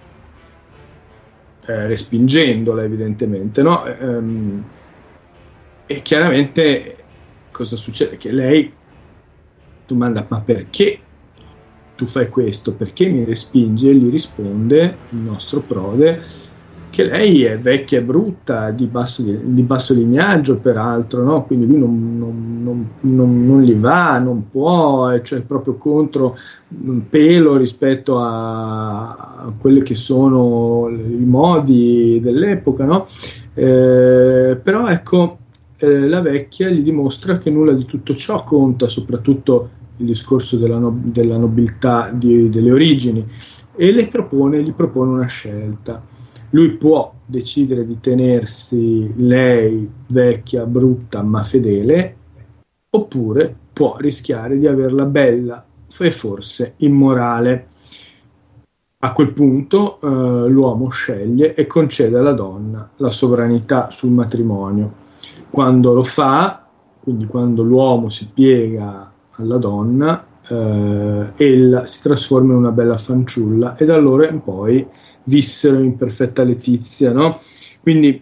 eh, respingendola evidentemente, no? Ehm, e chiaramente cosa succede? Che lei domanda: ma perché tu fai questo? Perché mi respinge? E gli risponde il nostro prode che lei è vecchia e brutta, di basso, di basso lignaggio peraltro, no? Quindi lui non, non, non, non, non gli va, non può, cioè proprio contro un pelo rispetto a, a quelli che sono i modi dell'epoca, no? Eh, però ecco, eh, la vecchia gli dimostra che nulla di tutto ciò conta, soprattutto il discorso della, no- della nobiltà di, delle origini, e le propone, gli propone una scelta. Lui può decidere di tenersi lei vecchia, brutta ma fedele, oppure può rischiare di averla bella e forse immorale. A quel punto eh, l'uomo sceglie e concede alla donna la sovranità sul matrimonio. Quando lo fa, quindi quando l'uomo si piega alla donna, eh, ella si trasforma in una bella fanciulla e da allora in poi vissero in perfetta letizia, no? Quindi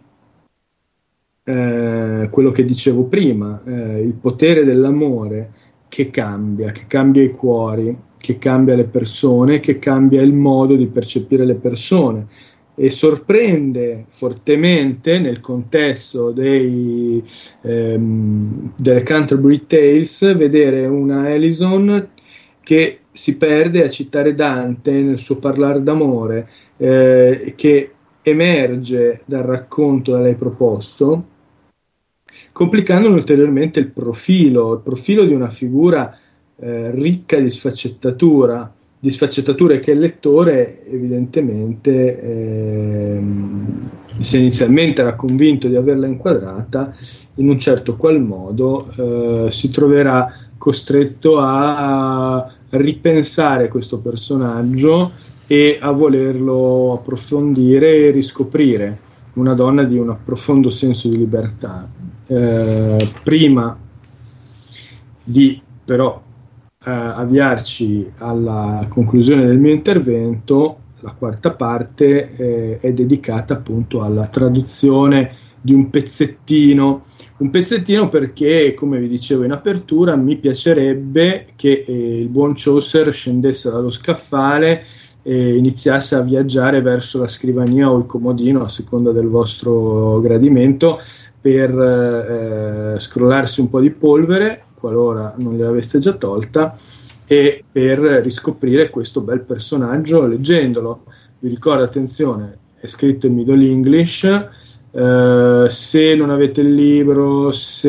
eh, quello che dicevo prima, eh, il potere dell'amore che cambia, che cambia i cuori, che cambia le persone, che cambia il modo di percepire le persone, e sorprende fortemente nel contesto dei, ehm, delle Canterbury Tales vedere una Ellison che si perde a citare Dante nel suo parlare d'amore, eh, che emerge dal racconto da lei proposto, complicando ulteriormente il profilo, il profilo di una figura eh, ricca di sfaccettatura, di sfaccettature che il lettore evidentemente, eh, se inizialmente era convinto di averla inquadrata, in un certo qual modo eh, si troverà costretto a ripensare questo personaggio e a volerlo approfondire e riscoprire. Una donna di un profondo senso di libertà. Eh, prima di però eh, avviarci alla conclusione del mio intervento, la quarta parte eh, è dedicata appunto alla traduzione di un pezzettino un pezzettino perché, come vi dicevo in apertura, mi piacerebbe che eh, il buon Chaucer scendesse dallo scaffale e iniziasse a viaggiare verso la scrivania o il comodino, a seconda del vostro gradimento, per eh, scrollarsi un po' di polvere, qualora non gliel'aveste già tolta, e per riscoprire questo bel personaggio leggendolo. Vi ricordo, attenzione, è scritto in Middle English. Uh, se non avete il libro, se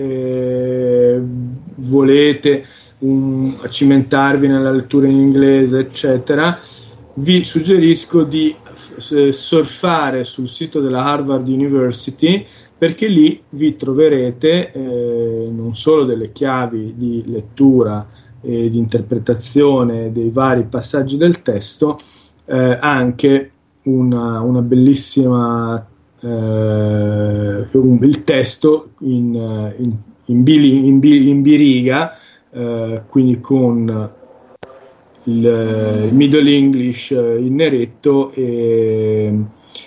eh, volete um, cimentarvi nella lettura in inglese, eccetera, vi suggerisco di f- surfare sul sito della Harvard University, perché lì vi troverete eh, non solo delle chiavi di lettura e di interpretazione dei vari passaggi del testo, eh, anche una, una bellissima Uh, un, il testo in, in, in, bili, in, bi, in biriga, uh, quindi con il, il Middle English in neretto e,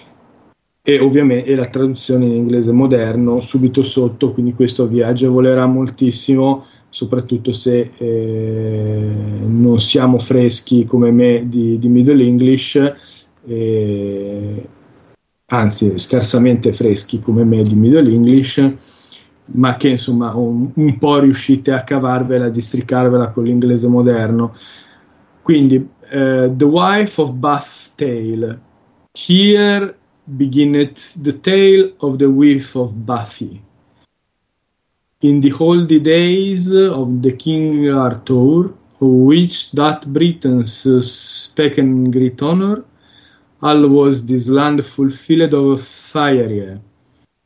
e ovviamente e la traduzione in inglese moderno subito sotto, quindi questo vi agevolerà moltissimo, soprattutto se eh, non siamo freschi come me di, di Middle English, e, anzi scarsamente freschi come me di Middle English, ma che insomma un, un po' riuscite a cavarvela, a districarvela con l'inglese moderno. Quindi uh, The Wife of Bath Tale. Here beginneth the tale of the wife of Buffy. In the holy days of the King Arthur, who which that Britain's speken great honor, all was this land fulfilled of fiery.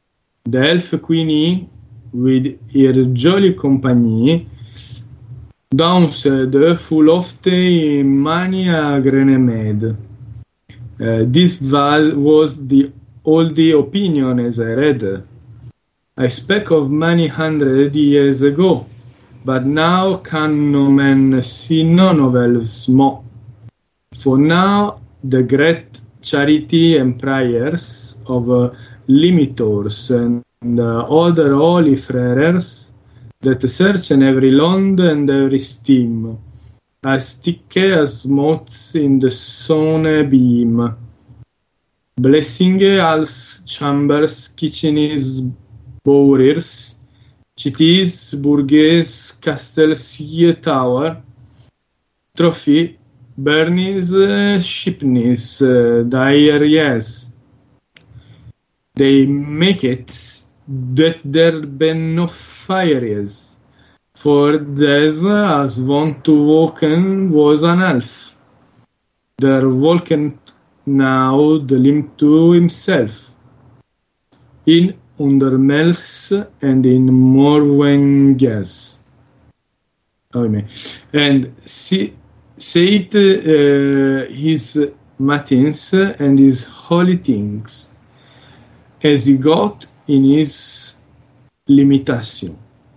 The elf queenie, with her jolly company, Downsed full ofte in mania grenemed. Uh, this was, was the oldie opinion as I read. I spec of many hundred years ago, but now can no man see none of elves more. For now the great charity and prayers of uh, limitors and uh, other holy friars that search in every land and every steam, as thick as moths in the sun beam. Blessing als chambers, kitchenes, bowers, cities, burges, castles, ye tower, trophy, burnies, shipneys, uh, dire yes. They make it that there be no fires, for these as want to walken was an elf. There walkent now the limb to himself. In Undermels and in Morwenges. Oh, and see, say it uh, his matins and his holy things, as he got in his limitation.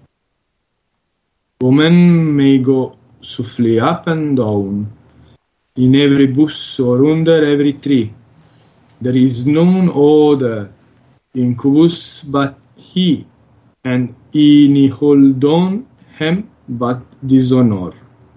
Woman may go softly up and down, in every bush or under every tree. There is none other incubus but he, and in hold on him but dishonor.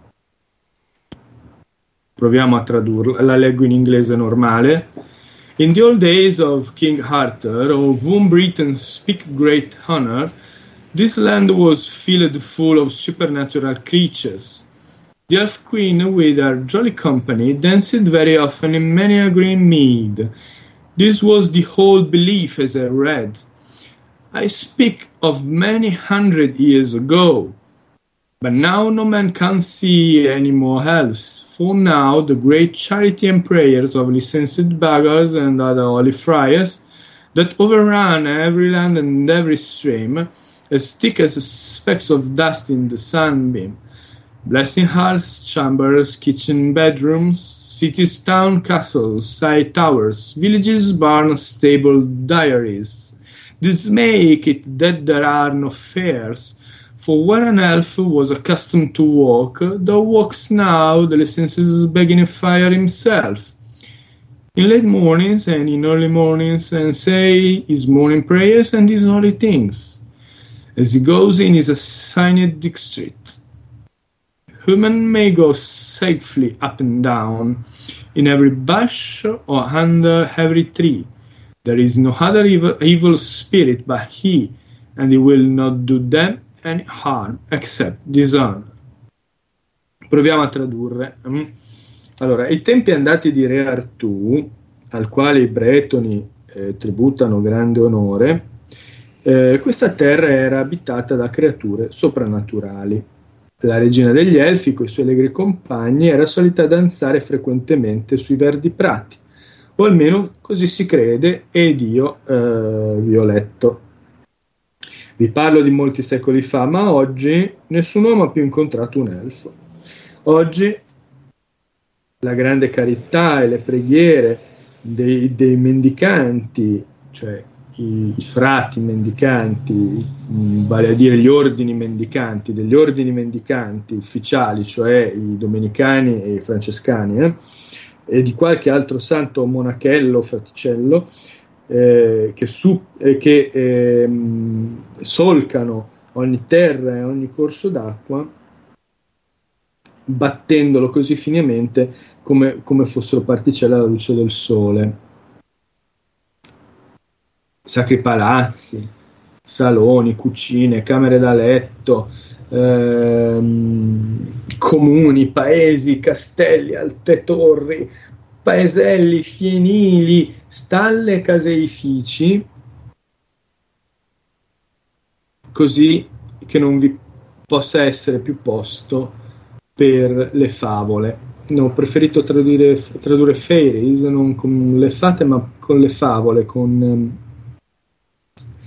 Proviamo a tradurla, la leggo in inglese normale. In the old days of King Arthur, of whom Britons speak great honor, this land was filled full of supernatural creatures. The elf queen with her jolly company danced very often in many a green mead. This was the whole belief as I read. I speak of many hundred years ago. But now no man can see any more elves, for now the great charity and prayers of licensed beggars and other holy friars that overrun every land and every stream, as thick as specks of dust in the sunbeam, blessing hearths, chambers, kitchen, bedrooms, cities, town, castles, side towers, villages, barns, stable, dairies. This make it that there are no fairs, for where an elf was accustomed to walk, thou walks now the licenses begging fire himself. In late mornings and in early mornings, and say his morning prayers and his holy things, as he goes in his assigned district. Human may go safely up and down, in every bush or under every tree. There is no other evil, evil spirit but he, and he will not do them any harm except dishonor. Proviamo a tradurre. Allora, ai tempi andati di Re Artù, al quale i bretoni eh, tributano grande onore, eh, questa terra era abitata da creature soprannaturali. La regina degli elfi, coi suoi allegri compagni, era solita danzare frequentemente sui verdi prati, o almeno così si crede, ed io eh, vi ho letto. Vi parlo di molti secoli fa, ma oggi nessun uomo ha più incontrato un elfo. Oggi la grande carità e le preghiere dei, dei mendicanti, cioè i, i frati mendicanti, vale a dire gli ordini mendicanti, degli ordini mendicanti ufficiali, cioè i domenicani e i francescani, eh, e di qualche altro santo monachello o fraticello, Eh, che, su, eh, che eh, solcano ogni terra e ogni corso d'acqua, battendolo così finemente come, come fossero particelle alla luce del sole. Sacri palazzi, saloni, cucine, camere da letto, ehm, comuni, paesi, castelli, alte torri, paeselli, fienili, stalle, caseifici, così che non vi possa essere più posto per le favole. No, ho preferito tradurre, tradurre fairies, non con le fate, ma con le favole, con,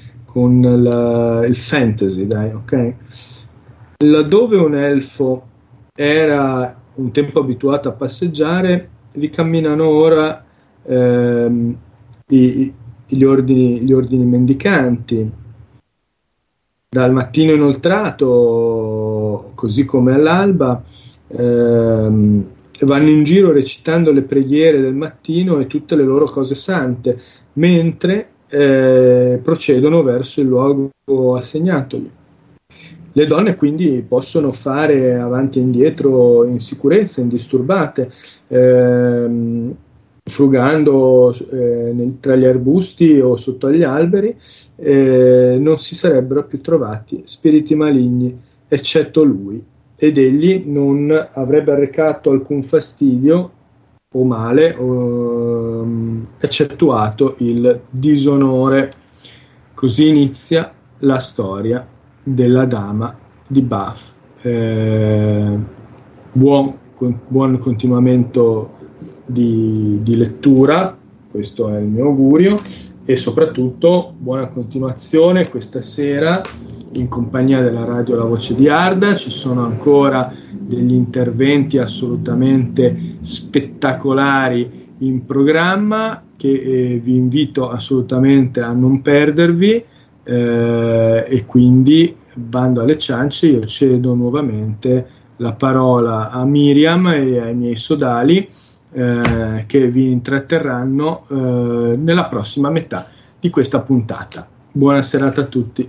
con la, il fantasy, dai, ok? Laddove un elfo era un tempo abituata a passeggiare, vi camminano ora ehm, i, gli, ordini, gli ordini mendicanti. Dal mattino inoltrato, così come all'alba, ehm, vanno in giro recitando le preghiere del mattino e tutte le loro cose sante, mentre eh, procedono verso il luogo assegnatogli. Le donne quindi possono fare avanti e indietro in sicurezza, indisturbate, ehm, frugando eh, nel, tra gli arbusti o sotto agli alberi. Eh, non si sarebbero più trovati spiriti maligni, eccetto lui, ed egli non avrebbe arrecato alcun fastidio o male, o, um, eccettuato il disonore. Così inizia la storia della dama di Bath. Eh, buon, con, buon continuamento di, di lettura, questo è il mio augurio, e soprattutto buona continuazione questa sera in compagnia della radio La Voce di Arda. Ci sono ancora degli interventi assolutamente spettacolari in programma che eh, vi invito assolutamente a non perdervi, eh, e quindi, bando alle ciance, io cedo nuovamente la parola a Miriam e ai miei sodali, Eh, che vi intratterranno eh, nella prossima metà di questa puntata. Buona serata a tutti.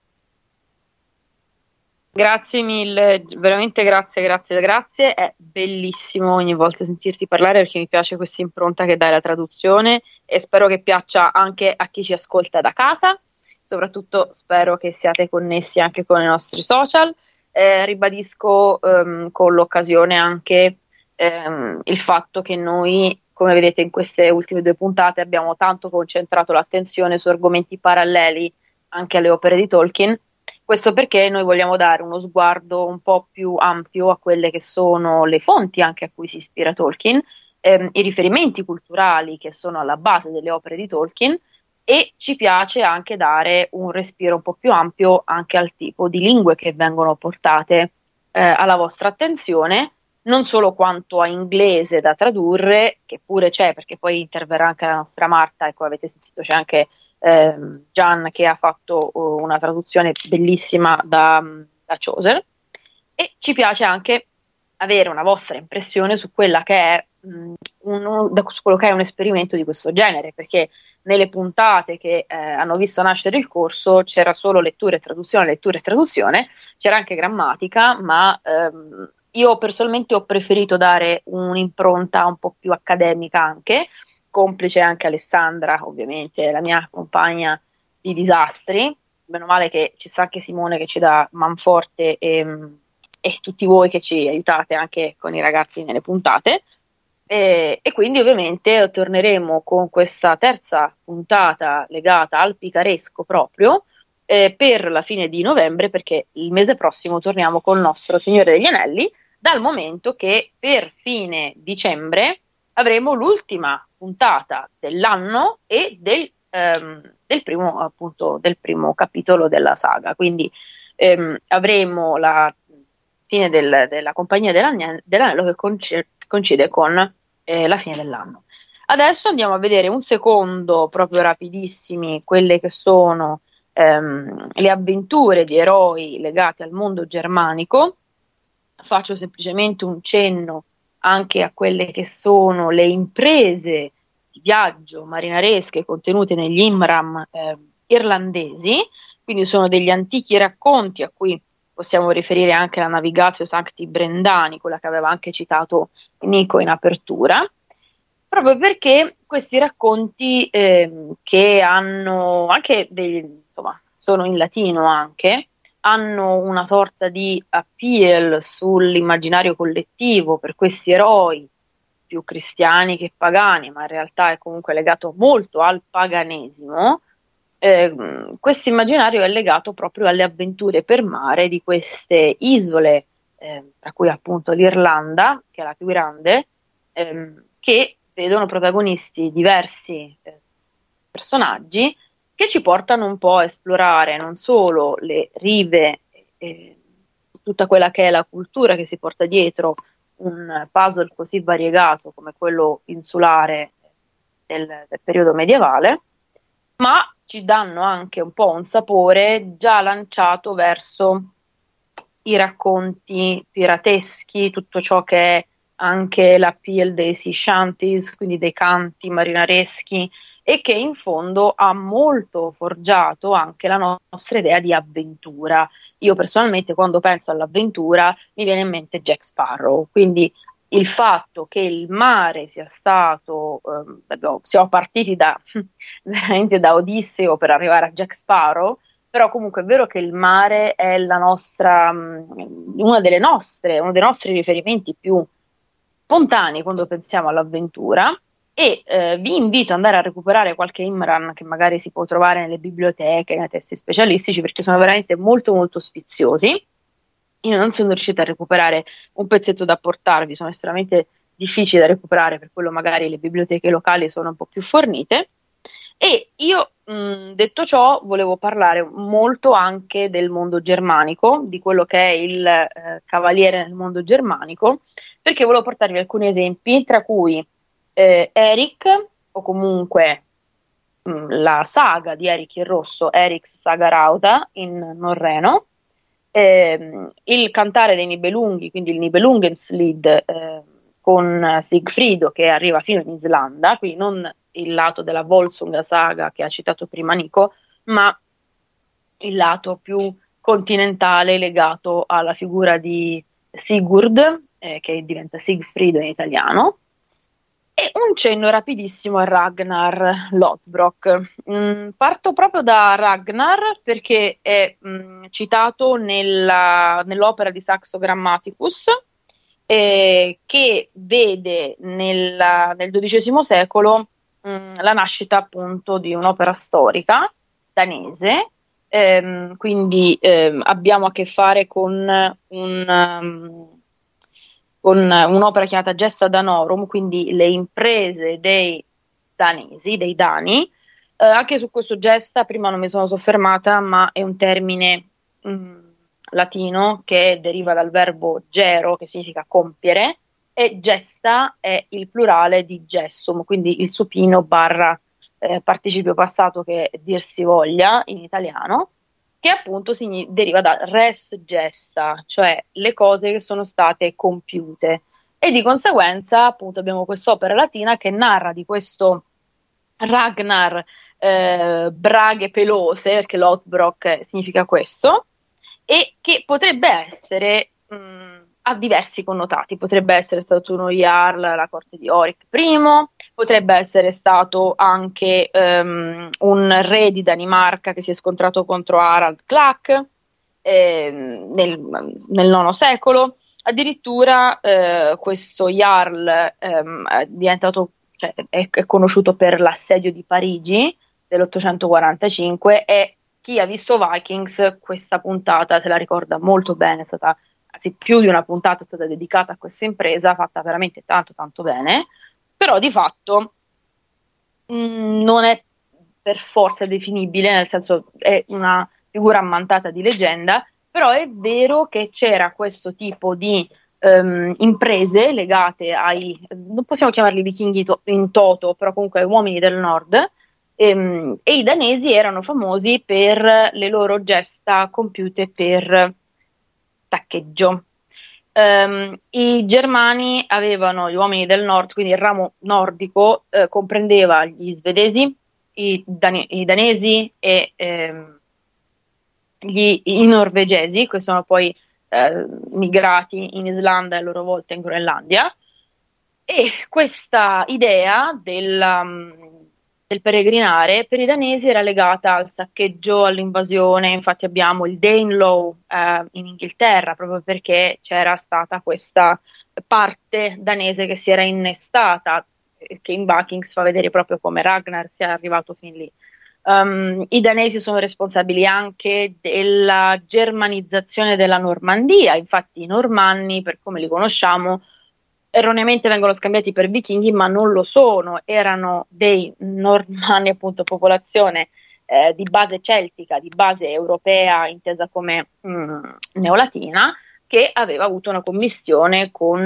Grazie mille, veramente grazie, grazie, grazie. È bellissimo ogni volta sentirti parlare, perché mi piace questa impronta che dai alla traduzione, e spero che piaccia anche a chi ci ascolta da casa. Soprattutto spero che siate connessi anche con i nostri social. Eh, ribadisco ehm, con l'occasione anche ehm, il fatto che noi, come vedete in queste ultime due puntate, abbiamo tanto concentrato l'attenzione su argomenti paralleli anche alle opere di Tolkien. Questo perché noi vogliamo dare uno sguardo un po' più ampio a quelle che sono le fonti anche a cui si ispira Tolkien, ehm, i riferimenti culturali che sono alla base delle opere di Tolkien, e ci piace anche dare un respiro un po' più ampio anche al tipo di lingue che vengono portate eh, alla vostra attenzione, non solo quanto a inglese da tradurre, che pure c'è, perché poi interverrà anche la nostra Marta, e come avete sentito c'è anche ehm, Gian che ha fatto uh, una traduzione bellissima da, da Chaucer, e ci piace anche avere una vostra impressione su quella che è mh, un, su quello che è un esperimento di questo genere, perché nelle puntate che eh, hanno visto nascere il corso c'era solo lettura e traduzione, lettura e traduzione, c'era anche grammatica, ma ehm, io personalmente ho preferito dare un'impronta un po' più accademica anche, complice anche Alessandra, ovviamente, la mia compagna di disastri. Meno male che ci sta anche Simone che ci dà manforte, e, e tutti voi che ci aiutate anche con i ragazzi nelle puntate. E, e quindi ovviamente torneremo con questa terza puntata legata al picaresco proprio eh, per la fine di novembre, perché il mese prossimo torniamo col nostro Signore degli Anelli, dal momento che per fine dicembre avremo l'ultima puntata dell'anno e del, ehm, del primo appunto del primo capitolo della saga, quindi ehm, avremo la fine del, della Compagnia dell'Anello, dell'Anello che conce- coincide con eh, la fine dell'anno. Adesso andiamo a vedere un secondo, proprio rapidissimi, quelle che sono ehm, le avventure di eroi legate al mondo germanico. Faccio semplicemente un cenno anche a quelle che sono le imprese di viaggio marinaresche contenute negli Imram eh, irlandesi, quindi sono degli antichi racconti a cui possiamo riferire anche la Navigatio Sancti Brendani, quella che aveva anche citato Nico in apertura, proprio perché questi racconti eh, che hanno anche dei, insomma, sono in latino anche, hanno una sorta di appeal sull'immaginario collettivo per questi eroi più cristiani che pagani, ma in realtà è comunque legato molto al paganesimo. Eh, questo immaginario è legato proprio alle avventure per mare di queste isole, eh, tra cui appunto l'Irlanda, che è la più grande, ehm, che vedono protagonisti diversi eh, personaggi che ci portano un po' a esplorare non solo le rive, eh, tutta quella che è la cultura che si porta dietro un puzzle così variegato come quello insulare del, del periodo medievale, ma ci danno anche un po' un sapore già lanciato verso i racconti pirateschi, tutto ciò che è anche l'appeal dei sea shanties, quindi dei canti marinareschi, e che in fondo ha molto forgiato anche la no- nostra idea di avventura. Io personalmente, quando penso all'avventura, mi viene in mente Jack Sparrow, quindi il fatto che il mare sia stato, eh, siamo partiti da veramente da Odisseo per arrivare a Jack Sparrow, però comunque è vero che il mare è la nostra, una delle nostre, uno dei nostri riferimenti più spontanei quando pensiamo all'avventura, e eh, vi invito ad andare a recuperare qualche Imran che magari si può trovare nelle biblioteche, nei testi specialistici, perché sono veramente molto molto sfiziosi. Io non sono riuscita a recuperare un pezzetto da portarvi, sono estremamente difficili da recuperare, per quello magari le biblioteche locali sono un po' più fornite. E io, mh, detto ciò, volevo parlare molto anche del mondo germanico, di quello che è il eh, cavaliere nel mondo germanico, perché volevo portarvi alcuni esempi, tra cui eh, Eric, o comunque mh, la saga di Eric il Rosso, Eric's Saga Rauta in norreno, eh, il cantare dei Nibelunghi, quindi il Nibelungenslied eh, con Sigfrido che arriva fino in Islanda, quindi non il lato della Volsunga saga che ha citato prima Nico, ma il lato più continentale legato alla figura di Sigurd, eh, che diventa Sigfrido in italiano, e un cenno rapidissimo a Ragnar Lothbrok. Mm, parto proprio da Ragnar perché è mm, citato nella, nell'opera di Saxo Grammaticus, eh, che vede nella, nel dodicesimo secolo mh, la nascita appunto di un'opera storica danese, ehm, quindi ehm, abbiamo a che fare con, un, um, con un'opera chiamata Gesta Danorum, quindi le imprese dei danesi, dei dani. Eh, anche su questo gesta prima non mi sono soffermata, ma è un termine mh, latino che deriva dal verbo gero, che significa compiere, e gesta è il plurale di gessum, quindi il supino barra eh, participio passato che dir si voglia in italiano, che appunto si, deriva da res gesta, cioè le cose che sono state compiute, e di conseguenza appunto abbiamo quest'opera latina che narra di questo Ragnar eh, braghe pelose, perché Lothbrok significa questo, e che potrebbe essere mh, ha diversi connotati, potrebbe essere stato uno Jarl alla corte di Oric I, potrebbe essere stato anche um, un re di Danimarca che si è scontrato contro Harald Klak eh, nel, nel nono secolo, addirittura eh, questo Jarl ehm, è diventato, cioè, è, è conosciuto per l'assedio di Parigi dell'ottocentoquarantacinque, e chi ha visto Vikings questa puntata se la ricorda molto bene, è stata, anzi più di una puntata è stata dedicata a questa impresa, fatta veramente tanto tanto bene, però di fatto mh, non è per forza definibile, nel senso è una figura ammantata di leggenda, però è vero che c'era questo tipo di um, imprese legate ai, non possiamo chiamarli vichinghi to- in toto, però comunque ai uomini del nord, ehm, e i danesi erano famosi per le loro gesta compiute per saccheggio. Um, I germani avevano, gli uomini del nord, quindi il ramo nordico eh, comprendeva gli svedesi, i, dan- i danesi e ehm, gli, i norvegesi, che sono poi eh, migrati in Islanda e a loro volta in Groenlandia, e questa idea del, um, del peregrinare per i danesi era legata al saccheggio, all'invasione. Infatti abbiamo il Danelaw eh, in Inghilterra, proprio perché c'era stata questa parte danese che si era innestata, che in Vikings fa vedere proprio come Ragnar sia arrivato fin lì. Um, I danesi sono responsabili anche della germanizzazione della Normandia, infatti i normanni, per come li conosciamo, erroneamente vengono scambiati per vichinghi, ma non lo sono, erano dei normanni, appunto popolazione eh, di base celtica, di base europea intesa come mh, neolatina, che aveva avuto una commissione con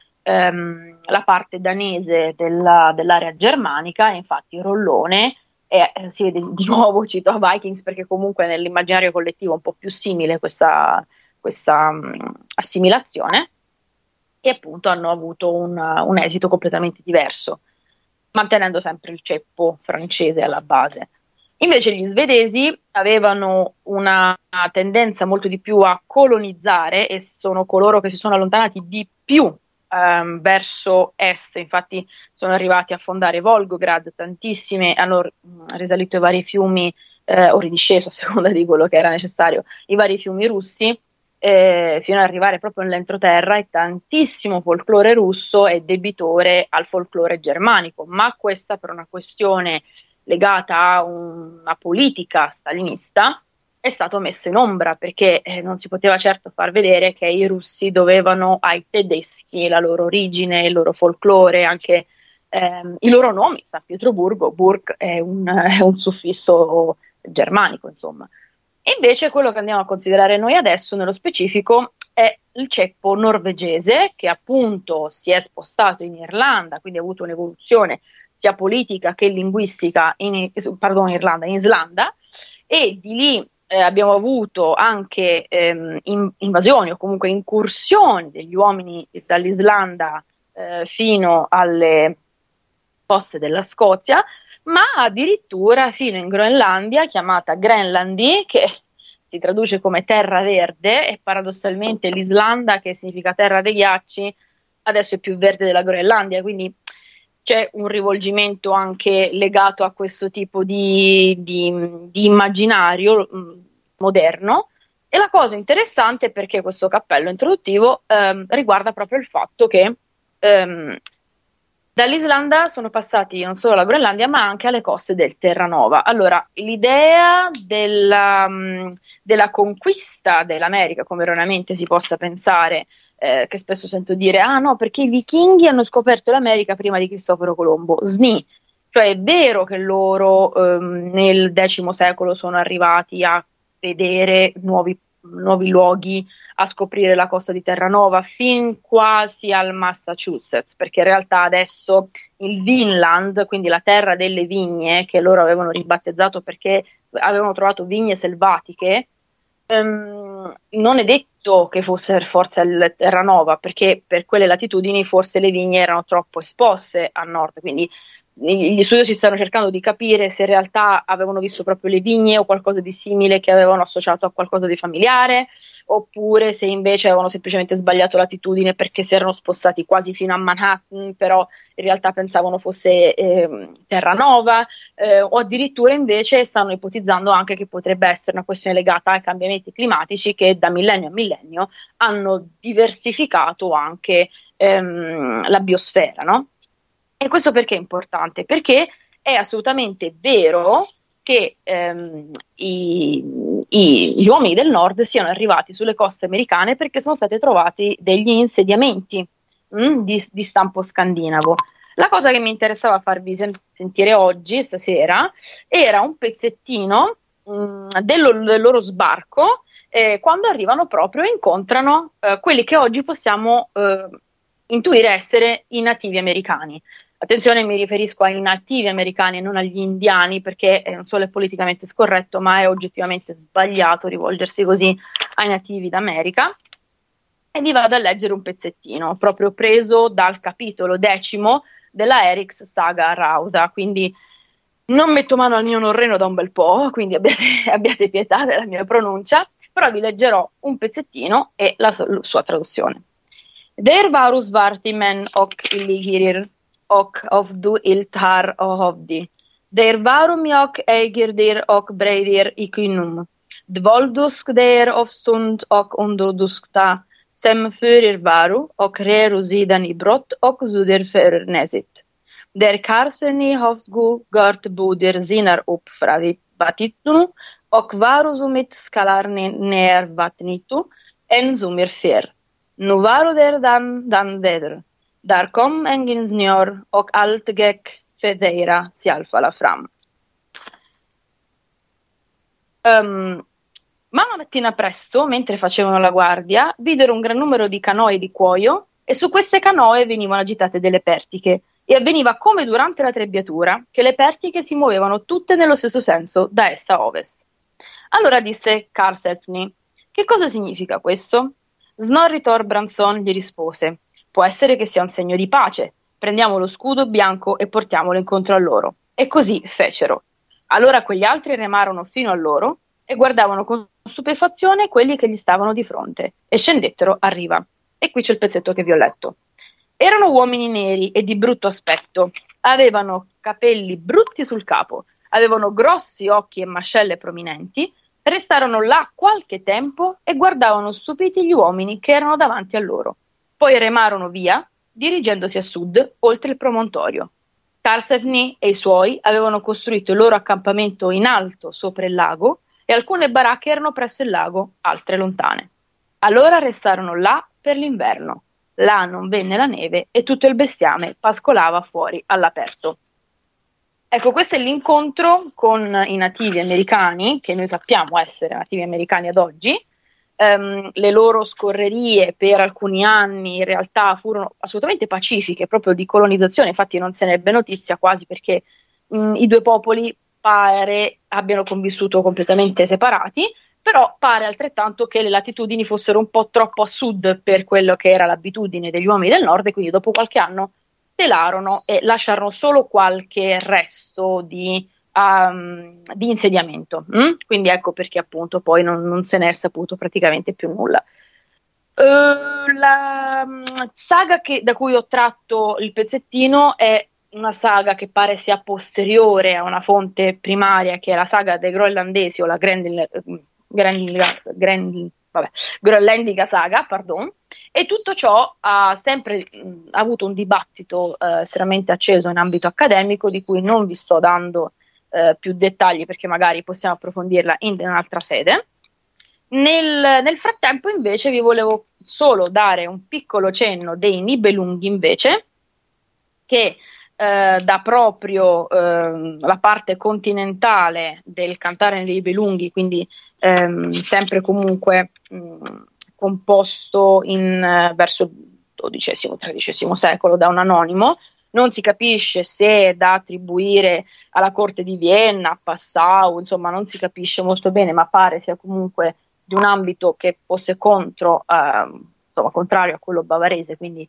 ehm, la parte danese della, dell'area germanica, e infatti Rollone è, eh, si vede di nuovo, cito a Vikings perché comunque nell'immaginario collettivo è un po' più simile questa, questa um, assimilazione, e appunto hanno avuto un, un esito completamente diverso, mantenendo sempre il ceppo francese alla base. Invece gli svedesi avevano una tendenza molto di più a colonizzare, e sono coloro che si sono allontanati di più ehm, verso est. Infatti sono arrivati a fondare Volgograd, tantissime, hanno risalito i vari fiumi, eh, o ridisceso a seconda di quello che era necessario, i vari fiumi russi, eh, fino ad arrivare proprio nell'entroterra, e tantissimo folklore russo è debitore al folklore germanico, ma questa per una questione legata a una politica stalinista è stato messo in ombra, perché eh, non si poteva certo far vedere che i russi dovevano ai tedeschi la loro origine, il loro folklore, anche ehm, i loro nomi. San Pietroburgo, Burg è un, è un suffisso germanico, insomma. E invece quello che andiamo a considerare noi adesso nello specifico è il ceppo norvegese, che appunto si è spostato in Irlanda, quindi ha avuto un'evoluzione sia politica che linguistica in, pardon, Irlanda, in Islanda, e di lì eh, abbiamo avuto anche ehm, in, invasioni o comunque incursioni degli uomini dall'Islanda eh, fino alle coste della Scozia, ma addirittura fino in Groenlandia, chiamata Grenlandi, che si traduce come terra verde, e paradossalmente l'Islanda, che significa terra dei ghiacci, adesso è più verde della Groenlandia, quindi c'è un rivolgimento anche legato a questo tipo di, di, di immaginario mh, moderno. E la cosa interessante è perché questo cappello introduttivo ehm, riguarda proprio il fatto che ehm, dall'Islanda sono passati non solo alla Groenlandia, ma anche alle coste del Terranova. Allora, l'idea della, mh, della conquista dell'America, come erroneamente si possa pensare, eh, che spesso sento dire, ah no, perché i vichinghi hanno scoperto l'America prima di Cristoforo Colombo. Sni. Cioè è vero che loro ehm, nel X secolo sono arrivati a vedere nuovi, nuovi luoghi, a scoprire la costa di Terranova, fin quasi al Massachusetts, perché in realtà adesso il Vinland, quindi la terra delle vigne, che loro avevano ribattezzato perché avevano trovato vigne selvatiche, ehm, non è detto che fosse per forza il Terranova, perché per quelle latitudini forse le vigne erano troppo esposte a nord, quindi gli studiosi stanno cercando di capire se in realtà avevano visto proprio le vigne o qualcosa di simile che avevano associato a qualcosa di familiare, oppure se invece avevano semplicemente sbagliato latitudine perché si erano spostati quasi fino a Manhattan, però in realtà pensavano fosse eh, Terranova, eh, o addirittura invece stanno ipotizzando anche che potrebbe essere una questione legata ai cambiamenti climatici che da millennio a millennio hanno diversificato anche ehm, la biosfera, no? E questo perché è importante? Perché è assolutamente vero che ehm, i, i, gli uomini del nord siano arrivati sulle coste americane perché sono stati trovati degli insediamenti mh, di, di stampo scandinavo. La cosa che mi interessava farvi sen- sentire oggi, stasera, era un pezzettino mh, dello, del loro sbarco, eh, quando arrivano proprio e incontrano eh, quelli che oggi possiamo eh, intuire essere i nativi americani. Attenzione, mi riferisco ai nativi americani e non agli indiani, perché non solo è politicamente scorretto, ma è oggettivamente sbagliato rivolgersi così ai nativi d'America. E vi vado a leggere un pezzettino, proprio preso dal capitolo decimo della Eriks Saga Rauda, quindi non metto mano al mio norreno da un bel po', quindi abbiate, abbiate pietà della mia pronuncia, però vi leggerò un pezzettino e la sua traduzione. Der varus vartimen ok illigirir, och of du iltar och havdi. Der varum jag äger der och breidir ikunum. Dvoldusk der of stund och underduskta, sem fyrir varu och reru sidan i brott och suder för nesit. Der karseni havsgu gart buder zinar upp vatitnu och varu sumit skalarne ner vatnitu en sumir fer. Nu varu der dan dan veder. Där kom en snör och allt gick federa si alfala fram. Um, Ma una mattina presto, mentre facevano la guardia, videro un gran numero di canoe di cuoio e su queste canoe venivano agitate delle pertiche e avveniva come durante la trebbiatura che le pertiche si muovevano tutte nello stesso senso, da est a ovest. Allora disse Karlsefni: che cosa significa questo? Snorri Thorbrandsson gli rispose: può essere che sia un segno di pace, prendiamo lo scudo bianco e portiamolo incontro a loro. E così fecero. Allora quegli altri remarono fino a loro e guardavano con stupefazione quelli che gli stavano di fronte e scendettero a riva. E qui c'è il pezzetto che vi ho letto. Erano uomini neri e di brutto aspetto, avevano capelli brutti sul capo, avevano grossi occhi e mascelle prominenti, restarono là qualche tempo e guardavano stupiti gli uomini che erano davanti a loro. Poi remarono via, dirigendosi a sud, oltre il promontorio. Karlsefni e i suoi avevano costruito il loro accampamento in alto sopra il lago e alcune baracche erano presso il lago, altre lontane. Allora restarono là per l'inverno. Là non venne la neve e tutto il bestiame pascolava fuori all'aperto. Ecco, questo è l'incontro con i nativi americani, che noi sappiamo essere nativi americani ad oggi. Um, le loro scorrerie per alcuni anni in realtà furono assolutamente pacifiche, proprio di colonizzazione, infatti non se ne ebbe notizia quasi perché mh, i due popoli pare abbiano convissuto completamente separati, però pare altrettanto che le latitudini fossero un po' troppo a sud per quello che era l'abitudine degli uomini del nord e quindi dopo qualche anno telarono e lasciarono solo qualche resto di Um, di insediamento, mm? Quindi ecco perché appunto poi non, non se ne è saputo praticamente più nulla. Uh, la um, saga che, da cui ho tratto il pezzettino è una saga che pare sia posteriore a una fonte primaria, che è la saga dei groenlandesi o la Grendel, Grendel, Grendel, vabbè, groenlandica saga, pardon. E tutto ciò ha sempre mh, avuto un dibattito uh, estremamente acceso in ambito accademico, di cui non vi sto dando Uh, più dettagli perché magari possiamo approfondirla in un'altra sede. Nel, nel frattempo invece vi volevo solo dare un piccolo cenno dei Nibelunghi invece, che uh, da proprio uh, la parte continentale del cantare nei Nibelunghi, quindi um, sempre comunque um, composto in, uh, verso il dodicesimo tredicesimo secolo da un anonimo. Non si capisce se è da attribuire alla corte di Vienna, a Passau, insomma non si capisce molto bene, ma pare sia comunque di un ambito che fosse contro, eh, insomma, contrario a quello bavarese, quindi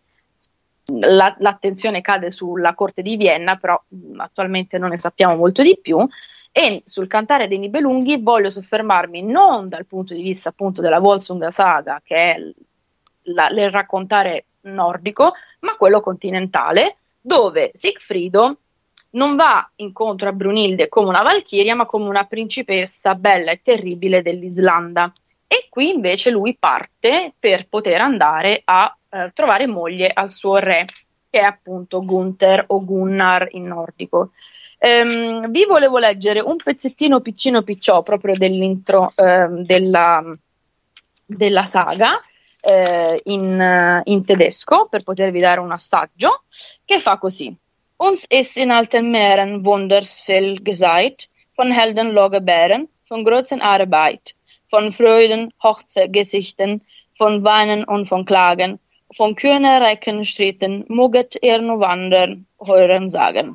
la, l'attenzione cade sulla corte di Vienna, però mh, attualmente non ne sappiamo molto di più. E sul cantare dei Nibelunghi voglio soffermarmi non dal punto di vista appunto della Volsunga saga, che è la, il raccontare nordico, ma quello continentale, dove Sigfrido non va incontro a Brunilde come una valchiria, ma come una principessa bella e terribile dell'Islanda. E qui invece lui parte per poter andare a eh, trovare moglie al suo re, che è appunto Gunther o Gunnar in nordico. Ehm, vi volevo leggere un pezzettino piccino picciò proprio dell'intro ehm, della, della saga, Uh, in, uh, in tedesco, per potervi dare un assaggio, che fa così: Uns ist in alten Meeren wundersviel gesagt, von Helden Loggebären, von großen Arbeit, von Freuden Hochzeitgesichten, von Weinen und von Klagen, von kühnen Reckenstritten, muget er nu wandern, hören sagen.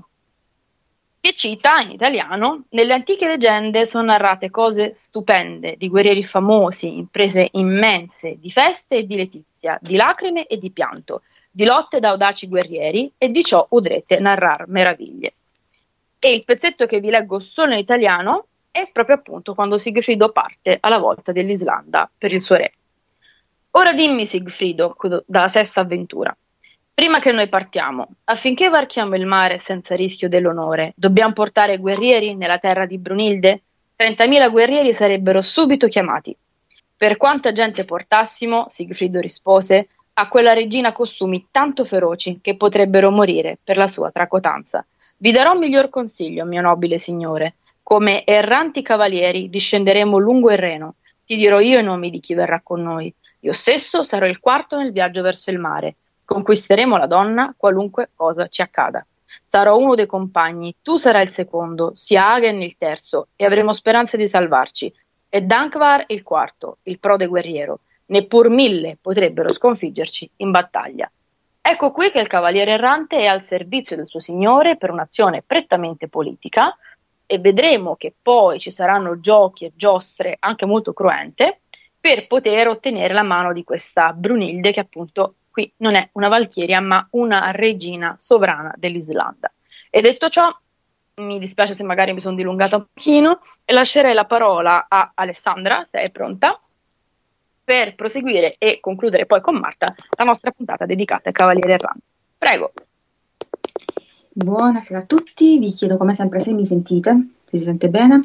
Che cita in italiano: nelle antiche leggende sono narrate cose stupende, di guerrieri famosi, imprese immense, di feste e di letizia, di lacrime e di pianto, di lotte da audaci guerrieri, e di ciò udrete narrar meraviglie. E il pezzetto che vi leggo solo in italiano è proprio appunto quando Sigfrido parte alla volta dell'Islanda per il suo re. Ora dimmi, Sigfrido, dalla sesta avventura. Prima che noi partiamo, affinché varchiamo il mare senza rischio dell'onore, dobbiamo portare guerrieri nella terra di Brunilde? Trentamila guerrieri sarebbero subito chiamati. Per quanta gente portassimo, Sigfrido rispose, a quella regina costumi tanto feroci che potrebbero morire per la sua tracotanza. Vi darò un miglior consiglio, mio nobile signore. Come erranti cavalieri discenderemo lungo il Reno. Ti dirò io i nomi di chi verrà con noi. Io stesso sarò il quarto nel viaggio verso il mare. Conquisteremo la donna, qualunque cosa ci accada. Sarò uno dei compagni, tu sarai il secondo, sia Hagen il terzo, e avremo speranza di salvarci. e Dankwar il quarto, il prode guerriero. Neppur mille potrebbero sconfiggerci in battaglia. Ecco qui che il cavaliere errante è al servizio del suo signore per un'azione prettamente politica, e vedremo che poi ci saranno giochi e giostre anche molto cruente per poter ottenere la mano di questa Brunilde, che appunto qui non è una valchiria ma una regina sovrana dell'Islanda. E detto ciò, mi dispiace se magari mi sono dilungata un pochino e lascerei la parola a Alessandra, se è pronta, per proseguire e concludere poi con Marta la nostra puntata dedicata ai Cavalieri Erranti. Prego. Buonasera a tutti, vi chiedo come sempre se mi sentite, se si sente bene.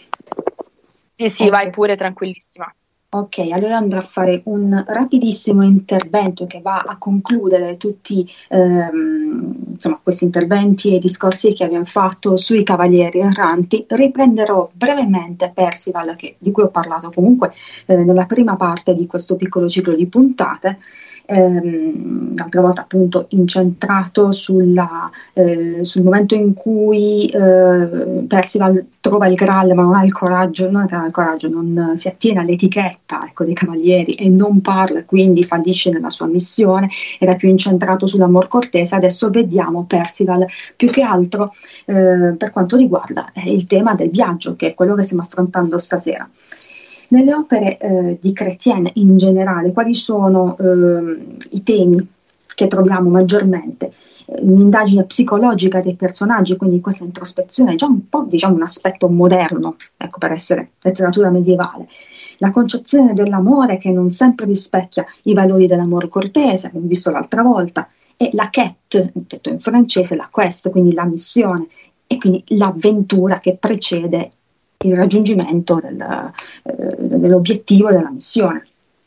Sì, sì, okay. Vai pure, tranquillissima. Ok, allora andrò a fare un rapidissimo intervento che va a concludere tutti ehm, insomma, questi interventi e discorsi che abbiamo fatto sui Cavalieri Erranti. Riprenderò brevemente Percival, che, di cui ho parlato comunque eh, nella prima parte di questo piccolo ciclo di puntate. Ehm, l'altra volta appunto incentrato sulla, eh, sul momento in cui eh, Percival trova il Graal ma non ha il coraggio, non ha il coraggio, non si attiene all'etichetta, ecco, dei cavalieri e non parla, quindi fallisce nella sua missione. Era più incentrato sull'amor cortese. Adesso vediamo Percival più che altro eh, per quanto riguarda eh, il tema del viaggio, che è quello che stiamo affrontando stasera. Nelle opere eh, di Chrétien in generale, quali sono eh, i temi che troviamo maggiormente? Eh, un'indagine psicologica dei personaggi, quindi questa introspezione è già un po', diciamo, un aspetto moderno, ecco, per essere letteratura medievale. La concezione dell'amore che non sempre rispecchia i valori dell'amor cortese, abbiamo visto l'altra volta, e la quête, detto in francese, la quest, quindi la missione, e quindi l'avventura che precede il raggiungimento del, eh, dell'obiettivo della missione.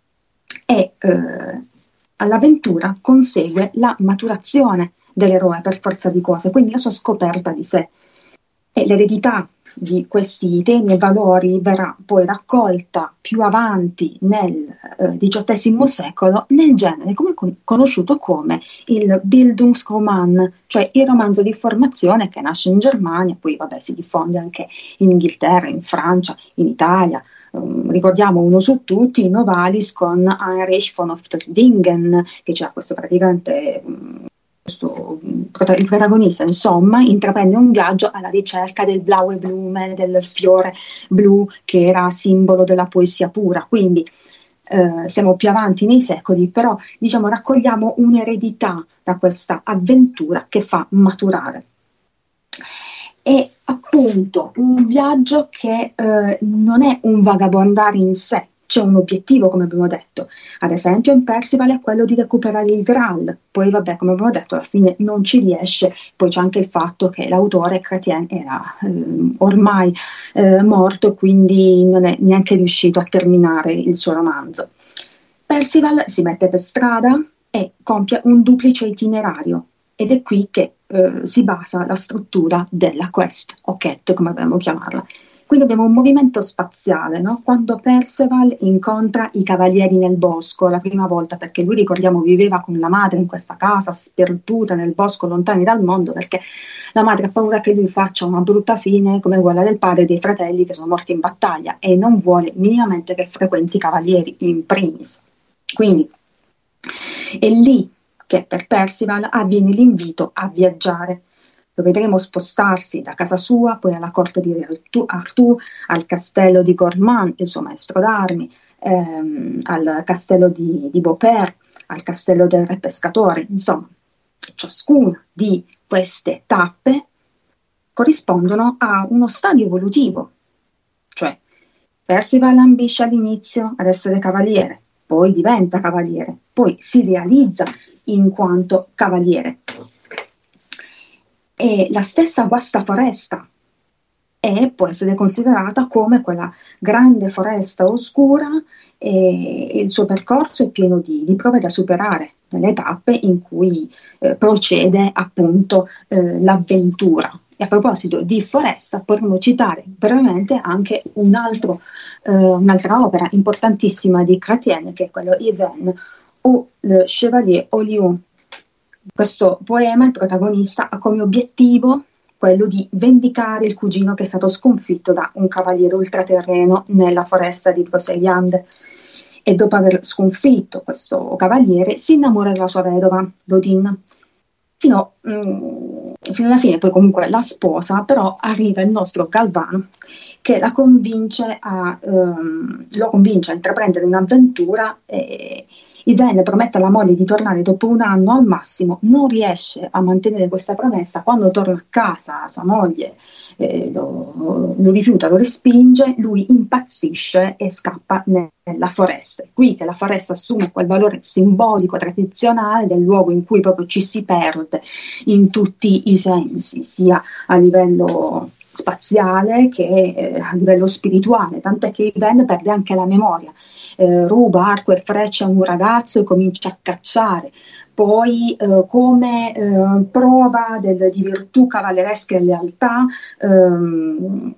E eh, all'avventura consegue la maturazione dell'eroe per forza di cose, quindi la sua scoperta di sé. E l'eredità di questi temi e valori verrà poi raccolta più avanti nel eh, diciottesimo secolo nel genere come con- conosciuto come il Bildungsroman, cioè il romanzo di formazione, che nasce in Germania, poi vabbè si diffonde anche in Inghilterra, in Francia, in Italia. Um, ricordiamo uno su tutti, Novalis con Heinrich von Ofterdingen, che c'è questo praticamente um, questo, il protagonista insomma intraprende un viaggio alla ricerca del blaue Blume, del fiore blu che era simbolo della poesia pura. Quindi eh, siamo più avanti nei secoli, però diciamo raccogliamo un'eredità da questa avventura che fa maturare. È appunto un viaggio che eh, non è un vagabondare in sé, c'è un obiettivo, come abbiamo detto. Ad esempio in Percival è quello di recuperare il Graal, poi vabbè, come abbiamo detto, alla fine non ci riesce. Poi c'è anche il fatto che l'autore Chrétien era eh, ormai eh, morto, quindi non è neanche riuscito a terminare il suo romanzo. Percival si mette per strada e compie un duplice itinerario, ed è qui che eh, si basa la struttura della quest, o quête come dobbiamo chiamarla. Quindi abbiamo un movimento spaziale, no? Quando Perceval incontra i cavalieri nel bosco la prima volta, perché lui, ricordiamo, viveva con la madre in questa casa sperduta nel bosco, lontani dal mondo, perché la madre ha paura che lui faccia una brutta fine come quella del padre e dei fratelli che sono morti in battaglia, e non vuole minimamente che frequenti i cavalieri in primis. Quindi è lì che per Percival avviene l'invito a viaggiare. Lo vedremo spostarsi da casa sua, poi alla corte di Artù, al castello di Gormand, il suo maestro d'armi, ehm, al castello di, di Beaupère, al castello del re pescatore. Insomma, ciascuna di queste tappe corrispondono a uno stadio evolutivo. Cioè, Percival ambisce all'inizio ad essere cavaliere, poi diventa cavaliere, poi si realizza in quanto cavaliere. E la stessa vasta foresta è, può essere considerata come quella grande foresta oscura, e il suo percorso è pieno di, di prove da superare nelle tappe in cui eh, procede appunto eh, l'avventura. E a proposito di foresta potremmo citare brevemente anche un altro, eh, un'altra opera importantissima di Chrétien, che è quello Yvain ou le Chevalier au Lion. Questo poema, il protagonista, ha come obiettivo quello di vendicare il cugino che è stato sconfitto da un cavaliere ultraterreno nella foresta di Brocéliande. E dopo aver sconfitto questo cavaliere si innamora della sua vedova, Dodine, fino, mh, fino alla fine. Poi comunque la sposa, però arriva il nostro Galvano che la convince a, um, lo convince a intraprendere un'avventura. E il re le promette alla moglie di tornare dopo un anno al massimo, non riesce a mantenere questa promessa. Quando torna a casa sua moglie eh, lo, lo rifiuta, lo respinge, lui impazzisce e scappa nella foresta. È qui che la foresta assume quel valore simbolico, tradizionale del luogo in cui proprio ci si perde in tutti i sensi, sia a livello spaziale che eh, a livello spirituale, tant'è che Yvain perde anche la memoria. Eh, ruba arco e freccia a un ragazzo e comincia a cacciare. Poi eh, come eh, prova del, di virtù cavalleresca e lealtà ehm,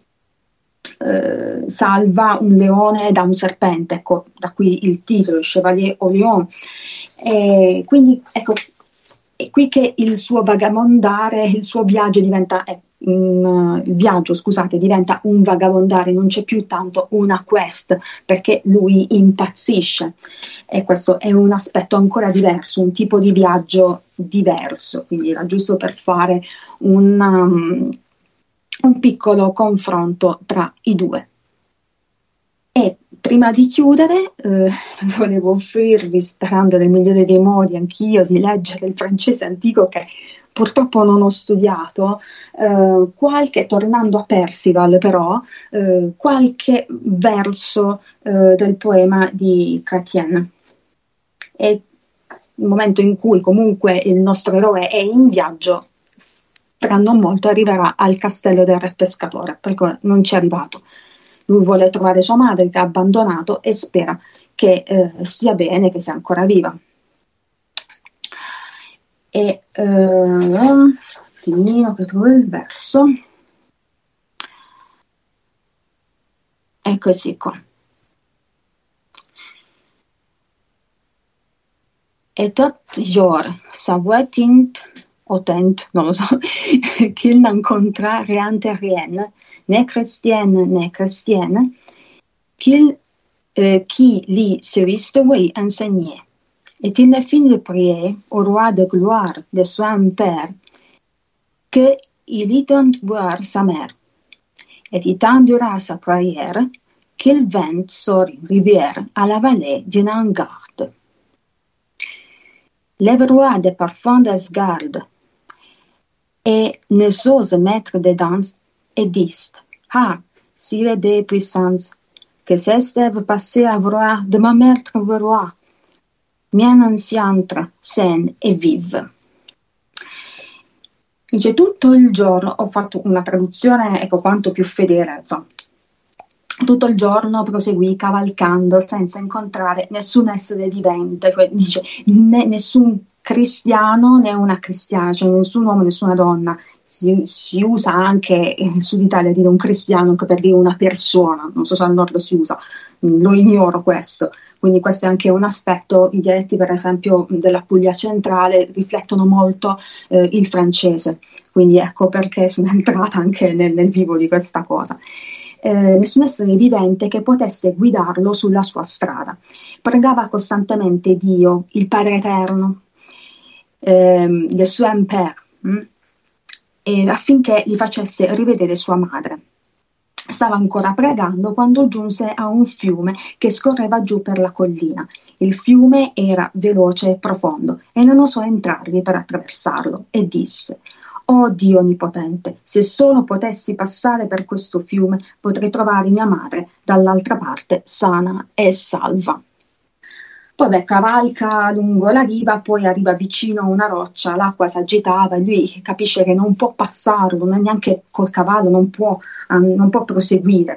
eh, salva un leone da un serpente, ecco, da qui il titolo, il Chevalier au Lion. E quindi ecco, è qui che il suo vagabondare, il suo viaggio diventa eh, un, il viaggio scusate diventa un vagabondare, non c'è più tanto una quest, perché lui impazzisce, e questo è un aspetto ancora diverso, un tipo di viaggio diverso. Quindi era giusto per fare un, um, un piccolo confronto tra i due. E prima di chiudere eh, volevo offrirvi, sperando nel migliore dei modi anch'io, di leggere il francese antico che purtroppo non ho studiato, eh, qualche, tornando a Percival però, eh, qualche verso eh, del poema di Chrétien. È il momento in cui comunque il nostro eroe è in viaggio, tra non molto arriverà al castello del re pescatore, perché non ci è arrivato. Lui vuole trovare sua madre che ha abbandonato e spera che eh, stia bene, che sia ancora viva. E eh, un attimino che trovo il verso. Eccoci qua. Et tot jour s'avoitint autent, non lo so, qu'il n'encontra rien de rien, né chrétienne né chrétienne, qu'il, euh, qui lui suriste oui enseigné. Et il ne finit de prier au roi de gloire de son père, qu'il y donne voir sa mère. Et il tendura sa prière, qu'il vint sur rivière à la vallée d'une garde. Le roi de parfum des gardes, et ne s'ose mettre dedans, et dit, ah, sire des puissances, que c'est de passer à voir de ma mère roi, mien ancientre, saine e vive. Dice, tutto il giorno, ho fatto una traduzione, ecco, quanto più fedele, insomma. Tutto il giorno proseguì cavalcando senza incontrare nessun essere vivente, cioè, dice, né, nessun cristiano né una cristiana, cioè nessun uomo, nessuna donna. Si, si usa anche in Sud Italia dire un cristiano anche per dire una persona, non so se al nord si usa, lo ignoro questo. Quindi questo è anche un aspetto. I dialetti per esempio della Puglia centrale riflettono molto eh, il francese, quindi ecco perché sono entrata anche nel, nel vivo di questa cosa. Eh, nessun essere vivente che potesse guidarlo sulla sua strada. Pregava costantemente Dio, il Padre Eterno, ehm, le sue impère, hm? e affinché gli facesse rivedere sua madre. Stava ancora pregando quando giunse a un fiume che scorreva giù per la collina. Il fiume era veloce e profondo e non osò entrarvi per attraversarlo e disse: «Oh Dio onnipotente, se solo potessi passare per questo fiume potrei trovare mia madre dall'altra parte sana e salva». Poi beh, cavalca lungo la riva, poi arriva vicino a una roccia, l'acqua si agitava e lui capisce che non può passarlo, non è neanche col cavallo, non può, um, non può proseguire.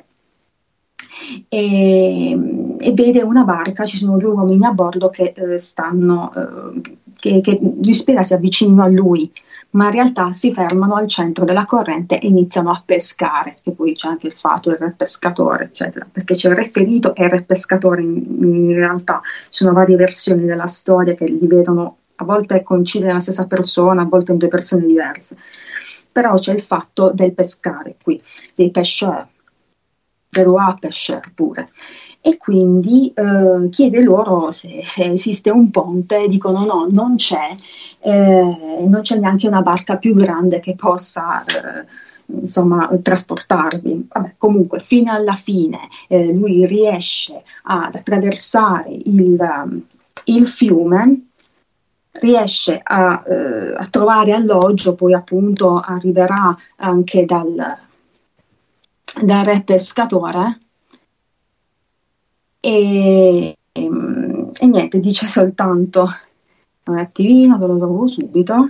E, e vede una barca, ci sono due uomini a bordo che eh, stanno, eh, che, che lui spera si avvicinino a lui, ma in realtà si fermano al centro della corrente e iniziano a pescare. E poi c'è anche il fato del re pescatore, eccetera, perché c'è il re ferito e il re pescatore. In, in realtà ci sono varie versioni della storia che li vedono a volte coincide nella stessa persona, a volte in due persone diverse, però c'è il fatto del pescare qui, dei pêcheurs, del roi pêcheur pure, e quindi eh, chiede loro se, se esiste un ponte, e dicono no, non c'è, eh, non c'è neanche una barca più grande che possa eh, insomma trasportarvi. Vabbè, comunque fino alla fine eh, lui riesce ad attraversare il, um, il fiume, riesce a, eh, a trovare alloggio, poi appunto arriverà anche dal, dal re pescatore e, e, e niente, dice soltanto un attimino, te lo trovo subito.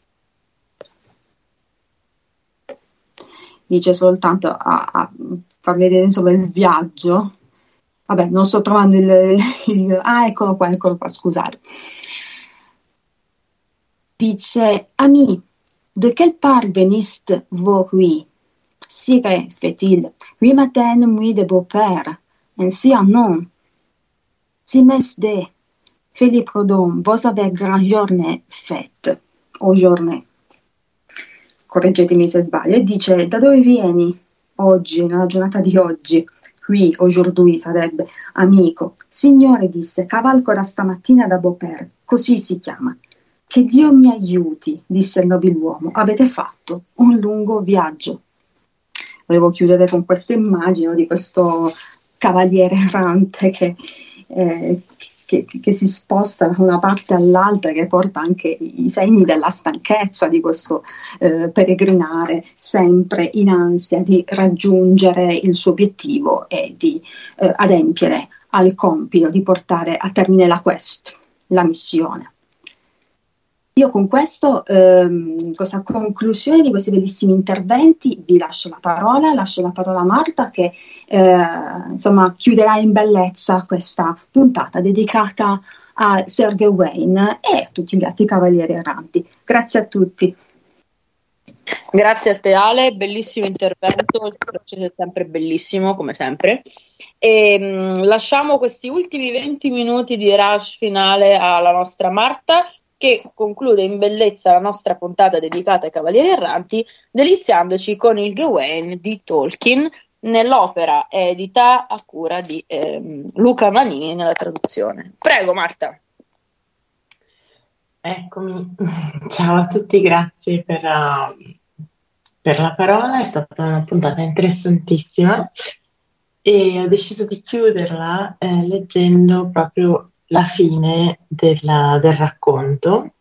Dice soltanto a, a far vedere insomma il viaggio. Vabbè, non sto trovando il, il ah eccolo qua, eccolo qua, scusate. Dice: Ami, de quelle part veniste vous qui? Sire, fait-il, huit matins nuit de beau-père, ainsi un nom. Si mesde, Philippe Rodon, vous avez grand journée faite, o journée. Correggetemi se sbaglio, e dice: da dove vieni oggi, nella giornata di oggi? Qui, aujourd'hui sarebbe, amico. Signore, disse, cavalco da stamattina da Beaupère, così si chiama. Che Dio mi aiuti, disse il nobiluomo, avete fatto un lungo viaggio. Volevo chiudere con questa immagine di questo cavaliere errante che, eh, che, che si sposta da una parte all'altra, che porta anche i segni della stanchezza di questo eh, peregrinare, sempre in ansia di raggiungere il suo obiettivo e di eh, adempiere al compito di portare a termine la quest, la missione. Io con questo, ehm, questa conclusione di questi bellissimi interventi, vi lascio la parola, lascio la parola a Marta che eh, insomma chiuderà in bellezza questa puntata dedicata a Sir Gawain e a tutti gli altri cavalieri erranti. Grazie a tutti. Grazie a te Ale, bellissimo intervento, il processo è sempre bellissimo come sempre e mh, lasciamo questi ultimi venti minuti di rush finale alla nostra Marta, che conclude in bellezza la nostra puntata dedicata ai Cavalieri Erranti, deliziandoci con il Gawain di Tolkien, nell'opera edita a cura di ehm, Luca Manini nella traduzione. Prego Marta. Eccomi, ciao a tutti, grazie per, uh, per la parola, è stata una puntata interessantissima e ho deciso di chiuderla eh, leggendo proprio la fine della, del racconto.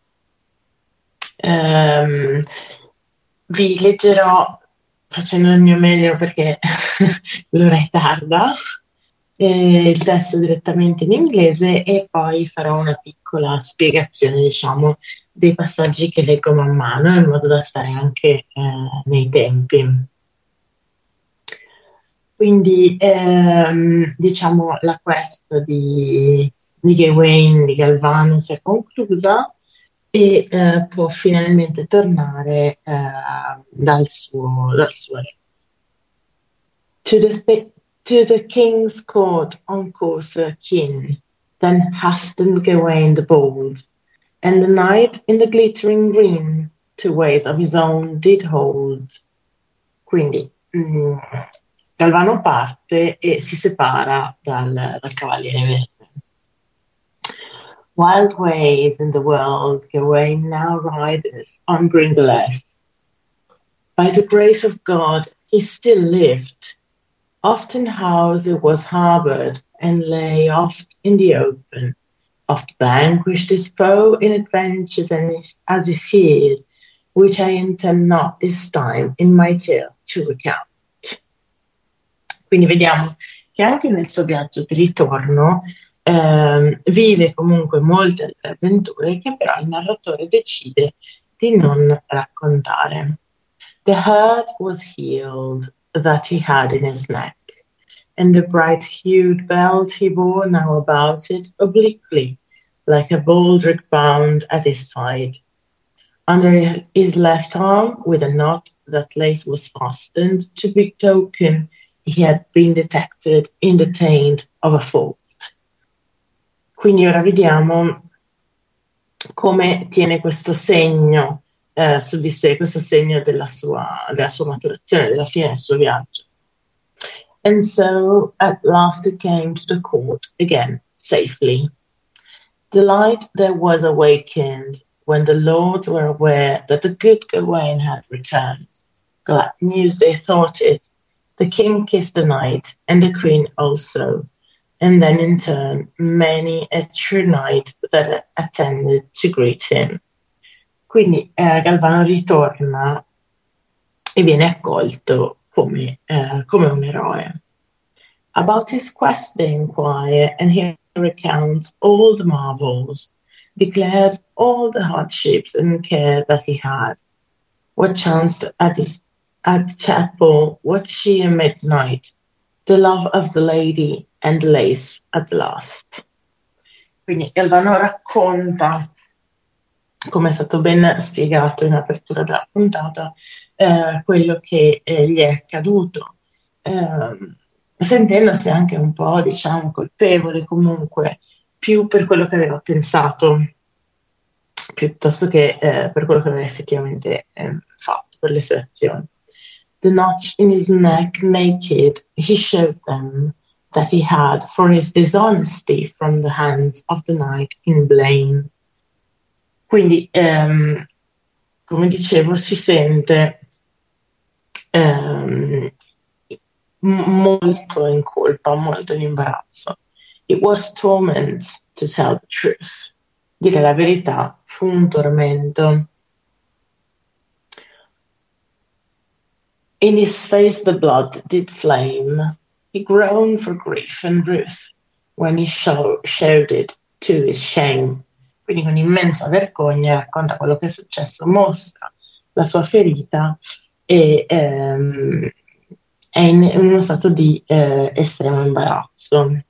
Um, vi leggerò facendo il mio meglio perché l'ora è tarda, eh, il testo direttamente in inglese e poi farò una piccola spiegazione, diciamo, dei passaggi che leggo man mano in modo da stare anche eh, nei tempi. Quindi ehm, diciamo la quest di di Gawain, di Galvano si è conclusa e eh, può finalmente tornare eh, dal suo, dal suo re. To the, th- to the king's court on Courser kin, then hastened Gawain the bold, and the knight in the glittering green to ways of his own did hold. Quindi mm, Galvano parte e si separa dal, dal cavaliere verde. Wild ways in the world Gawain now rideth on Gringolet. By the grace of God he still lived. Often Hauser was harboured and lay oft in the open. Oft vanquished his foe in adventures and as he feared, which I intend not this time in my tale to recount. Quindi vediamo che anche nel suo viaggio di ritorno Eh, vive comunque molte altre avventure che però il narratore decide di non raccontare. The hurt was healed that he had in his neck, and the bright-hued belt he bore now about it obliquely, like a baldric bound at his side. Under his left arm, with a knot that lace was fastened, to betoken he had been detected in the taint of a fault. Quindi ora vediamo come tiene questo segno eh, su di sé, questo segno della sua, della sua maturazione, della fine del suo viaggio. And so at last it came to the court again, safely. The light there was awakened when the lords were aware that the good Gawain had returned. Glad news they thought it. The king kissed the knight, and the queen also, and then in turn many a true knight that attended to greet him. Quindi eh, Galvano ritorna e viene accolto come, eh, come un eroe. About his quest they inquire, and he recounts all the marvels, declares all the hardships and care that he had, what chanced at his at the chapel, what she at midnight, the love of the lady and lace at last. Quindi Galvano racconta, come è stato ben spiegato in apertura della puntata, eh, quello che eh, gli è accaduto, eh, sentendosi anche un po', diciamo, colpevole comunque, più per quello che aveva pensato, piuttosto che eh, per quello che aveva effettivamente eh, fatto, per le sue azioni. The notch in his neck naked, he showed them that he had for his dishonesty from the hands of the knight in blame. Quindi, ehm, come dicevo, si sente ehm, molto in colpa, molto in imbarazzo. It was torment to tell the truth. Dire la verità fu un tormento. In his face the blood did flame. He groaned for grief and ruth when he show, showed it to his shame. Quindi con immensa vergogna racconta quello che è successo, mostra la sua ferita e ehm, è in, in uno stato di eh, estremo imbarazzo.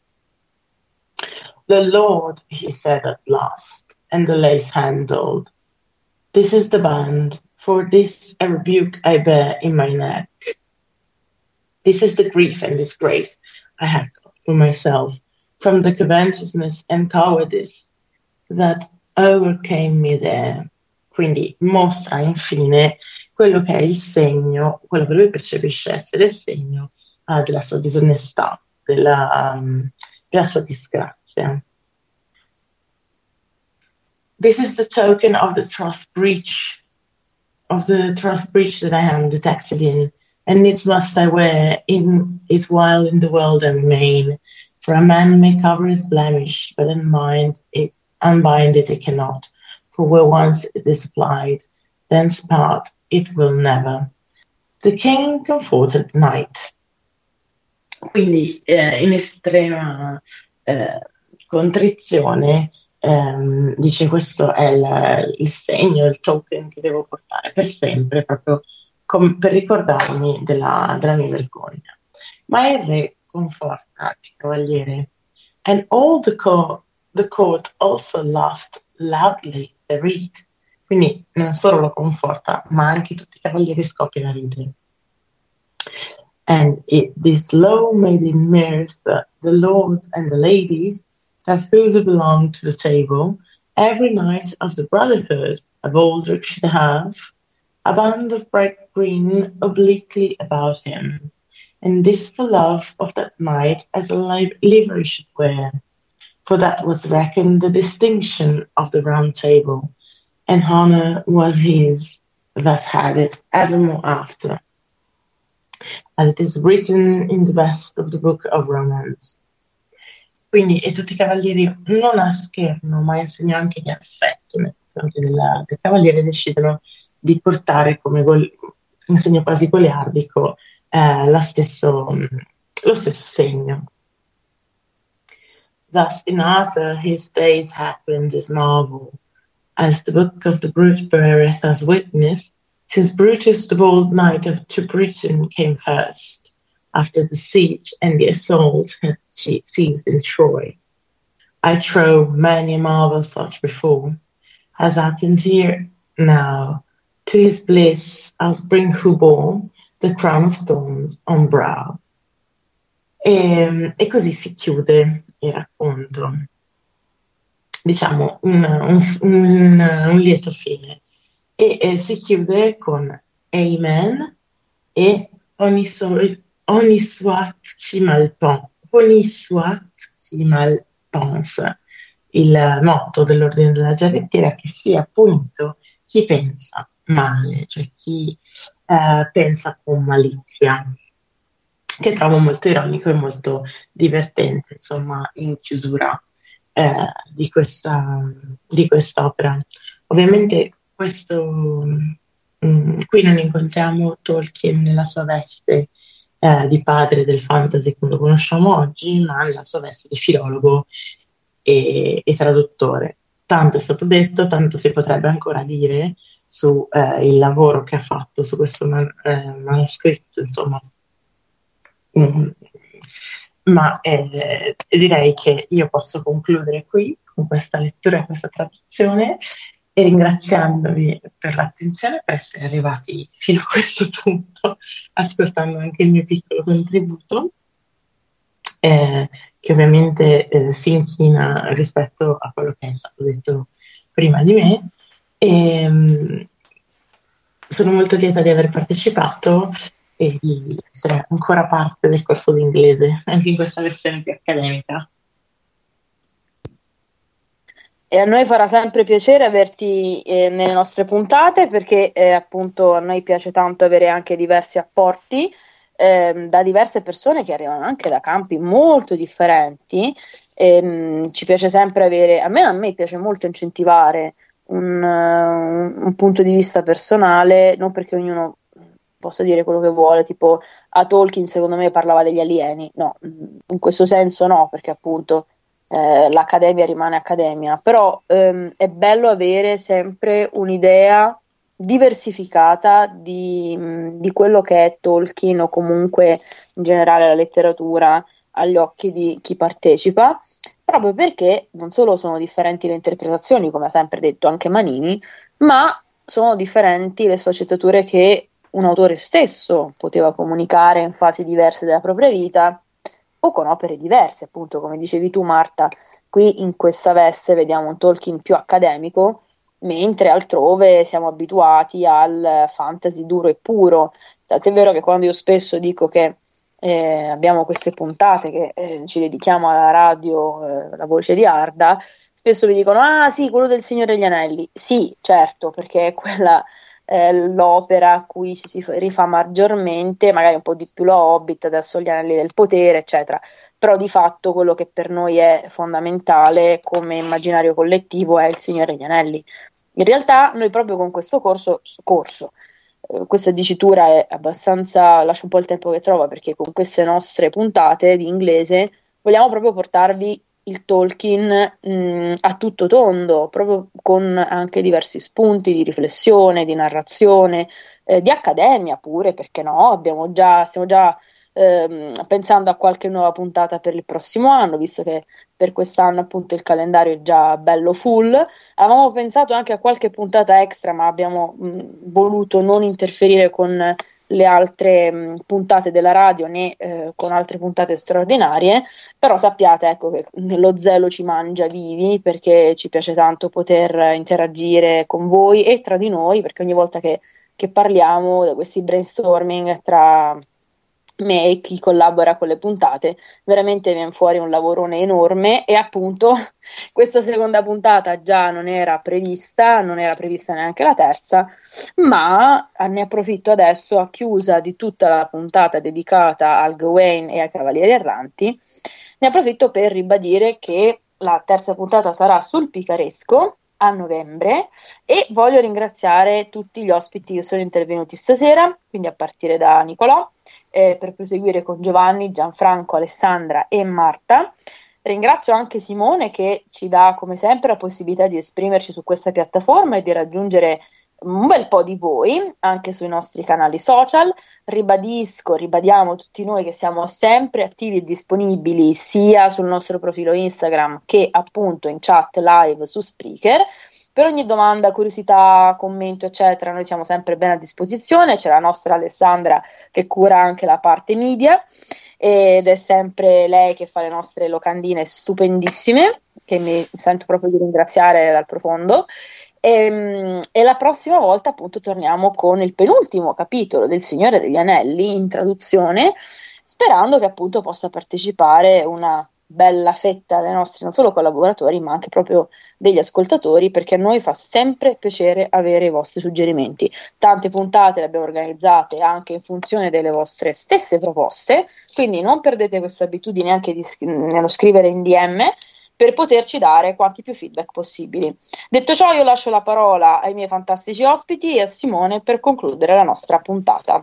The Lord, he said at last, and the lace handled. This is the band, for this a rebuke I bear in my neck. This is the grief and disgrace I have got for myself from the covetousness and cowardice that overcame me there. Quindi mostra infine quello che è il segno, quello che lui percepisce essere il segno uh, della sua disonestà, della, um, della sua disgrazia. This is the token of the trust breach, of the trust breach that I am detected in, and needs must I wear in it while in the world I remain. For a man may cover his blemish, but unbind it, unbind it he cannot. For where once it is applied, thence part it will never. The king comforted the knight. Quindi eh, in estrema eh, contrizione ehm, dice questo è il, il segno, il token che devo portare per sempre, proprio com- per ricordarmi della, della mia vergogna. Ma il re conforta il cavaliere, and all the, co- the court also laughed loudly thereat. Quindi non solo lo conforta, ma anche tutti i cavalieri scoppiano a ridere. And it, this law made in mirth the, the lords and the ladies that whoso belonged to the table, every knight of the brotherhood of Aldrich should have a band of bright green obliquely about him, and this for love of that knight as a li- livery should wear, for that was reckoned the distinction of the round table, and honour was his that had it evermore after, as it is written in the best of the book of romance. Quindi, e tutti i cavalieri, non a scherno, ma in segno anche di affetto nei confronti del, del cavaliere, decidono di portare come gol, in segno quasi goliardico eh, la stesso, lo stesso segno. Thus in Arthur his days happened as marvel, as the book of the Brute beareth as witness, since Brutus the bold knight of to Britain came first, after the siege and the assault had ceased in Troy. I trow many a marvel such before has happened here now, to his bliss as bring who bore the crown of thorns on brow. E, e così si chiude il racconto diciamo, un, un, un, un lieto fine. E eh, si chiude con Amen e Oni soit qui mal pense, Oni soit qui mal pense, il motto dell'ordine della giarrettiera, che sia appunto chi pensa male, cioè chi eh, pensa con malizia, che trovo molto ironico e molto divertente, insomma, in chiusura eh, di questa di quest'opera. Ovviamente questo mh, qui non incontriamo Tolkien nella sua veste eh, di padre del fantasy come lo conosciamo oggi, ma nella sua veste di filologo e, e traduttore. Tanto è stato detto, tanto si potrebbe ancora dire su eh, il lavoro che ha fatto su questo man- eh, manoscritto, insomma. Mm. Ma eh, direi che io posso concludere qui con questa lettura e questa traduzione, e ringraziandovi per l'attenzione, per essere arrivati fino a questo punto, ascoltando anche il mio piccolo contributo, eh, che ovviamente eh, si inchina rispetto a quello che è stato detto prima di me. E, mh, sono molto lieta di aver partecipato e di essere ancora parte del corso di inglese, anche in questa versione più accademica. E a noi farà sempre piacere averti eh, nelle nostre puntate, perché eh, appunto a noi piace tanto avere anche diversi apporti eh, da diverse persone che arrivano anche da campi molto differenti. E, mh, ci piace sempre avere, a me, a me piace molto incentivare un, uh, un punto di vista personale, non perché ognuno possa dire quello che vuole, tipo a Tolkien secondo me parlava degli alieni, no, in questo senso no, perché appunto Eh, l'accademia rimane accademia, però ehm, è bello avere sempre un'idea diversificata di, di quello che è Tolkien o comunque in generale la letteratura agli occhi di chi partecipa, proprio perché non solo sono differenti le interpretazioni, come ha sempre detto anche Manini, ma sono differenti le sfaccettature che un autore stesso poteva comunicare in fasi diverse della propria vita o con opere diverse, appunto, come dicevi tu Marta. Qui in questa veste vediamo un Tolkien più accademico, mentre altrove siamo abituati al fantasy duro e puro. Tant'è vero che quando io spesso dico che eh, abbiamo queste puntate che eh, ci dedichiamo alla radio, eh, La Voce di Arda, spesso mi dicono ah sì, quello del Signore degli Anelli. Sì, certo, perché è quella Eh, l'opera a cui ci si rifà maggiormente, magari un po' di più lo Hobbit, adesso gli Anelli del Potere, eccetera, però di fatto quello che per noi è fondamentale come immaginario collettivo è il Signore degli Anelli. In realtà noi proprio con questo corso, corso eh, questa dicitura è abbastanza, lascia un po' il tempo che trova, perché con queste nostre puntate di inglese vogliamo proprio portarvi il Tolkien mh, a tutto tondo, proprio con anche diversi spunti di riflessione, di narrazione, eh, di accademia pure, perché no? Abbiamo già, stiamo già ehm, pensando a qualche nuova puntata per il prossimo anno, visto che per quest'anno appunto il calendario è già bello full. Avevamo pensato anche a qualche puntata extra, ma abbiamo mh, voluto non interferire con le altre mh, puntate della radio né eh, con altre puntate straordinarie, però sappiate ecco che lo zelo ci mangia vivi, perché ci piace tanto poter interagire con voi e tra di noi, perché ogni volta che, che parliamo da questi brainstorming tra me e chi collabora con le puntate, veramente viene fuori un lavorone enorme. E appunto questa seconda puntata già non era prevista, non era prevista neanche la terza, ma ne approfitto adesso, a chiusa di tutta la puntata dedicata al Gawain e ai Cavalieri Erranti, ne approfitto per ribadire che la terza puntata sarà sul picaresco a novembre, e voglio ringraziare tutti gli ospiti che sono intervenuti stasera, quindi a partire da Nicolò, eh, per proseguire con Giovanni, Gianfranco, Alessandra e Marta. Ringrazio anche Simone che ci dà come sempre la possibilità di esprimerci su questa piattaforma e di raggiungere un bel po' di voi anche sui nostri canali social. Ribadisco, ribadiamo tutti noi che siamo sempre attivi e disponibili sia sul nostro profilo Instagram che appunto in chat live su Spreaker. Per ogni domanda, curiosità, commento eccetera noi siamo sempre ben a disposizione. C'è la nostra Alessandra che cura anche la parte media ed è sempre lei che fa le nostre locandine stupendissime. che mi sento proprio di ringraziare dal profondo. E, e la prossima volta appunto torniamo con il penultimo capitolo del Signore degli Anelli in traduzione, sperando che appunto possa partecipare una bella fetta dei nostri non solo collaboratori ma anche proprio degli ascoltatori, perché a noi fa sempre piacere avere i vostri suggerimenti. Tante puntate le abbiamo organizzate anche in funzione delle vostre stesse proposte, quindi non perdete questa abitudine anche di, nello scrivere in D M per poterci dare quanti più feedback possibili. Detto ciò, io lascio la parola ai miei fantastici ospiti e a Simone per concludere la nostra puntata.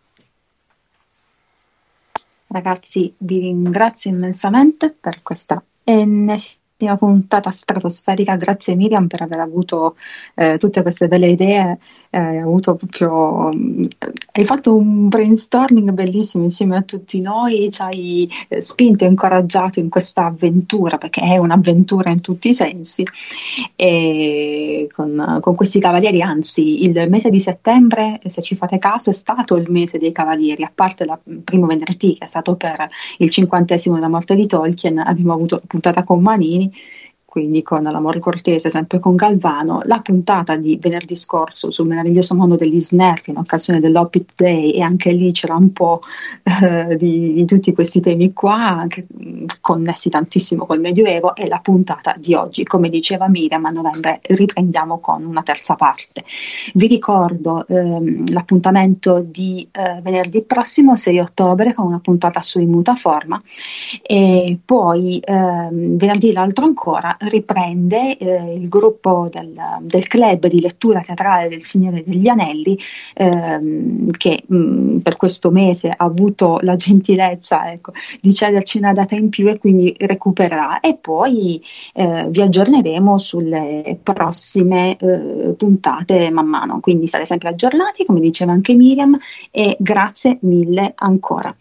Ragazzi, vi ringrazio immensamente per questa ennesima puntata stratosferica. Grazie Miriam per aver avuto eh, tutte queste belle idee, eh, hai avuto proprio eh, hai fatto un brainstorming bellissimo insieme a tutti noi, ci hai eh, spinto e incoraggiato in questa avventura, perché è un'avventura in tutti i sensi, e con, con questi cavalieri, anzi il mese di settembre, se ci fate caso, è stato il mese dei cavalieri, a parte il primo venerdì che è stato per il cinquantesimo della morte di Tolkien. Abbiamo avuto la puntata con Manini, quindi con l'amor cortese, sempre con Galvano, la puntata di venerdì scorso sul meraviglioso mondo degli Snerk in occasione dell'Hobbit Day, e anche lì c'era un po' eh, di, di tutti questi temi qua, anche mh, connessi tantissimo col Medioevo, e la puntata di oggi, come diceva Miriam, a novembre riprendiamo con una terza parte. Vi ricordo ehm, l'appuntamento di eh, venerdì prossimo, sei ottobre, con una puntata su In Muta Forma, e poi ehm, venerdì l'altro ancora riprende eh, il gruppo del, del club di lettura teatrale del Signore degli Anelli, ehm, che mh, per questo mese ha avuto la gentilezza, ecco, di cederci una data in più, e quindi recupererà, e poi eh, vi aggiorneremo sulle prossime eh, puntate man mano, quindi state sempre aggiornati, come diceva anche Miriam, e grazie mille ancora.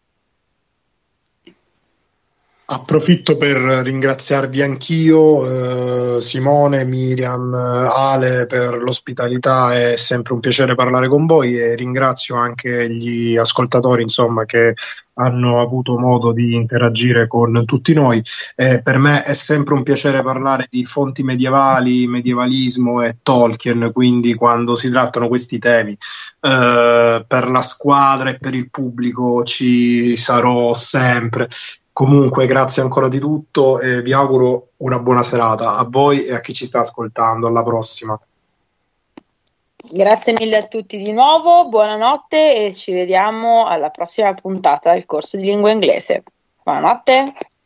Approfitto per ringraziarvi anch'io, eh, Simone, Miriam, Ale, per l'ospitalità. È sempre un piacere parlare con voi, e ringrazio anche gli ascoltatori, insomma, che hanno avuto modo di interagire con tutti noi. Eh, per me è sempre un piacere parlare di fonti medievali, medievalismo e Tolkien, quindi quando si trattano questi temi eh, per la squadra e per il pubblico ci sarò sempre. Comunque, grazie ancora di tutto e vi auguro una buona serata a voi e a chi ci sta ascoltando. Alla prossima. Grazie mille a tutti di nuovo, buonanotte e ci vediamo alla prossima puntata del corso di lingua inglese. Buonanotte.